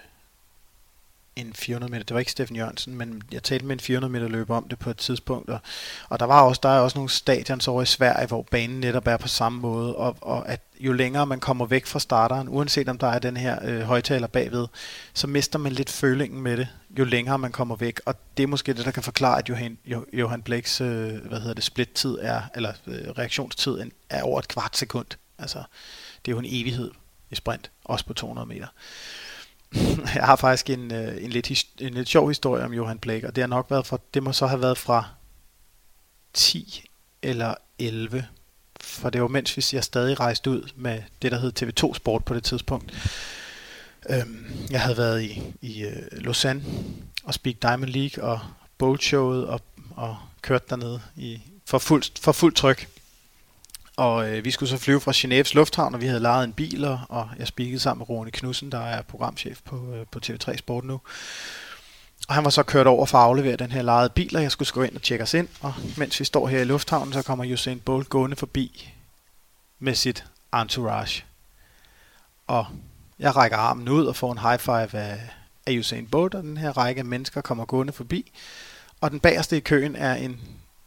[SPEAKER 2] en fire hundrede meter, det var ikke Steffen Jørgensen, men jeg talte med en fire hundrede meter løber om det på et tidspunkt, og, og der var også, der er også nogle stadions over i Sverige, hvor banen netop er på samme måde, og, og at jo længere man kommer væk fra starteren, uanset om der er den her øh, højtaler bagved, så mister man lidt følingen med det, jo længere man kommer væk, og det er måske det, der kan forklare, at Johan, Johan Blakes øh, hvad hedder det, splittid er, eller øh, reaktionstid er over et kvart sekund. Altså, det er jo en evighed i sprint, også på to hundrede meter. Jeg har faktisk en, øh, en, lidt his- en lidt sjov historie om Johan Blake, og det har nok været fra, det må så have været fra ti eller elleve, for det var mens jeg stadig rejste ud med det, der hed T V to Sport på det tidspunkt. Øhm, jeg havde været i, i uh, Lausanne og Speak Diamond League og Bolt showet og, og kørt dernede i, for, fuld, for fuld tryk. Og øh, vi skulle så flyve fra Genèves lufthavn, og vi havde lejet en bil, og, og jeg speakede sammen med Rune Knudsen, der er programchef på, øh, på T V tre Sport nu. Og han var så kørt over for at aflevere den her lejede bil, og jeg skulle gå ind og tjekke os ind. Og mens vi står her i lufthavnen, så kommer Usain Bolt gående forbi med sit entourage. Og jeg rækker armen ud og får en high five af, af Usain Bolt, og den her række af mennesker kommer gående forbi. Og den bagerste i køen er en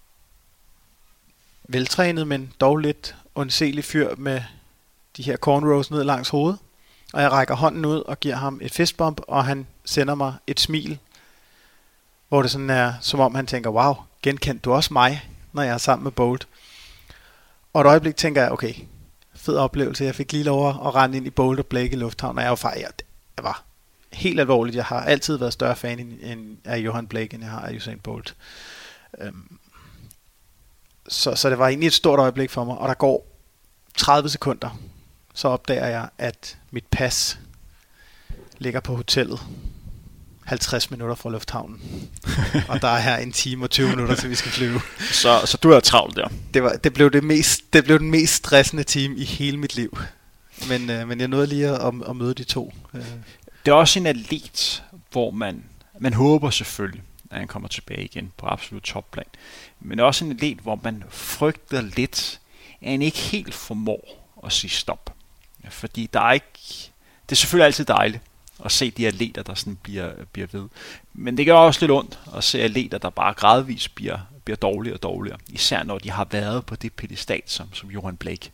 [SPEAKER 2] veltrænet, men dog lidt undselig fyr med de her cornrows ned langs hovedet. Og jeg rækker hånden ud og giver ham et fistbump, og han sender mig et smil, hvor det sådan er, som om han tænker, wow, genkendte du også mig, når jeg er sammen med Bolt? Og et øjeblik tænker jeg, okay, fed oplevelse. Jeg fik lige lov at rende ind i Bolt og Blake i lufthavn, og jeg var faktisk, jeg var helt alvorligt. Jeg har altid været større fan end af Johan Blake, end jeg har af Usain Bolt. Øhm, så, så det var egentlig et stort øjeblik for mig, og der går tredive sekunder, så opdager jeg, at mit pas ligger på hotellet halvtreds minutter fra lufthavnen. Og der er her en time og tyve minutter, til vi skal flyve.
[SPEAKER 3] Så, så du er travlt der.
[SPEAKER 2] Det, var, det, blev det, mest, det blev den mest stressende time i hele mit liv. Men, øh, men jeg nåede lige at, at møde de to.
[SPEAKER 3] Det er også en atlet, hvor man, man håber selvfølgelig, at han kommer tilbage igen på absolut topplan. Men også en atlet, hvor man frygter lidt, at han ikke helt formår at sige stop. Fordi der er ikke... Det er selvfølgelig altid dejligt at se de atleter, der sådan bliver, bliver ved. Men det gør også lidt ondt at se atleter, der bare gradvist bliver, bliver dårligere og dårligere. Især når de har været på det pedestal som, som Johan Blake.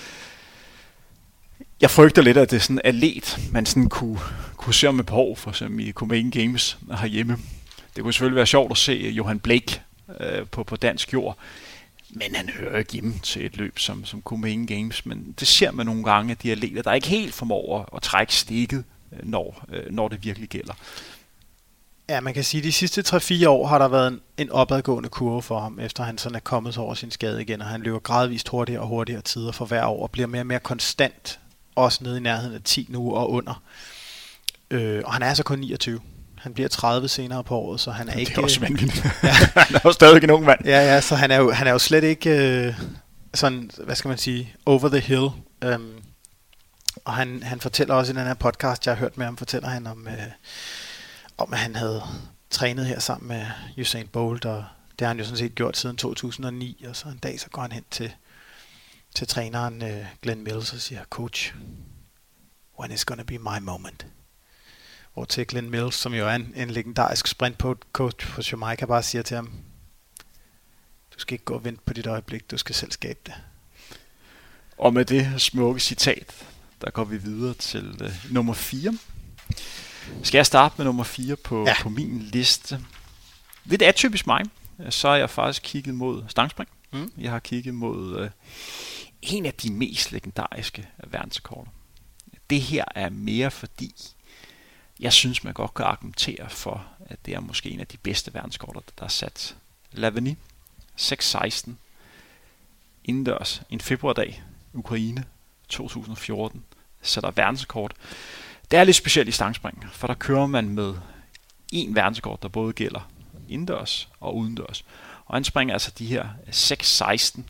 [SPEAKER 3] Jeg frygter lidt, at det er sådan en atlet, man sådan kunne, kunne se om et par år, for eksempel i Copenhagen Games herhjemme. Det kunne selvfølgelig være sjovt at se Johan Blake øh, på, på dansk jord. Men han hører ikke hjemme til et løb som, som Copenhagen Games. Men det ser man nogle gange, at de atleter, der ikke helt formår at, at trække stikket, når, når det virkelig gælder.
[SPEAKER 2] Ja, man kan sige, at de sidste tre fire år har der været en, en opadgående kurve for ham, efter han sådan er kommet over sin skade igen, og han løber gradvist hurtigere og hurtigere tider for hver år, og bliver mere og mere konstant, også nede i nærheden af ti nu og under. Øh, og han er altså kun niogtyve. Han bliver tredive senere på året, så han er
[SPEAKER 3] det
[SPEAKER 2] ikke...
[SPEAKER 3] Det er også vanvittigt. Ja. Han er jo stadig en ung mand.
[SPEAKER 2] Ja, ja, så han er jo, han er jo slet ikke øh, sådan, hvad skal man sige, over the hill. Um, og han, han fortæller også i den her podcast, jeg har hørt med ham, fortæller han om, øh, om at han havde trænet her sammen med Usain Bolt, og det har han jo sådan set gjort siden to tusind og ni, og så en dag så går han hen til, til træneren øh, Glenn Mills og siger, coach, when is gonna be my moment? Hvor til Glenn Mills, som jo er en, en legendarisk sprintcoach på Jamaica, bare siger til ham, du skal ikke gå og vente på dit øjeblik, du skal selv skabe det.
[SPEAKER 3] Og med det smukke citat, der går vi videre til øh, nummer fire. Skal jeg starte med nummer fire på, ja. på min liste? Lidt atypisk mig, så har jeg faktisk kigget mod stangspring. Mm. Jeg har kigget mod øh, en af de mest legendariske verdensrekorder. Det her er mere fordi, jeg synes, man godt kan argumentere for, at det er måske en af de bedste verdensrekorder, der er sat. Lavany, seks seksten, indendørs, en februardag, Ukraine, to tusind og fjorten, sætter verdensrekord. Det er lidt specielt i stangspring, for der kører man med en verdensrekord, der både gælder indendørs og udendørs. Og han springer altså de her seks seksten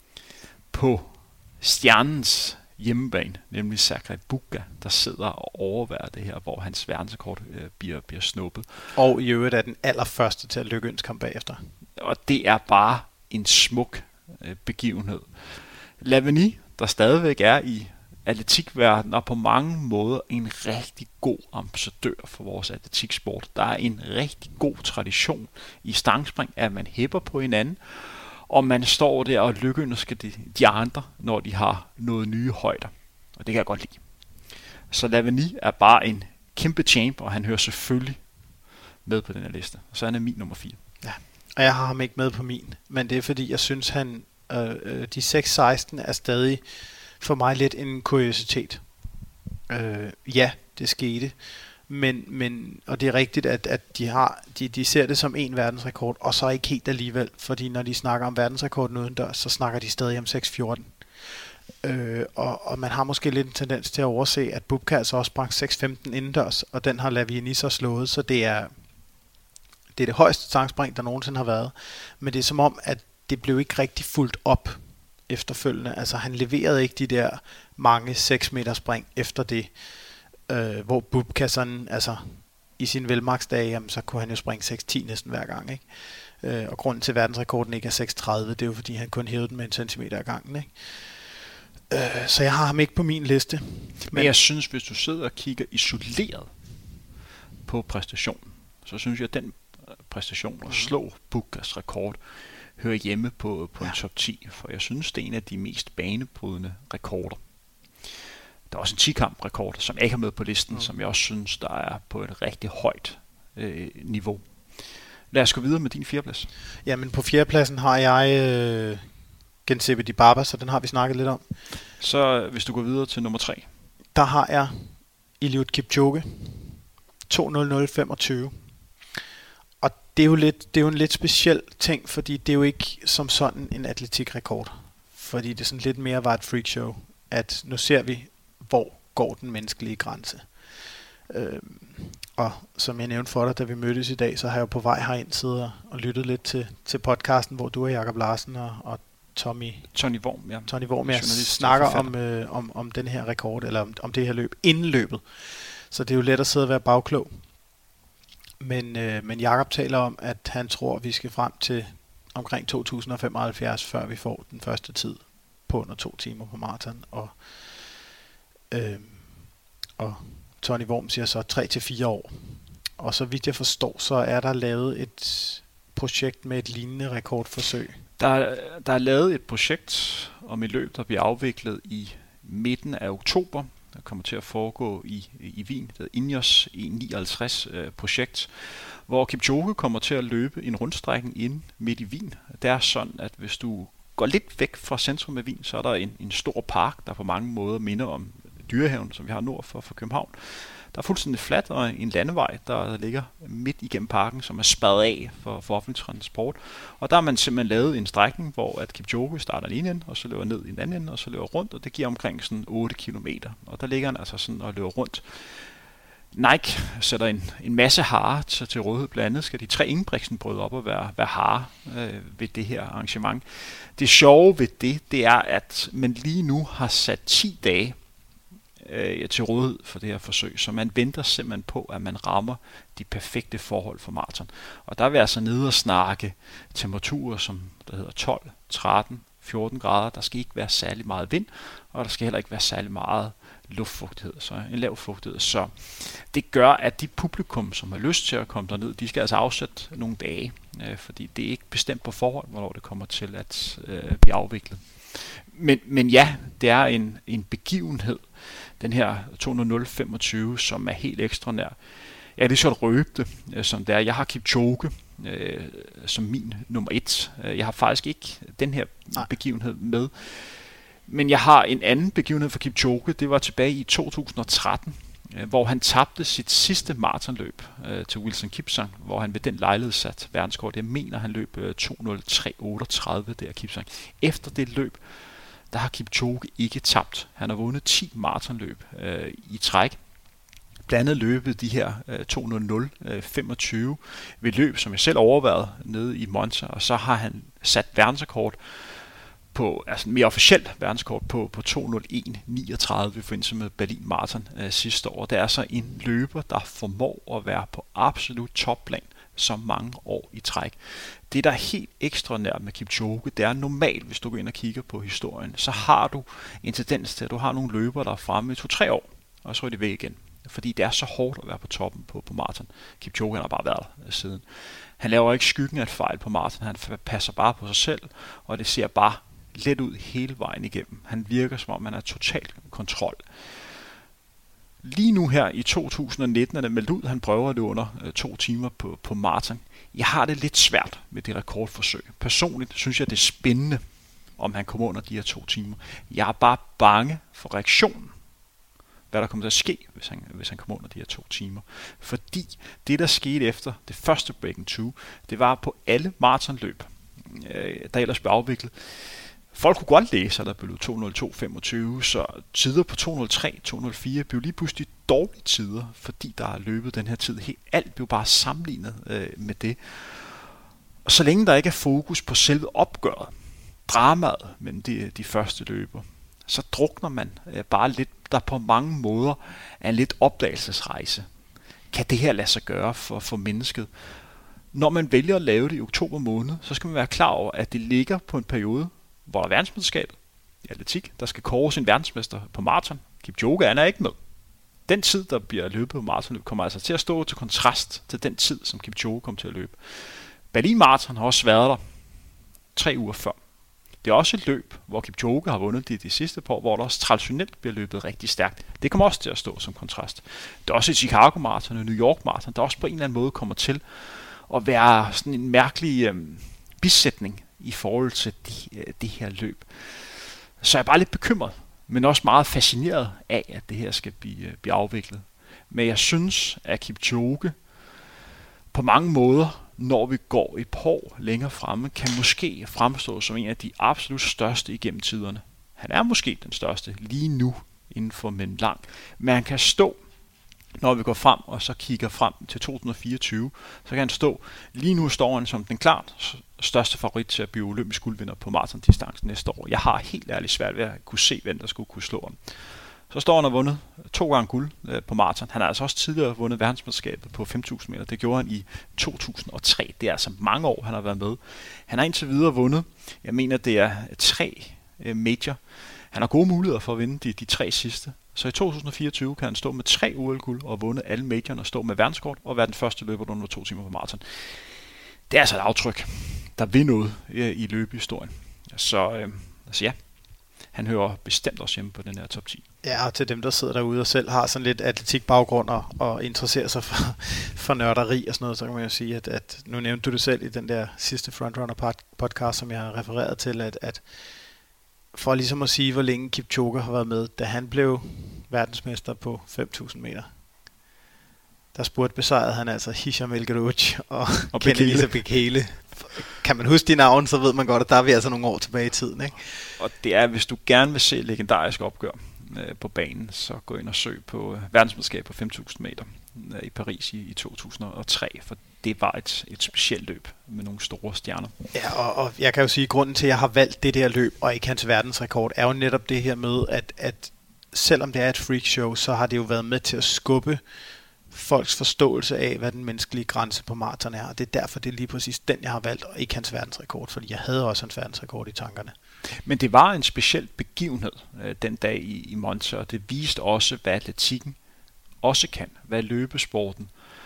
[SPEAKER 3] på stjernens hjemmebane, nemlig Sergej Bubka, der sidder og overværer det her, hvor hans verdensrekord øh, bliver, bliver snuppet.
[SPEAKER 2] Og i øvrigt er den allerførste til at lykkeønske ham bagefter.
[SPEAKER 3] Og det er bare en smuk øh, begivenhed. Lavany, der stadigvæk er i atletikverdenen, og på mange måder en rigtig god ambassadør for vores atletiksport. Der er en rigtig god tradition i stangspring, at man hæpper på hinanden, og man står der og lykkeønsker de, de andre, når de har noget nye højder. Og det kan jeg godt lide. Så Lavany er bare en kæmpe champ, og han hører selvfølgelig med på den her liste. Og så er han min nummer fire.
[SPEAKER 2] Ja, og jeg har ham ikke med på min, men det er fordi, jeg synes, han øh, de seks seksten er stadig for mig lidt en kuriositet. Øh, ja, det skete. Men, men, og det er rigtigt, at, at de, har, de, de ser det som en verdensrekord, og så ikke helt alligevel, fordi når de snakker om verdensrekorden udendørs, så snakker de stadig om seks fjorten. Øh, og, og man har måske lidt en tendens til at overse, at Bubka altså også sprang seks femten indendørs, og den har Lavany så slået, så det er, det er det højeste stangspring, der nogensinde har været. Men det er som om, at det blev ikke rigtig fuldt op efterfølgende. Altså han leverede ikke de der mange seks meter spring efter det. Øh, hvor Bubka sådan, altså i sin velmaksdage, jamen, så kunne han jo springe seks ti næsten hver gang, ikke? Øh, og grunden til, at verdensrekorden ikke er seks tredive, det er jo fordi, han kun hævede den med en centimeter ad gangen, ikke? Øh, så jeg har ham ikke på min liste. Men,
[SPEAKER 3] men jeg synes, hvis du sidder og kigger isoleret på præstationen, så synes jeg, at den præstation at slå Bubkas rekord hører hjemme på, på ja. en top ti, for jeg synes, det er en af de mest banebrydende rekorder. Der er også en ti-kamp-rekord, som jeg ikke har med på listen, mm. som jeg også synes, der er på et rigtig højt øh, niveau. Lad os gå videre med din fjerdeplads.
[SPEAKER 2] Jamen på fjerdepladsen har jeg øh, Gensebe Dibaba, så den har vi snakket lidt om.
[SPEAKER 3] Så hvis du går videre til nummer tre.
[SPEAKER 2] Der har jeg Eliud Kipchoge, to nul nul femogtyve. Og det er jo lidt, det er jo en lidt speciel ting, fordi det er jo ikke som sådan en atletikrekord. Fordi det sådan lidt mere var et freakshow, at nu ser vi, hvor går den menneskelige grænse. Øhm, og som jeg nævnte for dig, da vi mødtes i dag, så har jeg jo på vej herind siddet og lyttet lidt til, til podcasten, hvor du og Jakob Larsen og, og Tommy
[SPEAKER 3] Tony Worm, ja.
[SPEAKER 2] Tony Worm, ja, snakker om, øh, om, om den her rekord, eller om, om det her løb, inden løbet. Så det er jo let at sidde og være bagklog. Men, øh, men Jakob taler om, at han tror, at vi skal frem til omkring to tusind femoghalvfjerds, før vi får den første tid på under to timer på maraton. Og, øh, og Tony Worm siger så tre til fire år. Og så vidt jeg forstår, så er der lavet et projekt med et lignende rekordforsøg.
[SPEAKER 3] Der, der er lavet et projekt om et løb, der bliver afviklet i midten af oktober. Der kommer til at foregå i, i Wien. Det hedder Ineos E nioghalvtreds øh, projekt, hvor Kipchoge kommer til at løbe en rundstrækning inde midt i Wien. Det er sådan, at hvis du går lidt væk fra centrum af Wien, så er der en, en stor park, der på mange måder minder om Dyrehaven, som vi har nord for, for København. Der er fuldstændig fladt og en landevej, der ligger midt igennem parken, som er spadet af for, for offentlig transport. Og der har man simpelthen lavet en strækning, hvor at Kipchoge starter i en ende, og så løber ned i den anden ende, og så løber rundt, og det giver omkring sådan otte kilometer. Og der ligger han altså sådan og løber rundt. Nike sætter en, en masse harer til, til rådighed. Blandt andet skal de tre Ingebrigtsen-brødre op og være, være harer øh, ved det her arrangement. Det sjove ved det, det er, at man lige nu har sat ti dage øh, til rådighed for det her forsøg, så man venter simpelthen på, at man rammer de perfekte forhold for maraton. Og der vil jeg altså nede og snakke temperaturer, som der hedder tolv, tretten, fjorten grader. Der skal ikke være særlig meget vind, og der skal heller ikke være særlig meget luftfugtighed, så en lav fugtighed. Så det gør, at de publikum, som har lyst til at komme derned, de skal altså afsætte nogle dage, øh, fordi det er ikke bestemt på forhånd, hvornår det kommer til at øh, blive afviklet. Men, men ja, det er en, en begivenhed, den her to nul nul femogtyve, som er helt ekstraordinær. Jeg kan lige så røbe det, øh, som det er. Jeg har Kipchoge øh, som min nummer et. Jeg har faktisk ikke den her Nej. begivenhed med. Men jeg har en anden begivenhed for Kipchoge. Det var tilbage i to tusind og tretten, øh, hvor han tabte sit sidste maratonløb øh, til Wilson Kipsang, hvor han ved den lejlighed satte verdenskort. Jeg mener, han løb øh, to nul tre otteogtredive der Kipsang. Efter det løb, der har Kipchoge ikke tabt. Han har vundet ti maratonløb øh, i træk. Blandt andet løbet de her øh, to nul nul femogtyve ved løb, som jeg selv overvejede nede i Monza, og så har han sat verdensrekord på, altså mere officielt verdenskort på, på to nul en niogtredive i forbindelse med Berlin Marathon øh, sidste år. Det er altså en løber, der formår at være på absolut topplan så mange år i træk. Det, der er helt ekstraordinært med Kipchoge, det er normalt, hvis du går ind og kigger på historien, så har du en tendens til, at du har nogle løbere, der er fremme i to-tre år, og så er de væk igen. Fordi det er så hårdt at være på toppen på, på maraton. Kipchoge han har bare været der siden. Han laver ikke skyggen af et fejl på maraton, han passer bare på sig selv, og det ser bare let ud hele vejen igennem. Han virker som om, han er totalt kontrol. Lige nu her i to tusind og nitten er det meldt ud, han prøver det under øh, to timer på, på maraton. Jeg har det lidt svært med det rekordforsøg. Personligt synes jeg, det er spændende, om han kommer under de her to timer. Jeg er bare bange for reaktionen. Hvad der kommer til at ske, hvis han, hvis han kommer under de her to timer. Fordi det, der skete efter det første Breaking Two, det var på alle maratonløb, øh, der ellers blev afviklet. Folk kunne godt læse, at der blev to nul to femogtyve, så tider på to nul tre, to nul fire blev lige pludselig dårlige tider, fordi der er løbet den her tid. Helt alt blev bare sammenlignet øh, med det. Og så længe der ikke er fokus på selve opgøret, dramaet mellem de, de første løber, så drukner man øh, bare lidt, der på mange måder er en lidt opdagelsesrejse. Kan det her lade sig gøre for, for mennesket? Når man vælger at lave det i oktober måned, så skal man være klar over, at det ligger på en periode, hvor der er verdensmesterskabet i atletik, der skal kåre sin verdensmester på maraton. Kipchoge er ikke med. Den tid, der bliver løbet på maratonløb, kommer altså til at stå til kontrast til den tid, som Kipchoge kom til at løbe. Berlin Marathon har også været der tre uger før. Det er også et løb, hvor Kipchoge har vundet de, de sidste par år, hvor der også traditionelt bliver løbet rigtig stærkt. Det kommer også til at stå som kontrast. Det er også et Chicago Marathon og New York Marathon, der også på en eller anden måde kommer til at være sådan en mærkelig øh, bisætning i forhold til de, øh, det her løb. Så jeg er bare lidt bekymret, men også meget fascineret af, at det her skal blive, øh, blive afviklet. Men jeg synes, at Kipchoge på mange måder, når vi går et par år længere fremme, kan måske fremstå som en af de absolut største igennem tiderne. Han er måske den største lige nu inden for men lang. Men han kan stå, når vi går frem og så kigger frem til to tusind fireogtyve, så kan han stå, lige nu står han som den klart største favorit til at blive olympisk guldvinder på maratondistancen næste år. Jeg har helt ærligt svært ved at kunne se, hvem der skulle kunne slå ham. Så står han og vundet to gange guld øh, på maraton. Han har altså også tidligere vundet verdensmesterskabet på fem tusind meter. Det gjorde han i to tusind og tre. Det er altså mange år, han har været med. Han har indtil videre vundet, jeg mener, det er tre øh, major. Han har gode muligheder for at vinde de, de tre sidste. Så i to tusind fireogtyve kan han stå med tre O L-guld og vundet alle majorerne og stå med verdenskort og være den første løber, der under to timer på maraton. Det er altså et aftryk, der vil noget øh, i løbehistorien. Så øh, altså ja, han hører bestemt også hjemme på den her top ti.
[SPEAKER 2] Ja, og til dem, der sidder derude og selv har sådan lidt atletikbaggrund og, og interesserer sig for, for nørderi og sådan noget, så kan man jo sige, at, at nu nævnte du det selv i den der sidste Frontrunner podcast, som jeg har refereret til, at, at for ligesom at sige, hvor længe Kipchoge har været med, da han blev verdensmester på fem tusind meter, der spurgte besejrede han altså Hicham El Guerrouj og, og Kenenisa Bekele. Kan man huske de navne, så ved man godt, at der er vi altså nogle år tilbage i tiden, ikke?
[SPEAKER 3] Og det er, hvis du gerne vil se legendarisk opgør øh, på banen, så gå ind og søg på øh, verdensmesterskab på fem tusind meter øh, i Paris i, i to tusind og tre, for det var et, et specielt løb med nogle store stjerner.
[SPEAKER 2] Ja, og, og jeg kan jo sige, at grunden til, at jeg har valgt det der løb, og ikke hans verdensrekord, er jo netop det her med, at, at selvom det er et freakshow, så har det jo været med til at skubbe folks forståelse af, hvad den menneskelige grænse på maraton er, og det er derfor, det er lige præcis den, jeg har valgt, og ikke hans verdensrekord, fordi jeg havde også hans verdensrekord i tankerne.
[SPEAKER 3] Men det var en speciel begivenhed øh, den dag i, i Monza, og det viste også, hvad atletikken også kan, hvad løbesporten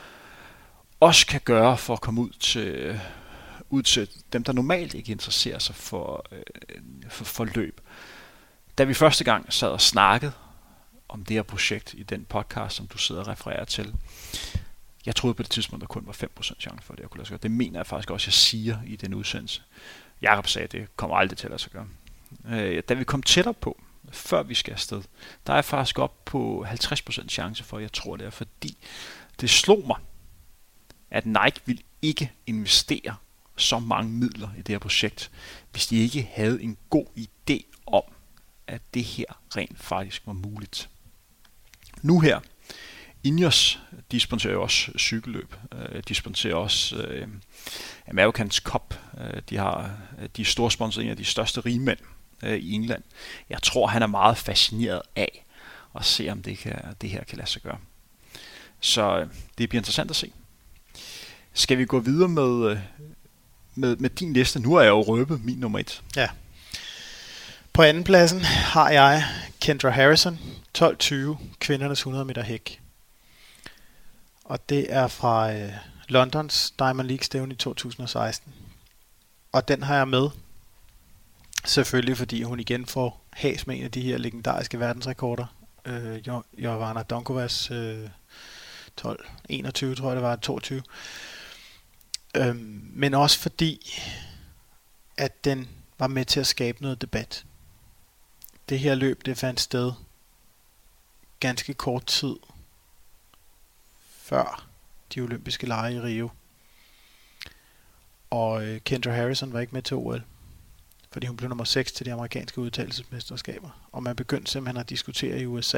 [SPEAKER 3] også kan gøre for at komme ud til, ud til dem, der normalt ikke interesserer sig for, øh, for, for løb. Da vi første gang sad og snakkede om det her projekt i den podcast, som du sidder og refererer til, jeg troede på det tidspunkt, der kun var fem procent chance for det, jeg kunne lade sig gøre. Det mener jeg faktisk også, jeg siger i den udsendelse. Jakob sagde, at det kommer aldrig til at lade sig gøre. Øh, da vi kom tættere på, før vi skal afsted, der er jeg faktisk op på halvtreds procent chance for, jeg tror det er, fordi det slog mig, at Nike ville ikke investere så mange midler i det her projekt, hvis de ikke havde en god idé om, at det her rent faktisk var muligt. Nu her, Ineos, de sponsorer også cykelløb, de sponsorer også øh, Americans Cup, de har de store sponsorer, en af de største rigmænd øh, i England. Jeg tror, han er meget fascineret af at se, om det, kan, det her kan lade sig gøre. Så øh, det bliver interessant at se. Skal vi gå videre med, med, med din liste? Nu har jeg jo røbet min nummer et.
[SPEAKER 2] Ja. På anden pladsen har jeg Kendra Harrison, tolv tyve, kvindernes hundrede meter hæk. Og det er fra øh, Londons Diamond League stævne i to tusind og seksten. Og den har jeg med, selvfølgelig fordi hun igen får has med en af de her legendariske verdensrekorder. Øh, Jovana Donkovas øh, tolv enogtyve, tror jeg det var, toogtyve. Øh, men også fordi, at den var med til at skabe noget debat. Det her løb, det fandt sted ganske kort tid før de olympiske lege i Rio. Og øh, Kendra Harrison var ikke med til O L, fordi hun blev nummer seks til de amerikanske udtalelsesmesterskaber. Og man begyndte simpelthen at diskutere i U S A.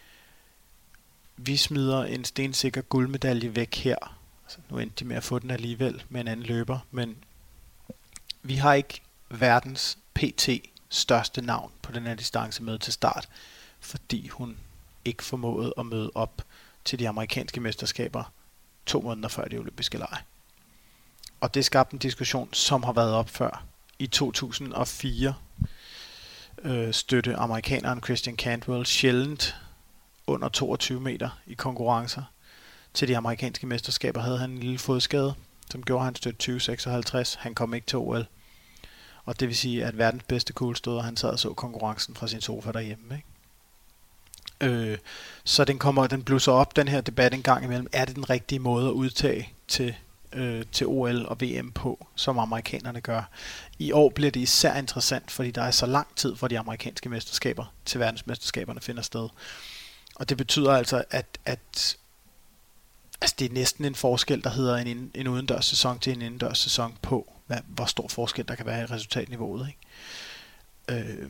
[SPEAKER 2] Vi smider en stensikker guldmedalje væk her. Altså, nu endte de med at få den alligevel med en anden løber, men vi har ikke verdens P T største navn på den her distance med til start, fordi hun ikke formåede at møde op til de amerikanske mesterskaber to måneder før de olympiske lege. Og det skabte en diskussion, som har været op før. I to tusind og fire øh, støtte amerikaneren Christian Cantwell sjældent under toogtyve meter i konkurrencer. Til de amerikanske mesterskaber havde han en lille fodskade, som gjorde, at han støtte tyve seksoghalvtreds. Han kom ikke til O L. Og det vil sige, at verdens bedste kuglestøder, han sad og så konkurrencen fra sin sofa derhjemme, ikke? Øh, så den kommer, den blusser op, den her debat en gang imellem. Er det den rigtige måde at udtage til øh, til O L og V M på, som amerikanerne gør. I år bliver det især interessant, fordi der er så lang tid fra de amerikanske mesterskaber til verdensmesterskaberne finder sted. Og det betyder altså, at, at altså det er næsten en forskel, der hedder en, en udendørs sæson til en indendørs sæson på, hvad, hvor stor forskel der kan være i resultatniveauet. Ikke? Øh,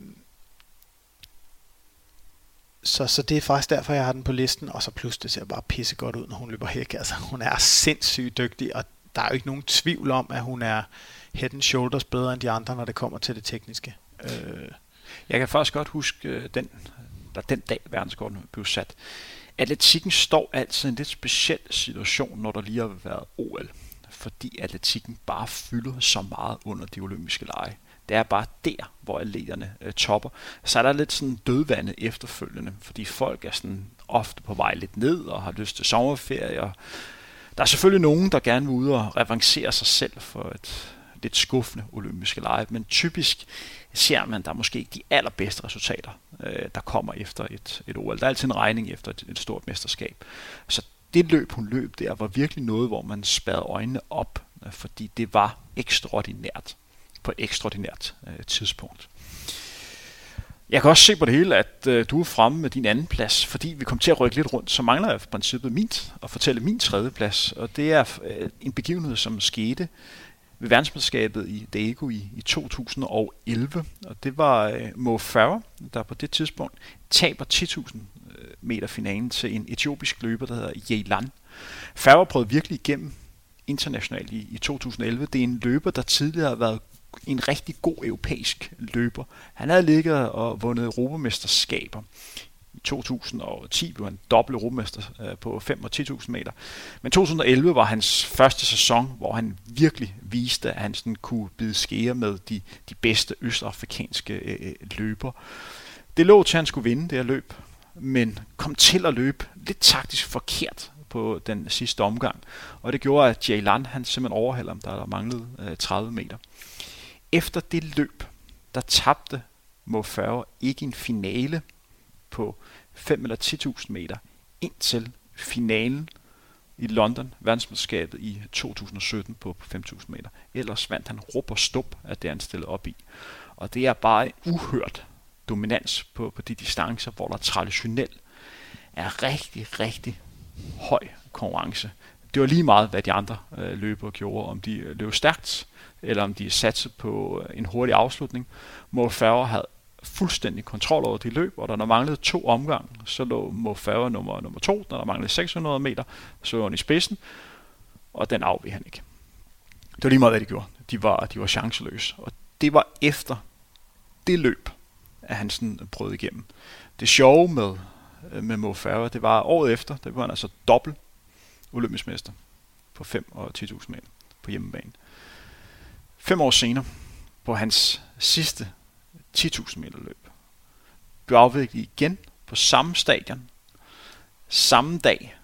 [SPEAKER 2] Så, så det er faktisk derfor, jeg har den på listen, og så plus det ser bare pisse godt ud, når hun løber hæk. Altså, hun er sindssygt dygtig, og der er jo ikke nogen tvivl om, at hun er head and shoulders bedre end de andre, når det kommer til det tekniske. Øh.
[SPEAKER 3] Jeg kan faktisk godt huske, den, der den dag verdensrekorden blev sat. Atletikken står altid i en lidt speciel situation, når der lige har været O L, fordi atletikken bare fylder så meget under de olympiske lege. Det er bare der, hvor atleterne øh, topper. Så er der lidt sådan dødvande efterfølgende, fordi folk er sådan ofte på vej lidt ned og har lyst til sommerferie. Og der er selvfølgelig nogen, der gerne vil ud og revancere sig selv for et lidt skuffende olympiske lege, men typisk ser man, der er måske ikke de allerbedste resultater, øh, der kommer efter et, et O L. Der er altid en regning efter et, et stort mesterskab. Så det løb, hun løb der, var virkelig noget, hvor man spærrede øjnene op, øh, fordi det var ekstraordinært på et ekstraordinært øh, tidspunkt. Jeg kan også se på det hele, at øh, du er fremme med din anden plads, fordi vi kom til at rykke lidt rundt, så mangler jeg i princippet min at fortælle min tredje plads, og det er øh, en begivenhed, som skete ved verdensmesterskabet i Daegu i, i to tusind og elleve, og det var øh, Mo Farah, der på det tidspunkt taber ti tusind meter finalen til en etiopisk løber, der hedder Yelan. Farah prøvede virkelig igennem internationalt i, i to tusind og elleve. Det er en løber, der tidligere har været en rigtig god europæisk løber. Han havde ligget og vundet europamesterskaber. I to tusind og ti blev han dobbelt europamester på fem og ti tusind meter. Men to tusind og elleve var hans første sæson, hvor han virkelig viste, at han sådan kunne bide skære med de, de bedste østafrikanske øh, løber. Det lå til, at han skulle vinde det her løb, men kom til at løbe lidt taktisk forkert på den sidste omgang. Og det gjorde, at Yelan han simpelthen overhælder ham, der der manglede øh, tredive meter. Efter det løb, der tabte Mo Farah ikke en finale på fem eller ti tusind meter indtil finalen i London, verdensmesterskabet i to tusind og sytten på fem tusind meter. Ellers vandt han rup og stup af det, han stillede op i. Og det er bare en uhørt dominans på, på de distancer, hvor der traditionelt er rigtig, rigtig høj konkurrence. Det var lige meget, hvad de andre øh, løbere gjorde, om de løb stærkt, eller om de satte på en hurtig afslutning. Mo Farah havde fuldstændig kontrol over de løb, og da der manglede to omgange, så lå Mo Farah nummer, nummer to, da der manglede seks hundrede meter, så var han i spidsen, og den afveg han ikke. Det var lige meget, hvad de gjorde. De var, de var chanceløse, og det var efter det løb, at han sådan prøvede igennem. Det sjove med, med Mo Farah, det var året efter, der var han altså dobbelt olympisk mester på fem og ti tusind meter på hjemmebane. Fem år senere, på hans sidste ti tusind meter løb, blev afviklet igen på samme stadion, samme dag,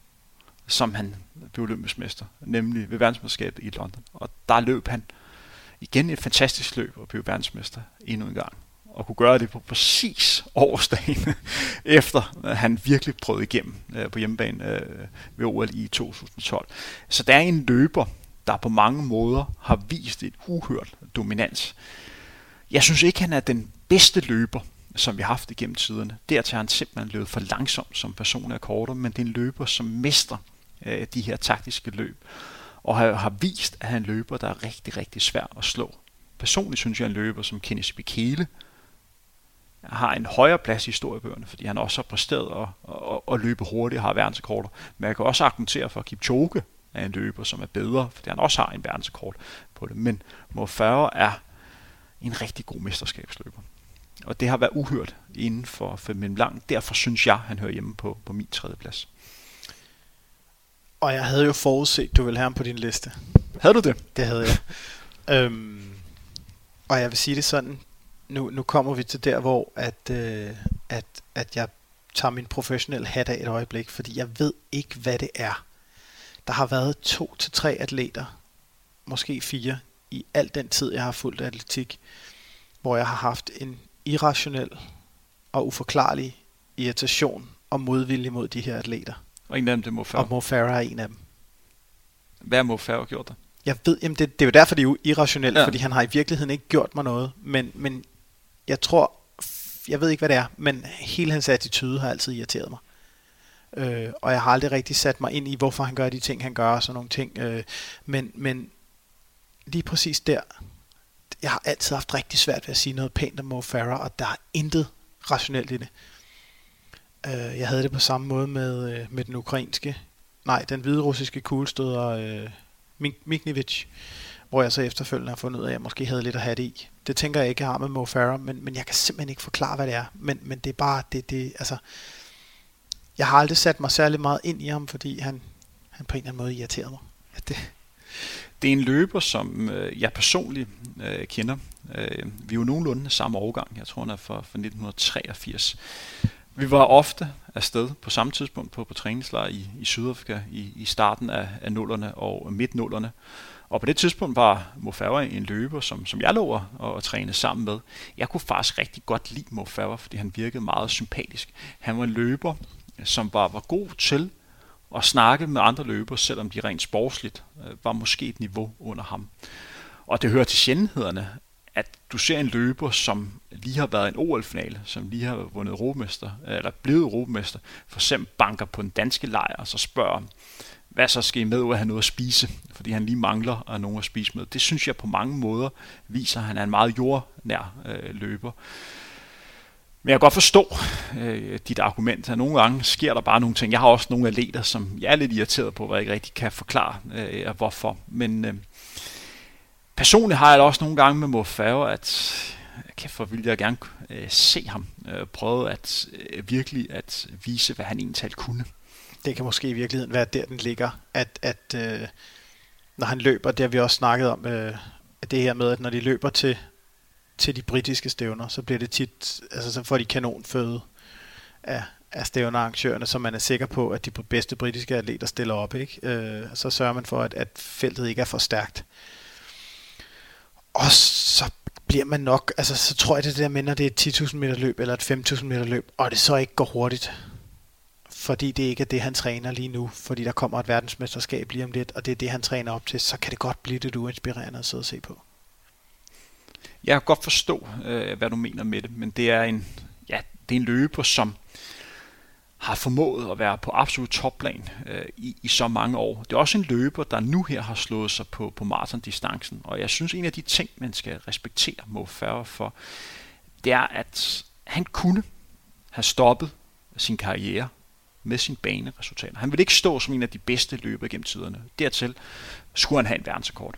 [SPEAKER 3] som han blev olympisk mester, nemlig ved verdensmesterskabet i London. Og der løb han igen et fantastisk løb og blev verdensmester endnu en gang. Og kunne gøre det på præcis årsdagen, efter han virkelig prøvede igennem øh, på hjemmebane øh, ved O L i to tusind og tolv. Så der er en løber, der på mange måder har vist et uhørt dominans. Jeg synes ikke, han er den bedste løber, som vi har haft igennem tiderne. Dertil har han simpelthen løbet for langsomt som personlig rekorder, men det er en løber, som mester øh, de her taktiske løb, og har, har vist, at han er en løber, der er rigtig, rigtig svær at slå. Personligt synes jeg, at en løber som Kenny Bekele har en højere plads i historiebøgerne, fordi han også har præsteret at, at, at løbe hurtigt og har verdensrekorder. Men jeg kan også argumentere for, at Kipchoge er en løber, som er bedre, fordi han også har en verdensrekord på det. Men Mo Farah er en rigtig god mesterskabsløber. Og det har været uhørt inden for Feminin Lang. Derfor synes jeg, han hører hjemme på, på min tredje plads.
[SPEAKER 2] Og jeg havde jo forudset, du ville have ham på din liste.
[SPEAKER 3] Havde du det?
[SPEAKER 2] Det havde jeg. øhm, og jeg vil sige det sådan, nu, nu kommer vi til der, hvor at, øh, at, at jeg tager min professionelle hat af et øjeblik, fordi jeg ved ikke, hvad det er. Der har været to til tre atleter, måske fire, i al den tid, jeg har fulgt atletik, hvor jeg har haft en irrationel og uforklarlig irritation og modvilje mod de her atleter.
[SPEAKER 3] Og en af dem, det er Mo Farah.
[SPEAKER 2] Og Mo Farah er en af dem.
[SPEAKER 3] Hvad har Mo Farah gjort der?
[SPEAKER 2] Jeg ved, jamen det, det er jo derfor, det er jo irrationelt,
[SPEAKER 3] ja.
[SPEAKER 2] fordi han har i virkeligheden ikke gjort mig noget. Men, men jeg tror, jeg ved ikke, hvad det er, men hele hans attitude har altid irriteret mig. Øh, og jeg har aldrig rigtig sat mig ind i, hvorfor han gør de ting, han gør, og sådan nogle ting. Øh, men, men lige præcis der, jeg har altid haft rigtig svært ved at sige noget pænt om Mo Farah, og der er intet rationelt i det. Øh, jeg havde det på samme måde med, øh, med den ukrainske, nej, den hviderussiske kuglestøder, øh, Mikhnevich, hvor jeg så efterfølgende har fundet ud af, at jeg måske havde lidt at have det i. Det tænker jeg ikke, jeg har med Mo Farah, men, men jeg kan simpelthen ikke forklare, hvad det er. Men, men det er bare, det, det, altså, jeg har aldrig sat mig særlig meget ind i ham, fordi han, han på en eller anden måde irriterede mig. Ja, det.
[SPEAKER 3] det er en løber, som øh, jeg personligt øh, kender. Øh, vi er jo nogenlunde samme årgang. Jeg tror, han er fra, fra nitten treogfirs. Vi var ofte afsted på samme tidspunkt på, på træningslejr i, i Sydafrika i, i starten af, af nullerne og midt-nullerne. Og på det tidspunkt var Mo Farah en løber, som, som jeg lå og, og trænede sammen med. Jeg kunne faktisk rigtig godt lide Mo Farah, fordi han virkede meget sympatisk. Han var en løber, som var, var god til at snakke med andre løbere, selvom de rent sportsligt øh, var måske et niveau under ham. Og det hører til sjældenhederne, at du ser en løber, som lige har været i en O L-finale, som lige har vundet europamester, eller blevet europamester, for eksempel banker på den danske lejr, og så spørger, hvad så skal I med ud at have noget at spise, fordi han lige mangler at nogen at spise med. Det synes jeg på mange måder viser, at han er en meget jordnær øh, løber. Men jeg kan godt forstå øh, dit argument, at nogle gange sker der bare nogle ting. Jeg har også nogle atleter, som jeg er lidt irriteret på, hvor jeg ikke rigtig kan forklare, øh, hvorfor. Men øh, personligt har jeg også nogle gange med Mo Farah, at kæft, hvor ville jeg gerne øh, se ham øh, prøve at øh, virkelig at vise, hvad han egentlig kunne.
[SPEAKER 2] Det kan måske i virkeligheden være der, den ligger, at, at øh, når han løber, det har vi også snakket om, øh, det her med, at når de løber til, til de britiske stævner, så bliver det tit, altså så får de kanonføde af, af stævnearrangørerne, så man er sikker på, at de bedste britiske atleter stiller op, ikke? Øh, så sørger man for, at, at feltet ikke er for stærkt. Og så bliver man nok, altså så tror jeg det der med, når det er et ti tusind meter løb, eller et fem tusind meter løb, og det så ikke går hurtigt, fordi det ikke er det, han træner lige nu, fordi der kommer et verdensmesterskab lige om lidt, og det er det, han træner op til, så kan det godt blive lidt uinspirerende at sidde og se på.
[SPEAKER 3] Jeg kan godt forstå, øh, hvad du mener med det, men det er en, ja, det er en løber, som har formået at være på absolut topplan øh, i, i så mange år. Det er også en løber, der nu her har slået sig på, på maratondistancen, og jeg synes, en af de ting, man skal respektere Mo Farah for, det er, at han kunne have stoppet sin karriere med sin baneresultater. Han ville ikke stå som en af de bedste løbere gennem tiderne. Dertil skulle han have en verdensrekord.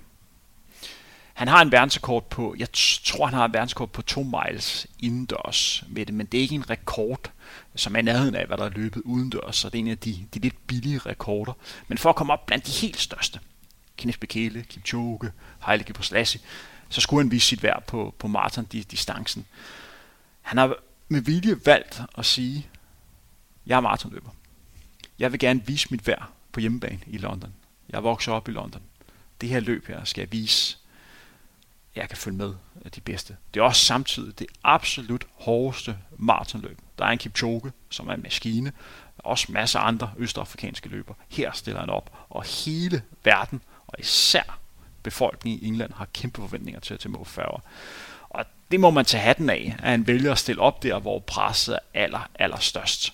[SPEAKER 3] Han har en verdensrekord på, jeg tror han har en verdensrekord på to miles indendørs med det, men det er ikke en rekord, som er nærheden af, hvad der er løbet udendørs, så det er en af de, de lidt billige rekorder. Men for at komme op blandt de helt største, Kenneth Bekele, Kipchoge, Haile Gebrselassie, så skulle han vise sit værd på, på maratondistancen. Han har med vilje valgt at sige, jeg er maratonløber. Jeg vil gerne vise mit værd på hjemmebane i London. Jeg vokser op i London. Det her løb her skal jeg vise, jeg kan følge med af de bedste. Det er også samtidig det absolut hårdeste maratonløb. Der er en Kipchoge, som er en maskine, og også masser af andre østafrikanske løber. Her stiller han op, og hele verden, og især befolkningen i England, har kæmpe forventninger til, til Mo Farah. Og det må man tage hatten af, at han vælger at stille op der, hvor presset er aller, aller størst.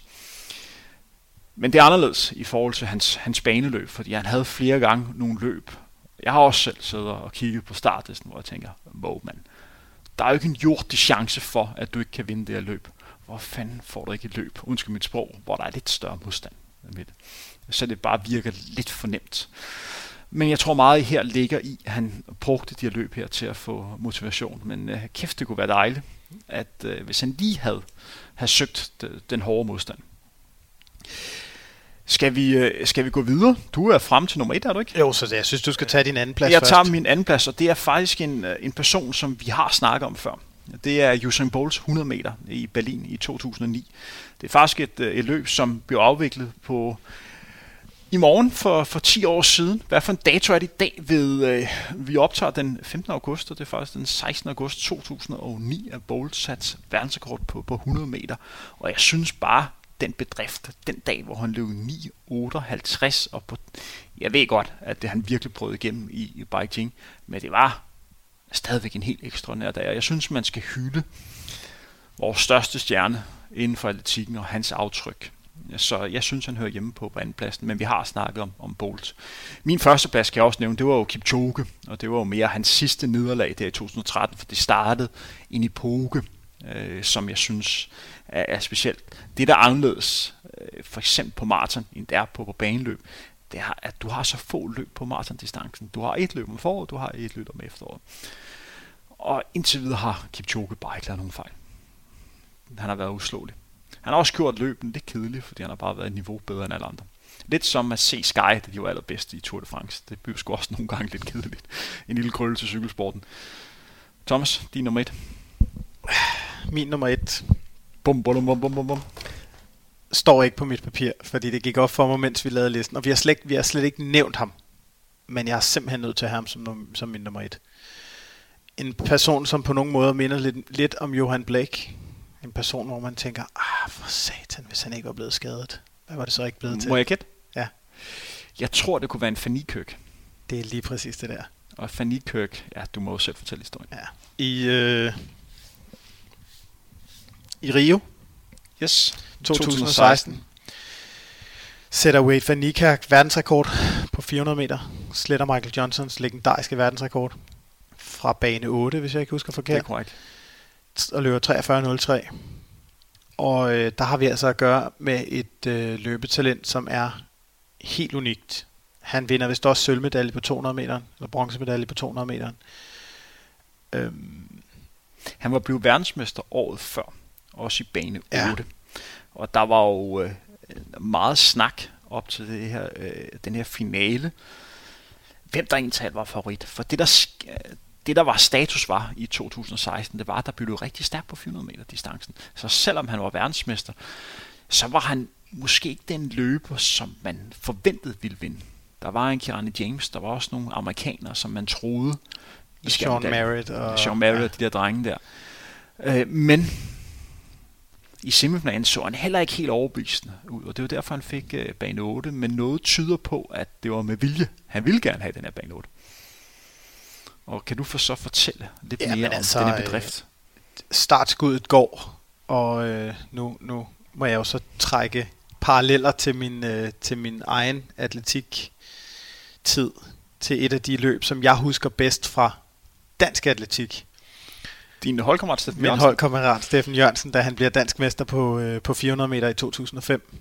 [SPEAKER 3] Men det er anderledes i forhold til hans, hans baneløb, fordi han havde flere gange nogle løb. Jeg har også selv siddet og kigget på startlisten, hvor jeg tænker, wow, man, der er jo ikke en jordisk chance for, at du ikke kan vinde det her løb. Hvor fanden får du ikke et løb, undskyld mit sprog, hvor der er lidt større modstand med det. Så det bare virker lidt for nemt. Men jeg tror meget her ligger i, at han brugte de her løb her til at få motivation. Men øh, kæft, det kunne være dejligt, at øh, hvis han lige havde, havde søgt de, den hårde modstand. Skal vi, skal vi gå videre? Du er frem til nummer et, er du ikke?
[SPEAKER 2] Jo, så jeg synes, du skal tage din anden plads
[SPEAKER 3] jeg
[SPEAKER 2] først.
[SPEAKER 3] Jeg tager min anden plads, og det er faktisk en, en person, som vi har snakket om før. Det er Usain Bolts hundrede meter i Berlin i to tusind og ni. Det er faktisk et, et løb, som blev afviklet på i morgen for, for ti år siden. Hvad for en dato er det i dag? Ved, øh, vi optager den femtende august, og det er faktisk den sekstende august to tusind og ni, at Bolt sat verdensrekord på, på hundrede meter. Og jeg synes bare, den bedrift, den dag, hvor han løb ni otteoghalvtreds, og på, jeg ved godt, at det han virkelig brød igennem i, i Beijing, men det var stadigvæk en helt ekstraordinær dag, og jeg synes, man skal hylde vores største stjerne inden for atletikken og hans aftryk. Så jeg synes, han hører hjemme på, på andenpladsen, men vi har snakket om, om Bolt. Min første plads, kan jeg også nævne, det var jo Kipchoge, og det var jo mere hans sidste nederlag der i to tusind og tretten, for det startede en epoke, øh, som jeg synes er, er specielt. Det, der er anderledes, øh, for eksempel på maraton, end det er på, på baneløb, det er, at du har så få løb på maratondistancen. Du har et løb om foråret, du har et løb om efteråret. Og indtil videre har Kipchoge bare ikke lavet nogen fejl. Han har været uslåelig. Han har også gjort løben lidt kedeligt, fordi han har bare været et niveau bedre end alle andre. Lidt som at se Sky, da de var allerbedste i Tour de France. Det bliver sgu også nogle gange lidt kedeligt. En lille krølle til cykelsporten. Thomas, din nummer et.
[SPEAKER 2] Min nummer et.
[SPEAKER 3] Bum, bum, bum, bum, bum, bum.
[SPEAKER 2] Står ikke på mit papir, fordi det gik op for mig, mens vi lavede listen. Og vi har slet, vi har slet ikke nævnt ham. Men jeg er simpelthen nødt til at have ham som, som min nummer et. En person, som på nogen måde minder lidt, lidt om Johan Blake. En person, hvor man tænker, ah, for satan, hvis han ikke var blevet skadet. Hvad var det så ikke blevet til?
[SPEAKER 3] Må jeg gætte?
[SPEAKER 2] Ja.
[SPEAKER 3] Jeg tror, det kunne være en Fanny Kirk.
[SPEAKER 2] Det er lige præcis det der.
[SPEAKER 3] Og Fanny Kirk, ja, du må jo selv fortælle historien.
[SPEAKER 2] Ja. I, øh, i Rio.
[SPEAKER 3] Yes.
[SPEAKER 2] to tusind og seksten. Sætter Wade van Niekerk verdensrekord på fire hundrede meter. Sletter Michael Johnsons legendariske verdensrekord fra bane otte, hvis jeg ikke husker forkert.
[SPEAKER 3] Det er korrekt.
[SPEAKER 2] Og løber treogfyrre nul tre. Og øh, der har vi altså at gøre med et øh, løbetalent, som er helt unikt. Han vinder vist også sølvmedalje på to hundrede meter, eller bronzemedalje på to hundrede meter. Øhm.
[SPEAKER 3] Han var blevet verdensmester året før, også i bane otte.
[SPEAKER 2] Ja.
[SPEAKER 3] Og der var jo øh, meget snak op til det her, øh, den her finale. Hvem der egentlig var favorit? For det der, sk- det der var status var i to tusind og seksten, det var, at der blev rigtig stærkt på fire hundrede meter distancen. Så selvom han var verdensmester, så var han måske ikke den løber, som man forventede ville vinde. Der var en Kirani James, der var også nogle amerikanere, som man troede.
[SPEAKER 2] Sean Merritt. Og
[SPEAKER 3] Sean Merritt, ja. De der drenge der. Øh, men i semifinalen så han heller ikke helt overbevisende ud, og det var derfor, han fik øh, bane otte, men noget tyder på, at det var med vilje. Han ville gerne have den her bane otte. Og kan du for så fortælle lidt
[SPEAKER 2] ja,
[SPEAKER 3] mere om
[SPEAKER 2] altså,
[SPEAKER 3] den her bedrift?
[SPEAKER 2] Startskuddet går, og øh, nu, nu må jeg jo så trække paralleller til min, øh, til min egen atletik-tid, til et af de løb, som jeg husker bedst fra dansk atletik.
[SPEAKER 3] Din holdkammerat Steffen
[SPEAKER 2] Jørgensen? Min holdkammerat Steffen Jørgensen, da han bliver dansk mester på, øh, på fire hundrede meter i to tusind og fem.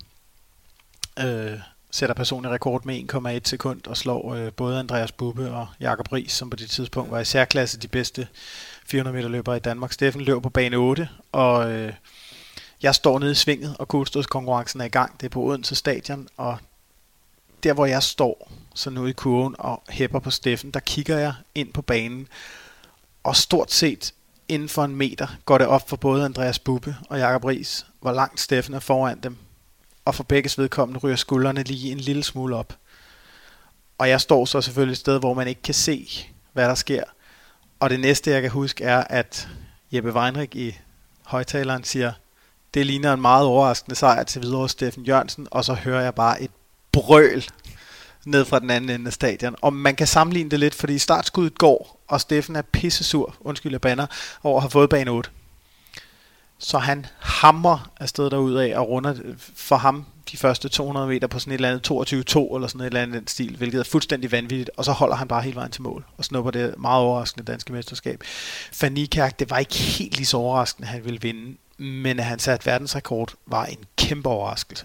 [SPEAKER 2] Øh, sætter personlig rekord med en komma et sekund og slår øh, både Andreas Bubbe og Jakob Riis, som på det tidspunkt var i særklasse de bedste fire hundrede meter løbere i Danmark. Steffen løber på bane otte, og øh, jeg står nede i svinget, og kuglestødskonkurrencen er i gang. Det er på Odense Stadion, og der hvor jeg står, så nu i kurven og hæpper på Steffen, der kigger jeg ind på banen, og stort set inden for en meter går det op for både Andreas Bubbe og Jakob Riis, hvor langt Steffen er foran dem. Og for begges vedkommende ryger skuldrene lige en lille smule op. Og jeg står så selvfølgelig et sted, hvor man ikke kan se, hvad der sker. Og det næste, jeg kan huske, er, at Jeppe Weinrich i højtaleren siger, det ligner en meget overraskende sejr til videre Steffen Jørgensen, og så hører jeg bare et brøl ned fra den anden ende af stadion. Og man kan sammenligne det lidt, fordi startskuddet går, og Steffen er pissesur, undskyld jeg banner, over at have fået bane otte. Så han hamrer afsted derudad og runder for ham de første to hundrede meter på sådan et eller andet toogtyve to eller sådan et eller andet den stil, hvilket er fuldstændig vanvittigt, og så holder han bare hele vejen til mål og snupper det meget overraskende danske mesterskab. Van Niekerk, det var ikke helt lige så overraskende, at han ville vinde, men at han satte verdensrekord var en kæmpe overraskelse.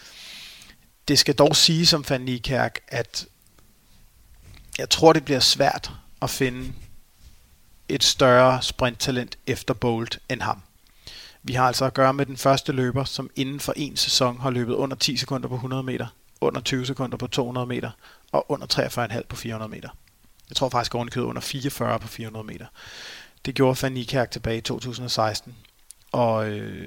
[SPEAKER 2] Det skal dog sige som Van Niekerk, at jeg tror, det bliver svært at finde et større sprinttalent efter Bolt end ham. Vi har altså at gøre med den første løber, som inden for en sæson har løbet under ti sekunder på hundrede meter, under tyve sekunder på to hundrede meter og under treogfyrre komma fem på fire hundrede meter. Jeg tror faktisk, at han købte under fireogfyrre på fire hundrede meter. Det gjorde Van Niekerk tilbage i to tusind og seksten og øh,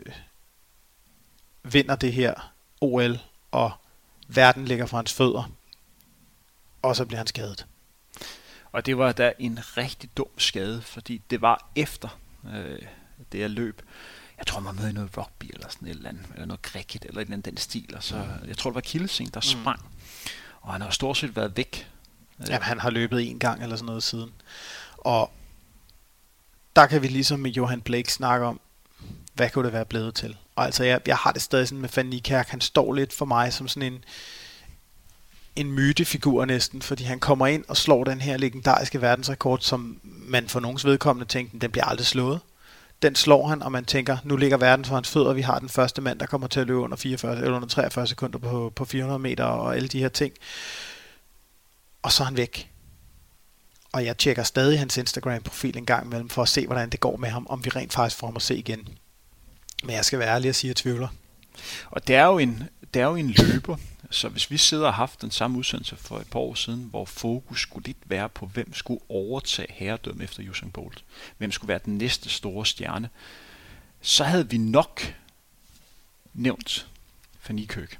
[SPEAKER 2] vinder det her O L, og verden ligger fra hans fødder, og så bliver han skadet.
[SPEAKER 3] Og det var da en rigtig dum skade, fordi det var efter øh, det her løb. jeg tror, han var med i noget rugby eller sådan et eller andet, eller noget cricket, eller et eller andet den stil, og så, jeg tror, det var Kildesing, der mm. sprang, og han har stort set været væk.
[SPEAKER 2] Jamen, han har løbet en gang eller sådan noget siden, og der kan vi ligesom med Johan Blake snakke om, hvad kunne det være blevet til? Og altså, jeg, jeg har det stadig sådan med Van Niekerk, han står lidt for mig som sådan en, en mytefigur næsten, fordi han kommer ind og slår den her legendariske verdensrekord, som man for nogens vedkommende tænkte, den bliver aldrig slået. Den slår han, og man tænker, nu ligger verden for hans fødder, vi har den første mand, der kommer til at løbe under, fireogfyrre, eller under treogfyrre sekunder på, på fire hundrede meter, og alle de her ting. Og så er han væk. Og jeg tjekker stadig hans Instagram-profil en gang imellem, for at se, hvordan det går med ham, om vi rent faktisk får ham at se igen. Men jeg skal være ærlig og sige, at jeg tvivler.
[SPEAKER 3] Og det er jo en, det er jo en løber, så hvis vi sidder og har haft den samme udsendelse for et par år siden, hvor fokus skulle lidt være på, hvem skulle overtage herredømme efter Usain Bolt, hvem skulle være den næste store stjerne, så havde vi nok nævnt Van Niekerk.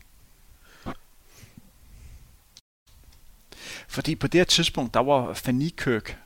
[SPEAKER 3] Fordi på det her tidspunkt, der var Van Niekerk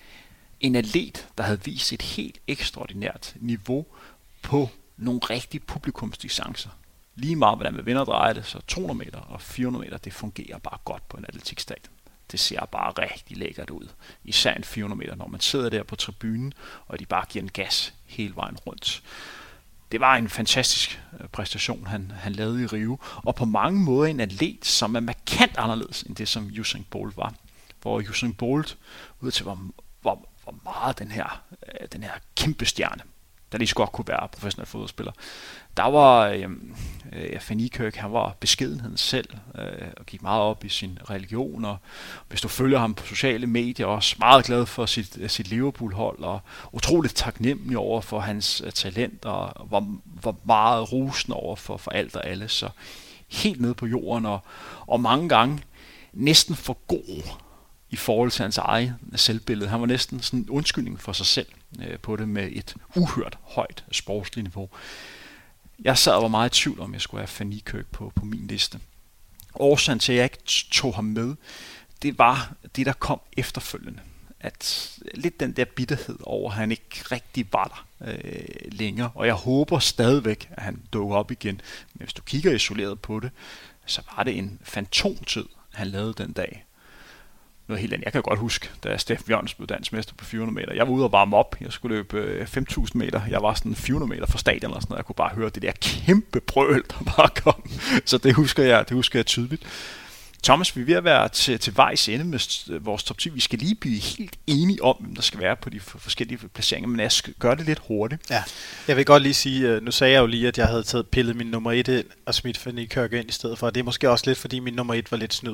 [SPEAKER 3] en atlet, der havde vist et helt ekstraordinært niveau på nogle rigtige publikumsdistancer. Lige meget, hvordan man vinder og drejer det, så to hundrede meter og fire hundrede meter, det fungerer bare godt på en atletikstadion. Det ser bare rigtig lækkert ud. Især en fire hundrede meter, når man sidder der på tribunen, og de bare giver en gas hele vejen rundt. Det var en fantastisk præstation, han, han lavede i Rio, og på mange måder en atlet, som er markant anderledes end det, som Usain Bolt var. Hvor Usain Bolt, ud til hvor, hvor, hvor meget den her, den her kæmpe stjerne, der lige så godt kunne være professionel fodboldspiller. Der var øh, øh, Van Niekerk, han var beskedenheden selv, øh, og gik meget op i sin religion, og hvis du følger ham på sociale medier, også meget glad for sit, sit Liverpool-hold, og utroligt taknemmelig over for hans uh, talent, og var, var meget rusende over for, for alt og alle, så helt nede på jorden, og, og mange gange næsten for god i forhold til hans eget selvbillede. Han var næsten sådan en undskyldning for sig selv øh, på det med et uhørt højt sportsligt niveau. Jeg sad og var meget i tvivl om, jeg skulle have Van Niekerk på, på min liste. Årsagen til, at jeg ikke tog ham med, det var det, der kom efterfølgende. At lidt den der bitterhed over, at han ikke rigtig var der øh, længere. Og jeg håber stadigvæk, at han dukker op igen. Men hvis du kigger isoleret på det, så var det en fantomtid, han lavede den dag. Noget helt andet. Jeg kan godt huske, da Steffen Jørgensen blev dansk mester på fire hundrede meter. Jeg var ude og varme op. Jeg skulle løbe fem tusind meter. Jeg var sådan fire hundrede meter fra stadion og sådan noget. Jeg kunne bare høre det der kæmpe brøl, der bare kom. Så det husker jeg, det husker jeg tydeligt. Thomas, vi er ved at være til, til vejs ende med vores top ti. Vi skal lige blive helt enige om, hvem der skal være på de forskellige placeringer, men jeg skal gøre det lidt hurtigt.
[SPEAKER 2] Ja, jeg vil godt lige sige, nu sagde jeg jo lige, at jeg havde taget pillet min nummer et ind og smidt Van Niekerk ind i stedet for. Det er måske også lidt, fordi min nummer et var lidt snyd.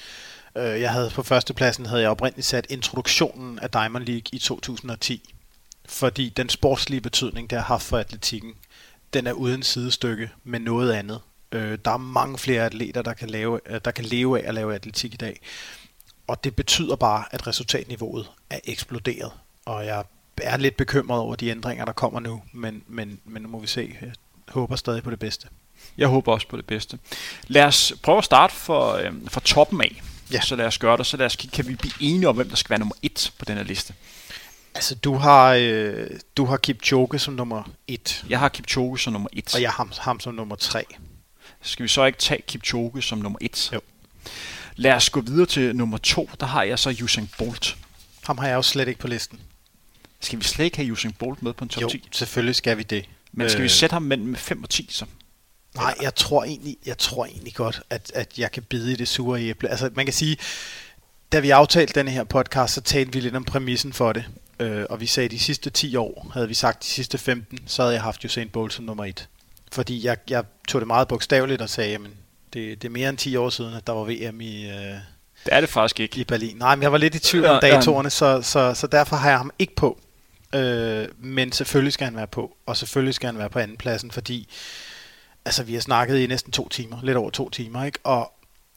[SPEAKER 2] Jeg havde på førstepladsen havde jeg oprindeligt sat introduktionen af Diamond League i to tusind og ti, fordi den sportslige betydning, det har haft for atletikken, den er uden sidestykke med noget andet. Der er mange flere atleter, der kan, lave, der kan leve af at lave atletik i dag, og det betyder bare, at resultatniveauet er eksploderet, og jeg er lidt bekymret over de ændringer, der kommer nu, men, men, men nu må vi se. Jeg håber stadig på det bedste.
[SPEAKER 3] Jeg håber også på det bedste. Lad os prøve at starte for, øh, for toppen af. Ja. Så lad os gøre det, så lad os, kan vi blive enige om, hvem der skal være nummer et på den her liste?
[SPEAKER 2] Altså, du har, øh, du har Kipchoge som nummer et.
[SPEAKER 3] Jeg har Kipchoge som nummer et.
[SPEAKER 2] Og jeg har ham, ham som nummer tre.
[SPEAKER 3] Skal vi så ikke tage Kipchoge som nummer et?
[SPEAKER 2] Jo.
[SPEAKER 3] Lad os gå videre til nummer to. Der har jeg så Usain Bolt.
[SPEAKER 2] Ham har jeg jo slet ikke på listen.
[SPEAKER 3] Skal vi slet ikke have Usain Bolt med på en top
[SPEAKER 2] jo,
[SPEAKER 3] ti?
[SPEAKER 2] Jo, selvfølgelig skal vi det.
[SPEAKER 3] Men skal øh... vi sætte ham mellem fem og ti så?
[SPEAKER 2] Nej, jeg tror egentlig, jeg tror egentlig godt, at, at jeg kan bide i det sure æble. Altså, man kan sige, da vi aftalte denne her podcast, så talte vi lidt om præmissen for det. Øh, og vi sagde, at de sidste ti år, havde vi sagt de sidste femten, så havde jeg haft Usain Bolt som nummer et. Fordi jeg, jeg tog det meget bogstaveligt og sagde, jamen, det, det er mere end ti år siden, at der var V M i, øh,
[SPEAKER 3] det er det faktisk ikke.
[SPEAKER 2] i Berlin. Nej, men jeg var lidt i tvivl om datorerne, så, så, så derfor har jeg ham ikke på. Øh, men selvfølgelig skal han være på, og selvfølgelig skal han være på anden pladsen, fordi altså, vi har snakket i næsten to timer, lidt over to timer, ikke? Og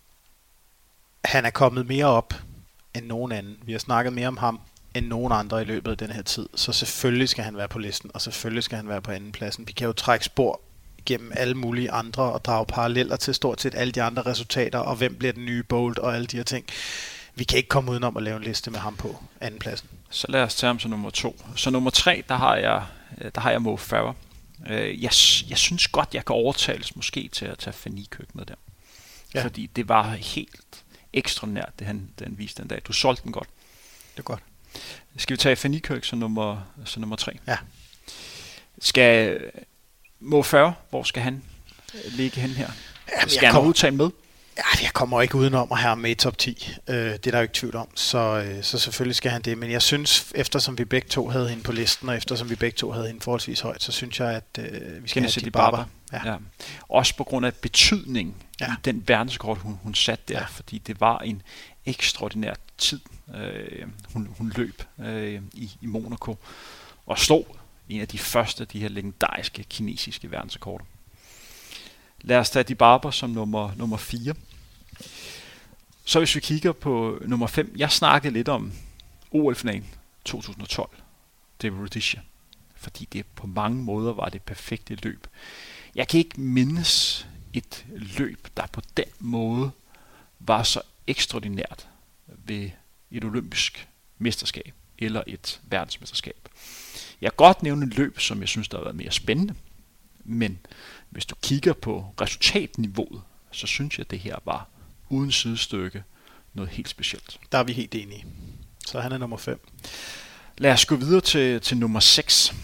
[SPEAKER 2] han er kommet mere op end nogen anden. Vi har snakket mere om ham end nogen andre i løbet af den her tid, så selvfølgelig skal han være på listen, og selvfølgelig skal han være på anden pladsen. Vi kan jo trække spor gennem alle mulige andre og drage paralleller til stort set alle de andre resultater, og hvem bliver den nye Bolt og alle de her ting. Vi kan ikke komme udenom at lave en liste med ham på anden pladsen.
[SPEAKER 3] Så lad os tage ham som nummer to. Så nummer tre, der har jeg, der har jeg Mo Farah. Øh, jeg, jeg synes godt, jeg kan overtales måske til at tage Fanikøk med der. Ja. Fordi det var helt ekstraordinært, det han, det han viste den dag. Du solgte den godt.
[SPEAKER 2] Det er godt.
[SPEAKER 3] Skal vi tage Fanikøk som nummer, som nummer tre?
[SPEAKER 2] Ja.
[SPEAKER 3] Skal Mo Farah, hvor skal han ligge hen her?
[SPEAKER 2] Jamen,
[SPEAKER 3] skal han overhovedet tage med?
[SPEAKER 2] Ja, jeg kommer ikke udenom at have ham med i top ti. Øh, det er der jo ikke tvivl om. Så, øh, så selvfølgelig skal han det. Men jeg synes, eftersom vi begge to havde hende på listen, og eftersom vi begge to havde hende forholdsvis højt, så synes jeg, at øh, vi skal
[SPEAKER 3] Genesis
[SPEAKER 2] have
[SPEAKER 3] Dibaba.
[SPEAKER 2] Ja.
[SPEAKER 3] Ja. Også på grund af betydning
[SPEAKER 2] ja.
[SPEAKER 3] i den verdensrekord, hun, hun satte der.
[SPEAKER 2] Ja.
[SPEAKER 3] Fordi det var en ekstraordinær tid, øh, hun, hun løb øh, i, i Monaco. Og slog en af de første af de her legendariske kinesiske verdensrekorder. Lad os tage Dibaba som nummer, nummer fire. Så hvis vi kigger på nummer fem. Jeg snakkede lidt om O L-finalen to tusind og tolv. Det var Rhodesia. Fordi det på mange måder var det perfekte løb. Jeg kan ikke mindes et løb, der på den måde var så ekstraordinært ved et olympisk mesterskab eller et verdensmesterskab. Jeg kan godt nævne et løb, som jeg synes, der har været mere spændende. Men hvis du kigger på resultatniveauet, så synes jeg, at det her var uden sidestykke noget helt specielt.
[SPEAKER 2] Der er vi helt enige. Så han er nummer fem.
[SPEAKER 3] Lad os gå videre til, til nummer seks.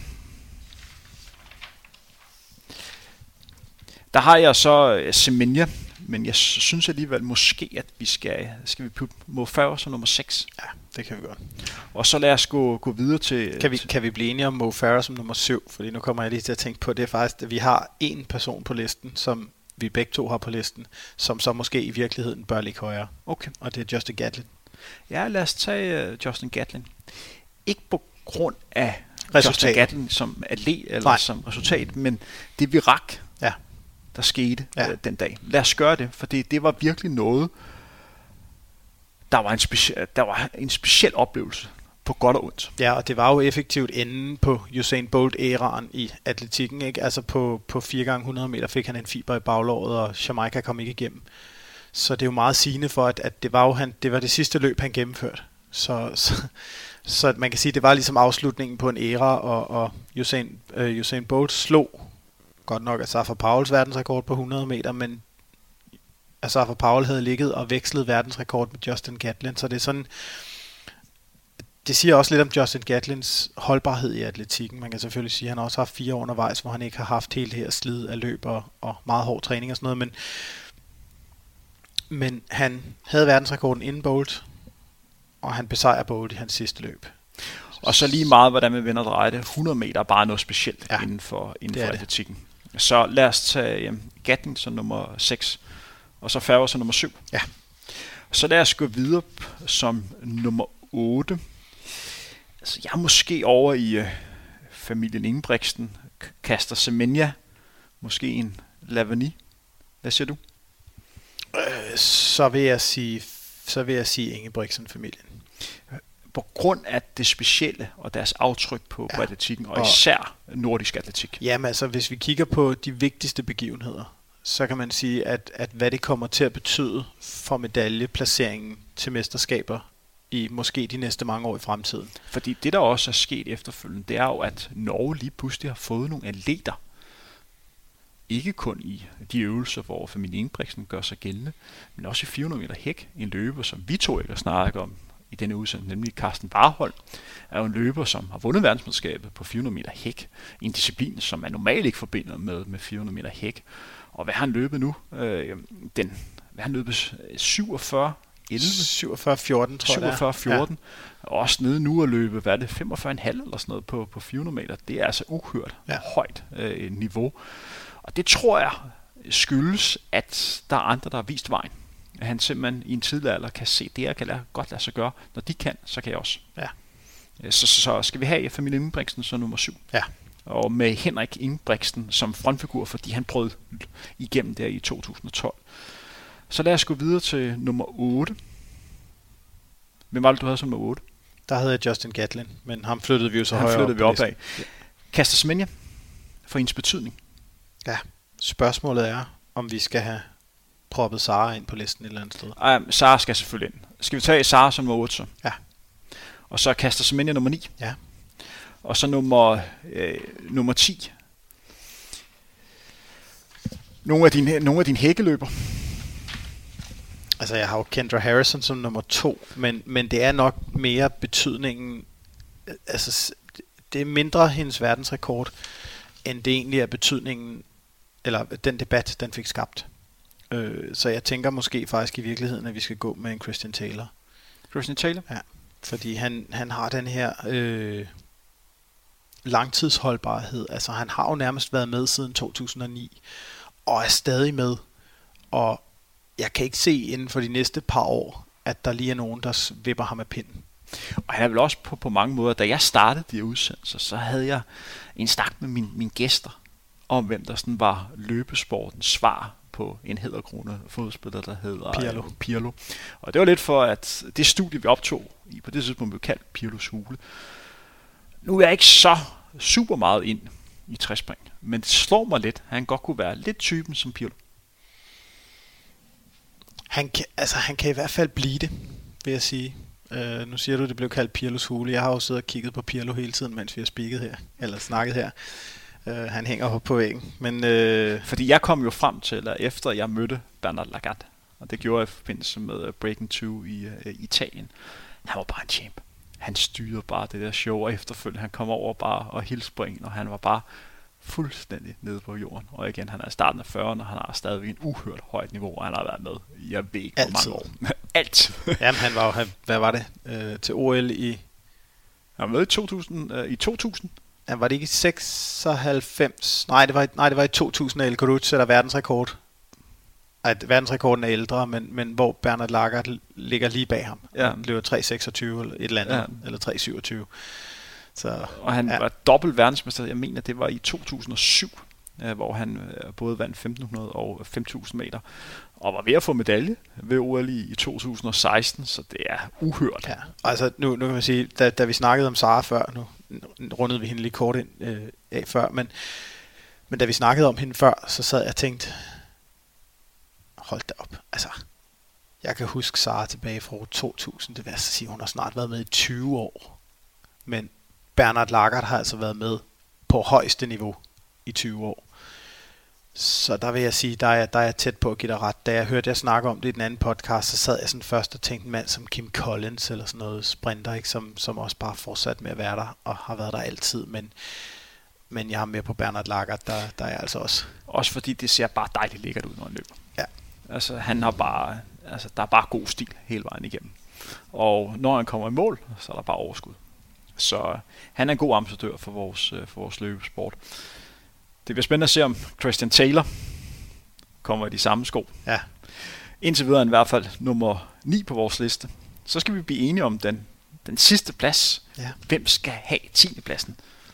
[SPEAKER 3] Der har jeg så Semenya, men jeg synes alligevel måske, at vi skal, skal vi putte Mo Farah som nummer seks.
[SPEAKER 2] Ja, det kan vi godt.
[SPEAKER 3] Og så lad os gå, gå videre til...
[SPEAKER 2] Kan vi, kan vi blive enige om Mo Farah som nummer syv? Fordi nu kommer jeg lige til at tænke på, det er faktisk, at vi har en person på listen, som vi begge to har på listen, som så måske i virkeligheden bør ligge højere.
[SPEAKER 3] Okay.
[SPEAKER 2] Og det er Justin Gatlin.
[SPEAKER 3] Ja, lad os tage uh, Justin Gatlin. Ikke på grund af
[SPEAKER 2] resultat.
[SPEAKER 3] Justin Gatlin som atlet eller
[SPEAKER 2] Nej.
[SPEAKER 3] som resultat, men det vi rak,
[SPEAKER 2] ja.
[SPEAKER 3] der skete
[SPEAKER 2] ja.
[SPEAKER 3] uh, den dag. Lad os gøre det, for det, det var virkelig noget, der var en, speci- der var en speciel oplevelse på godt og ondt.
[SPEAKER 2] Ja, og det var jo effektivt enden på Usain Bolt-æraen i atletikken, ikke? Altså på, på fire gange hundrede meter fik han en fiber i baglåret, og Jamaica kom ikke igennem. Så det er jo meget sigende for, at, at det, var jo han, det var det sidste løb, han gennemførte. Så, så, så man kan sige, at det var ligesom afslutningen på en æra, og, og Usain, øh, Usain Bolt slog godt nok Asafa Powells verdensrekord på hundrede meter, men Asafa Powell havde ligget og vekslet verdensrekord med Justin Gatlin, så det er sådan... Det siger også lidt om Justin Gatlins holdbarhed i atletikken. Man kan selvfølgelig sige, at han også har haft fire år undervejs, hvor han ikke har haft helt det her slid af løb og, og meget hård træning og sådan noget, men, men han havde verdensrekorden inden Bolt, og han besejrer Bolt i hans sidste løb.
[SPEAKER 3] Og så lige meget, hvordan man vender og drejer det. hundrede meter er bare noget specielt
[SPEAKER 2] ja,
[SPEAKER 3] inden for, inden for atletikken.
[SPEAKER 2] Det.
[SPEAKER 3] Så lad os tage um, Gatlin som nummer seks, og så Farah som nummer syv.
[SPEAKER 2] Ja.
[SPEAKER 3] Så lad os gå videre som nummer otte. Altså, jeg er måske over i øh, familien Ingebrigtsen, Caster Semenya, måske en Lavani. Hvad siger du?
[SPEAKER 2] Øh, så vil jeg sige, så vil jeg sige Ingebrigtsen-familien.
[SPEAKER 3] På grund af det specielle og deres aftryk på, ja. på atletikken, og,
[SPEAKER 2] og
[SPEAKER 3] især nordisk atletik.
[SPEAKER 2] Jamen altså, hvis vi kigger på de vigtigste begivenheder, så kan man sige, at, at hvad det kommer til at betyde for medaljeplaceringen til mesterskaber i måske de næste mange år i fremtiden.
[SPEAKER 3] Fordi det, der også er sket efterfølgende, det er jo, at Norge lige pludselig har fået nogle atleter. Ikke kun i de øvelser, hvor familien Ingebrigtsen gør sig gældende, men også i fire hundrede meter hæk. En løber, som vi to ikke har snakket om i denne udsendelse, nemlig Carsten Warholm, er jo en løber, som har vundet verdensmesterskabet på fire hundrede meter hæk. En disciplin, som man normalt ikke forbinder med, med fire hundrede meter hæk. Og hvad har han løbet nu? Øh, den, hvad har han løbet? syvogfyrre elleve
[SPEAKER 2] syvogfyrre fjorten, tror jeg.
[SPEAKER 3] syvogfyrre fjorten. Ja. Og også nede nu at løbe, hvad er det, femogfyrre komma fem eller sådan noget på, på fire hundrede meter. Det er altså uhørt ja. højt øh, niveau. Og det tror jeg skyldes, at der er andre, der har vist vejen. At han simpelthen i en tidlig alder kan se, det jeg kan lade, godt lade sig gøre. Når de kan, så kan jeg også.
[SPEAKER 2] Ja.
[SPEAKER 3] Så, så, så skal vi have familien Ingebrigtsen som nummer syv.
[SPEAKER 2] Ja. Og
[SPEAKER 3] med Henrik Ingebrigtsen som frontfigur, fordi han prøvede igennem der i to tusind og tolv. Så lad os gå videre til nummer otte. Hvem var det, du havde som nummer otte?
[SPEAKER 2] Der havde jeg Justin Gatlin, men ham flyttede vi jo så
[SPEAKER 3] han
[SPEAKER 2] højere
[SPEAKER 3] flyttede
[SPEAKER 2] op.
[SPEAKER 3] vi op af. Ja. Caster Semenya for ens betydning.
[SPEAKER 2] Ja, spørgsmålet er, om vi skal have proppet Sara ind på listen et eller andet sted.
[SPEAKER 3] Um, Sara skal selvfølgelig ind. Skal vi tage Sara som nummer otte så?
[SPEAKER 2] Ja.
[SPEAKER 3] Og så Caster Semenya nummer ni.
[SPEAKER 2] Ja.
[SPEAKER 3] Og så nummer, øh, nummer ti. Nogle af dine, nogle af dine hækkeløber?
[SPEAKER 2] Altså, jeg har jo Kendra Harrison som nummer to, men, men det er nok mere betydningen, altså, det er mindre hendes verdensrekord, end det egentlig er betydningen, eller den debat, den fik skabt. Øh, så jeg tænker måske faktisk i virkeligheden, at vi skal gå med en Christian Taylor.
[SPEAKER 3] Christian Taylor?
[SPEAKER 2] Ja, fordi han, han har den her øh, langtidsholdbarhed. Altså, han har jo nærmest været med siden to tusind og ni, og er stadig med, og jeg kan ikke se inden for de næste par år, at der lige er nogen, der vipper ham af pinden.
[SPEAKER 3] Og han er vel også på, på mange måder, da jeg startede de udsendelser, så havde jeg en snak med mine, mine gæster, om hvem der sådan var løbesportens svar på en hæderkronet fodspiller, der hedder
[SPEAKER 2] Pirlo.
[SPEAKER 3] Pirlo. Og det var lidt for, at det studie, vi optog i, på det tidspunkt blev kaldt Pirlos hule. Nu er jeg ikke så super meget ind i trespring, men det slår mig lidt, at han godt kunne være lidt typen som Pirlo.
[SPEAKER 2] Han kan, altså, han kan i hvert fald blive det, vil jeg sige. Uh, nu siger du, at det blev kaldt Pirlos hule. Jeg har jo siddet og kigget på Pirlo hele tiden, mens vi har speaket her, eller snakket her. Uh, han hænger på væggen. Men, uh...
[SPEAKER 3] Fordi jeg kom jo frem til, at efter jeg mødte Bernard Lagat, og det gjorde jeg i forbindelse med Breaking to i uh, Italien, han var bare en champ. Han styrede bare det der show, og efterfølgende han kom over bare og hilste på en, og han var bare fuldstændig nede på jorden. Og igen, han er i starten af fyrrerne, og han har stadigvæk en uhørt højt niveau, og han har været med, jeg ved ikke hvor mange år. Altid.
[SPEAKER 2] Jamen, han var jo, han, hvad var det, øh, til O L i...
[SPEAKER 3] Han var med i to tusind. Øh, i to tusind.
[SPEAKER 2] Ja, var det ikke i seksoghalvfems? Nej, det var, nej, det var i to tusind, at El Kourouc sætter verdensrekord. Ej, verdensrekorden er ældre, men, men hvor Bernard Lagat ligger lige bag ham.
[SPEAKER 3] Ja.
[SPEAKER 2] Han løber tre seksogtyve eller et eller andet,
[SPEAKER 3] ja.
[SPEAKER 2] Eller tre syvogtyve. Så,
[SPEAKER 3] og han ja. var dobbelt verdensmester, jeg mener det var i to tusind og syv, øh, hvor han øh, både vandt femten hundrede og fem tusind meter, og var ved at få medalje ved O L i, i to tusind og seksten, så det er uhørt.
[SPEAKER 2] Ja, altså nu, nu kan man sige, da, da vi snakkede om Sara før, nu rundede vi hende lige kort ind øh, af før, men, men da vi snakkede om hende før, så sad jeg og tænkte, hold da op, altså, jeg kan huske Sara tilbage fra to tusind, det vil altså sige, hun har snart været med i tyve år, men Bernard Lagat har altså været med på højeste niveau i tyve år. Så der vil jeg sige, der er, der er jeg tæt på at give dig ret. Da jeg hørte jer snakke om det i den anden podcast, så sad jeg sådan først og tænkte en mand som Kim Collins eller sådan noget sprinter, ikke? Som, som også bare fortsat med at være der og har været der altid. Men, men jeg er med på Bernard Lagat, der, der er altså også.
[SPEAKER 3] Også fordi det ser bare dejligt lækkert ud, når han løber.
[SPEAKER 2] Ja.
[SPEAKER 3] Altså han har bare, altså der er bare god stil hele vejen igennem. Og når han kommer i mål, så er der bare overskud. Så han er en god ambassadør for vores, for vores løbesport. Det bliver spændende at se, om Christian Taylor kommer i de samme sko.
[SPEAKER 2] Ja.
[SPEAKER 3] Indtil videre i hvert fald nummer ni på vores liste. Så skal vi blive enige om den, den sidste plads.
[SPEAKER 2] Ja.
[SPEAKER 3] Hvem skal have tiende pladsen?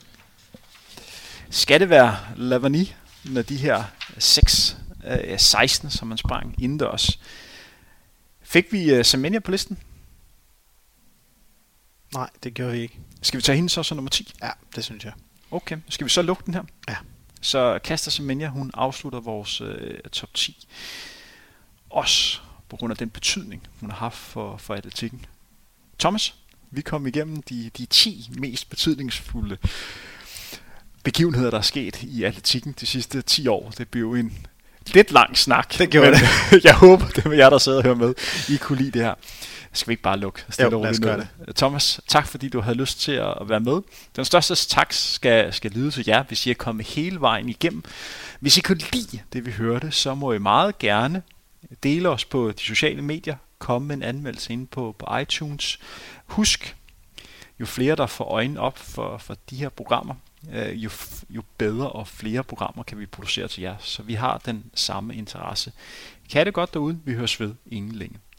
[SPEAKER 3] Skal det være Lavani med de her seks seksten, som man sprang indendørs? Fik vi uh, Semenya på listen?
[SPEAKER 2] Nej, det gjorde vi ikke.
[SPEAKER 3] Skal vi tage hende så som nummer ti?
[SPEAKER 2] Ja, det synes jeg.
[SPEAKER 3] Okay, skal vi så lukke den her?
[SPEAKER 2] Ja.
[SPEAKER 3] Så Caster Semenya, hun afslutter vores øh, top ti. Også på grund af den betydning, hun har haft for, for atletikken. Thomas, vi kom igennem de, de ti mest betydningsfulde begivenheder, der er sket i atletikken de sidste ti år. Det blev en lidt lang snak.
[SPEAKER 2] Det gjorde det.
[SPEAKER 3] Jeg håber, det er jer, der sidder og hører med, I kunne lide det her. Skal vi ikke bare lukke stille
[SPEAKER 2] jo, lad os gøre det.
[SPEAKER 3] Thomas, tak fordi du havde lyst til at være med. Den største tak skal, skal lyde til jer, hvis I er kommet hele vejen igennem. Hvis I kunne lide det, vi hørte, så må I meget gerne dele os på de sociale medier. Komme med en anmeldelse inde på, på iTunes. Husk, jo flere der får øjnene op for, for de her programmer, jo, jo bedre og flere programmer kan vi producere til jer. Så vi har den samme interesse. Kan det godt derude. Vi høres ved inden længe.